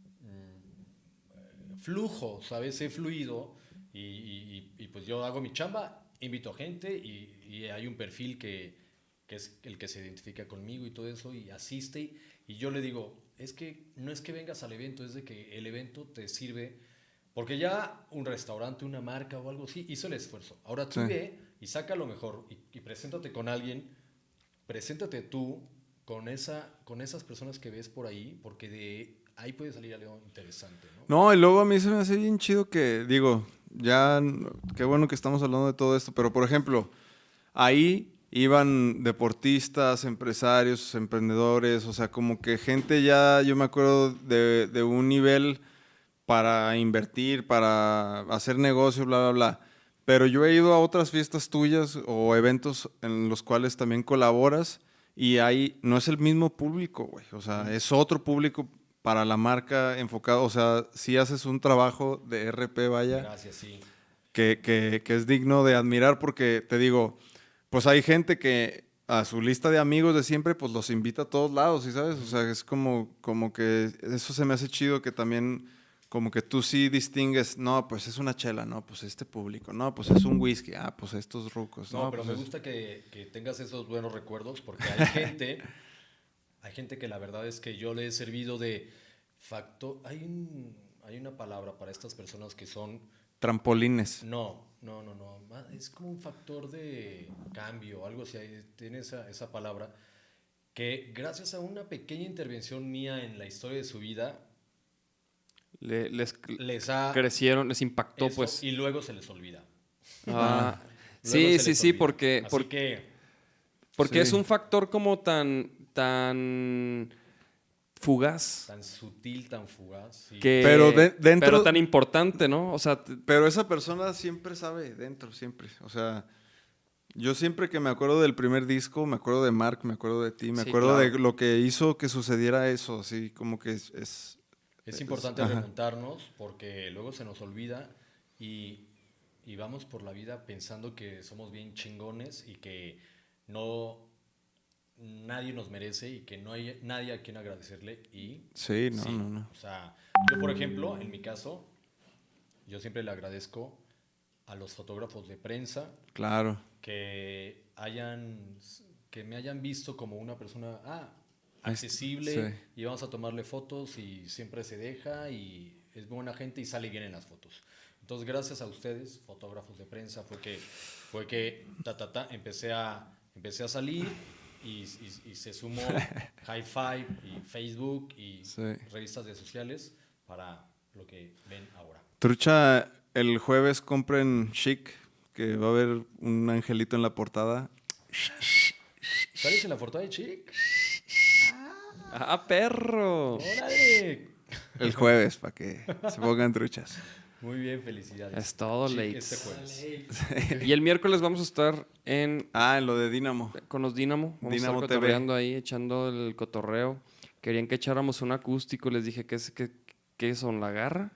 mmm, flujo, ¿sabes? He fluido y, y, y pues yo hago mi chamba, invito a gente y, y hay un perfil que, que es el que se identifica conmigo y todo eso y asiste y, y yo le digo, es que no es que vengas al evento, es de que el evento te sirve, porque ya un restaurante, una marca o algo así hizo el esfuerzo. Ahora tú sí. ve y saca lo mejor y, y preséntate con alguien, preséntate tú con, esa, con esas personas que ves por ahí, porque de ahí puede salir algo interesante, ¿no? No, y luego a mí se me hace bien chido que, digo, ya, qué bueno que estamos hablando de todo esto, pero por ejemplo, ahí iban deportistas, empresarios, emprendedores, o sea, como que gente ya, yo me acuerdo de, de un nivel para invertir, para hacer negocio, bla, bla, bla. Pero yo he ido a otras fiestas tuyas o eventos en los cuales también colaboras y ahí no es el mismo público, güey. O sea, es otro público para la marca enfocado. O sea, sí haces un trabajo de R P, vaya. Gracias, sí. Que, que, que es digno de admirar porque, te digo, pues hay gente que a su lista de amigos de siempre, pues los invita a todos lados, ¿sí sabes? O sea, es como, como que eso se me hace chido que también... Como que tú sí distingues, no, pues es una chela, no, pues este público, no, pues es un whisky, ah, pues estos rucos. No, no pero pues me es... gusta que, que tengas esos buenos recuerdos porque hay gente, hay gente que la verdad es que yo le he servido de factor, hay, un, hay una palabra para estas personas que son... Trampolines. No, no, no, no, es como un factor de cambio, algo así, tiene esa, esa palabra, que gracias a una pequeña intervención mía en la historia de su vida... Le, les, les ha crecieron, les impactó, eso, pues. Y luego se les olvida. Ah, sí, sí, sí, porque, Así porque, que, porque sí. es un factor como tan, tan fugaz. Tan sutil, tan fugaz. Sí. Que, pero de, dentro, pero tan importante, ¿no? O sea, t- pero esa persona siempre sabe dentro, siempre. O sea, yo siempre que me acuerdo del primer disco, me acuerdo de Mark, me acuerdo de ti, me Sí, acuerdo claro. de lo que hizo que sucediera eso, así como que es... es Es importante es, remontarnos porque luego se nos olvida y, y vamos por la vida pensando que somos bien chingones y que no nadie nos merece y que no hay nadie a quien agradecerle y sí, no, sí, no, no. O sea, yo por ejemplo, en mi caso, yo siempre le agradezco a los fotógrafos de prensa Claro. que hayan que me hayan visto como una persona ah accesible Sí. y vamos a tomarle fotos y siempre se deja y es buena gente y sale bien en las fotos. Entonces, gracias a ustedes, fotógrafos de prensa, fue que, fue que ta, ta, ta, empecé, a, empecé a salir y, y, y se sumó High Five y Facebook y Sí. revistas de sociales para lo que ven ahora. Trucha, el jueves compren Chic, que va a haber un angelito en la portada. ¿Sales en la portada de Chic? ¡ah, perro! ¡Órale! El jueves, para que se pongan truchas. Muy bien, felicidades. Es todo, Chic Leitz. este jueves. Y el miércoles vamos a estar en Ah, en lo de Dínamo. con los Dínamo. Vamos Dínamo a estar T V. cotorreando ahí, echando el cotorreo. Querían que echáramos un acústico. Les dije, ¿qué, es, qué, qué son? ¿La garra?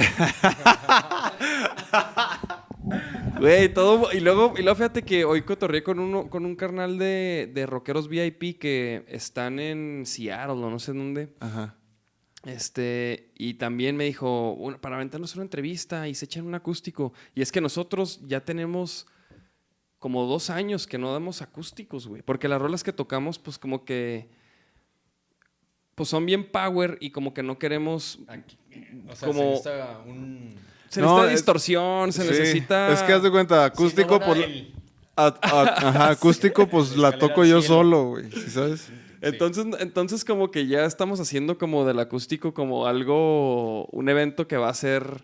Güey, todo... Y luego, y luego fíjate que hoy cotorreé con, uno, con un carnal de, de rockeros V I P que están en Seattle o no sé dónde. Ajá. Este, y también me dijo, "Bueno, para aventarnos una entrevista y se echan un acústico". Y es que nosotros ya tenemos como dos años que no damos acústicos, güey. Porque las rolas que tocamos, pues como que... Pues son bien power y como que no queremos... Aquí, o sea, Como- se necesita un... Se No, necesita es- distorsión, se Sí. necesita... Es que haz de cuenta, acústico, Sí, no, no, por... el- a- a- ajá, acústico, pues la Escalera toco al yo cielo. solo, güey. ¿Sí sabes? Entonces, entonces como que ya estamos haciendo como del acústico como algo, un evento que va a ser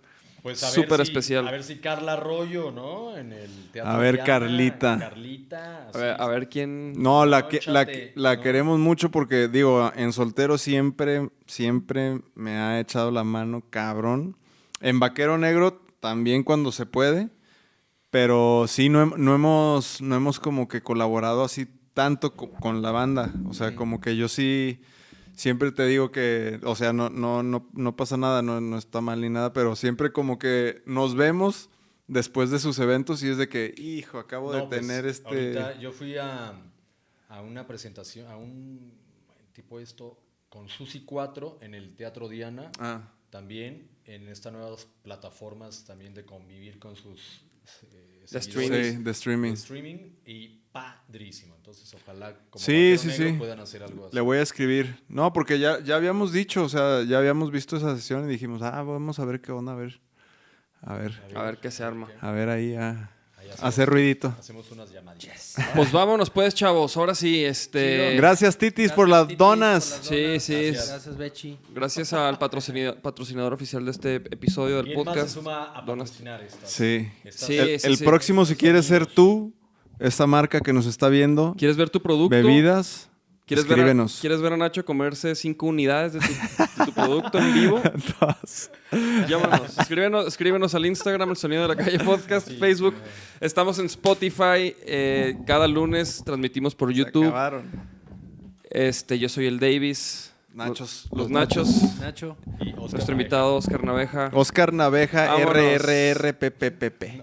Pues a ver súper si- especial. A ver si Carla Arroyo, ¿no? En el teatro. A ver, Diana, Carlita. Carlita. A ver, así. a ver quién... No, la, No, que, la, échate, la ¿no? queremos mucho porque, digo, en soltero siempre, siempre me ha echado la mano, cabrón. En Vaquero Negro también cuando se puede, pero sí, no, hem- no, hemos, no hemos como que colaborado así tanto co- con la banda. O sea, como que yo sí, siempre te digo que, o sea, no, no, no, no pasa nada, no, no está mal ni nada, pero siempre como que nos vemos después de sus eventos y es de que, hijo, acabo No, de pues, tener este... Ahorita yo fui a, a una presentación, a un tipo esto, con Susi cuatro en el Teatro Diana. Ah. También en estas nuevas plataformas también de convivir con sus eh, De seguidores, Sí, de streaming. de streaming y padrísimo. Entonces, ojalá como Sí, Vaquero sí, Negro sí. puedan hacer algo así. Le voy a escribir. No, porque ya, ya habíamos dicho, o sea, ya habíamos visto esa sesión y dijimos, ah, vamos a ver qué onda, a ver. A ver, A ver qué se arma. a ver ahí, a Ahí hacemos- hacer ruidito. Hacemos unas llamadas. Pues vámonos pues, chavos. Ahora sí, este... Gracias, Titis, por las donas. Sí, sí. Gracias, Bechi. Gracias al patrocinador, patrocinador oficial de este episodio del ¿Quién más se podcast. suma a Donas. patrocinar estas? Sí. estas- Sí, el sí, el sí. próximo, si quieres ser tú, esta marca que nos está viendo, ¿Quieres ver tu producto? bebidas, ¿Quieres ver, a, escríbenos. ¿Quieres ver a Nacho comerse cinco unidades de tu, de tu producto en vivo? Dos. Llámanos, escríbenos, escríbenos al Instagram, El Sonido de la Calle Podcast, Facebook. Estamos en Spotify. eh, cada lunes transmitimos por Se YouTube. acabaron. Este, yo soy el Davis. Nachos. Los, los Nachos. Nacho. y Oscar Nuestro Pareja. invitado, Oscar Naveja. Oscar Naveja, Vámonos. R R R P P P P.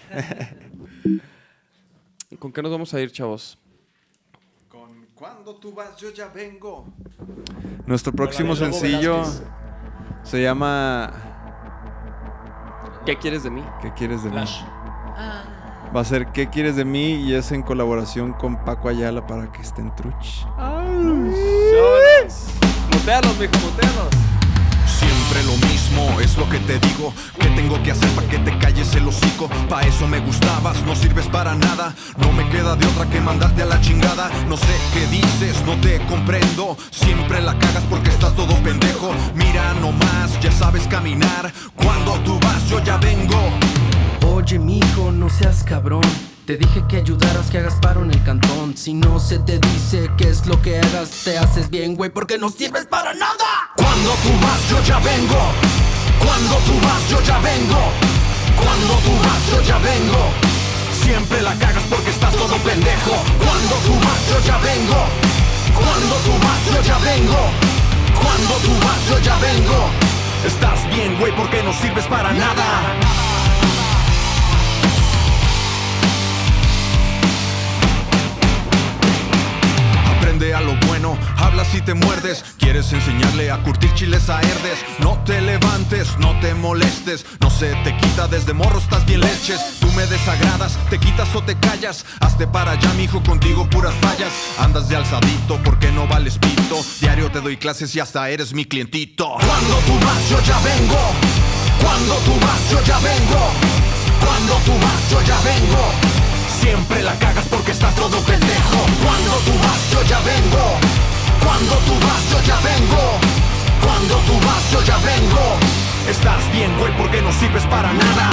¿Con qué nos vamos a ir, chavos? Con Cuando tú vas, yo ya vengo. Nuestro próximo Lobo sencillo Velázquez. se llama ¿Qué quieres de mí? ¿Qué quieres de mí? Flash. Va a ser ¿Qué quieres de mí? Y es en colaboración con Paco Ayala para que estén truch. Mutealos, mijo, mutealos. Siempre lo mismo, es lo que te digo. ¿Qué tengo que hacer para que te calles el hocico? Pa' eso me gustabas, no sirves para nada. No me queda de otra que mandarte a la chingada. No sé qué dices, no te comprendo. Siempre la cagas porque estás todo pendejo. Mira nomás, ya sabes caminar. Cuando tú vas, yo ya vengo. Oye, mijo, no seas cabrón. Te dije que ayudaras, que hagas paro en el cantón. Si no se te dice qué es lo que hagas, te haces bien, güey, porque no sirves para nada. Cuando tú vas, yo ya vengo. Cuando tú vas, yo ya vengo. Cuando tú vas, yo ya vengo. Siempre la cagas porque estás todo pendejo. Cuando tú vas, yo ya vengo. Cuando tú vas, yo ya vengo. Cuando tú vas, yo ya vengo. Estás bien, güey, porque no sirves para nada. Aprende a lo bueno, hablas y te muerdes. Quieres enseñarle a curtir chiles a herdes. No te levantes, no te molestes. No se te quita, desde morro estás bien leches. Tú me desagradas, te quitas o te callas. Hazte para allá, mijo, contigo puras fallas. Andas de alzadito porque no vales pito. Diario te doy clases y hasta eres mi clientito. Cuando tú vas, yo ya vengo. Cuando tú vas, yo ya vengo. Cuando tú vas, yo ya vengo. Siempre la cagas porque estás todo pendejo. Cuando tú vas, yo ya vengo. Cuando tú vas, yo ya vengo. Cuando tú vas, yo ya vengo. Estás bien, güey, porque no sirves para nada.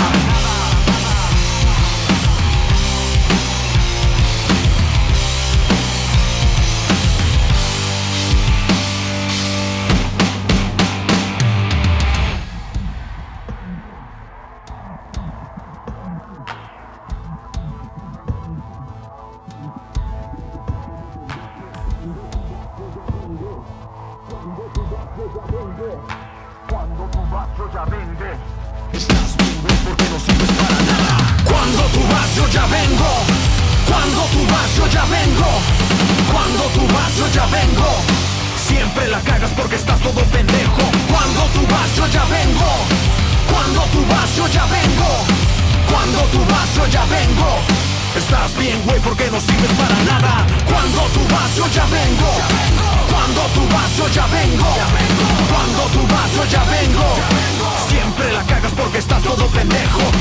Cuando tú vas, yo ya vengo. Estás bien, güey, porque no sirves para nada. Cuando tú vas, yo ya vengo. Cuando tú vas, yo ya vengo. Cuando tú vas, yo ya vengo. Siempre la cagas porque estás todo pendejo. Cuando tú vas, yo ya vengo. Cuando tú vas, yo ya vengo. Cuando tú vas, yo ya vengo. Estás bien, güey, porque no sirves para nada. Cuando tú vas, yo ya vengo. Cuando tú vas, yo ya vengo. Cuando tú vas, yo ya vengo. Siempre la cagas porque estás todo pendejo.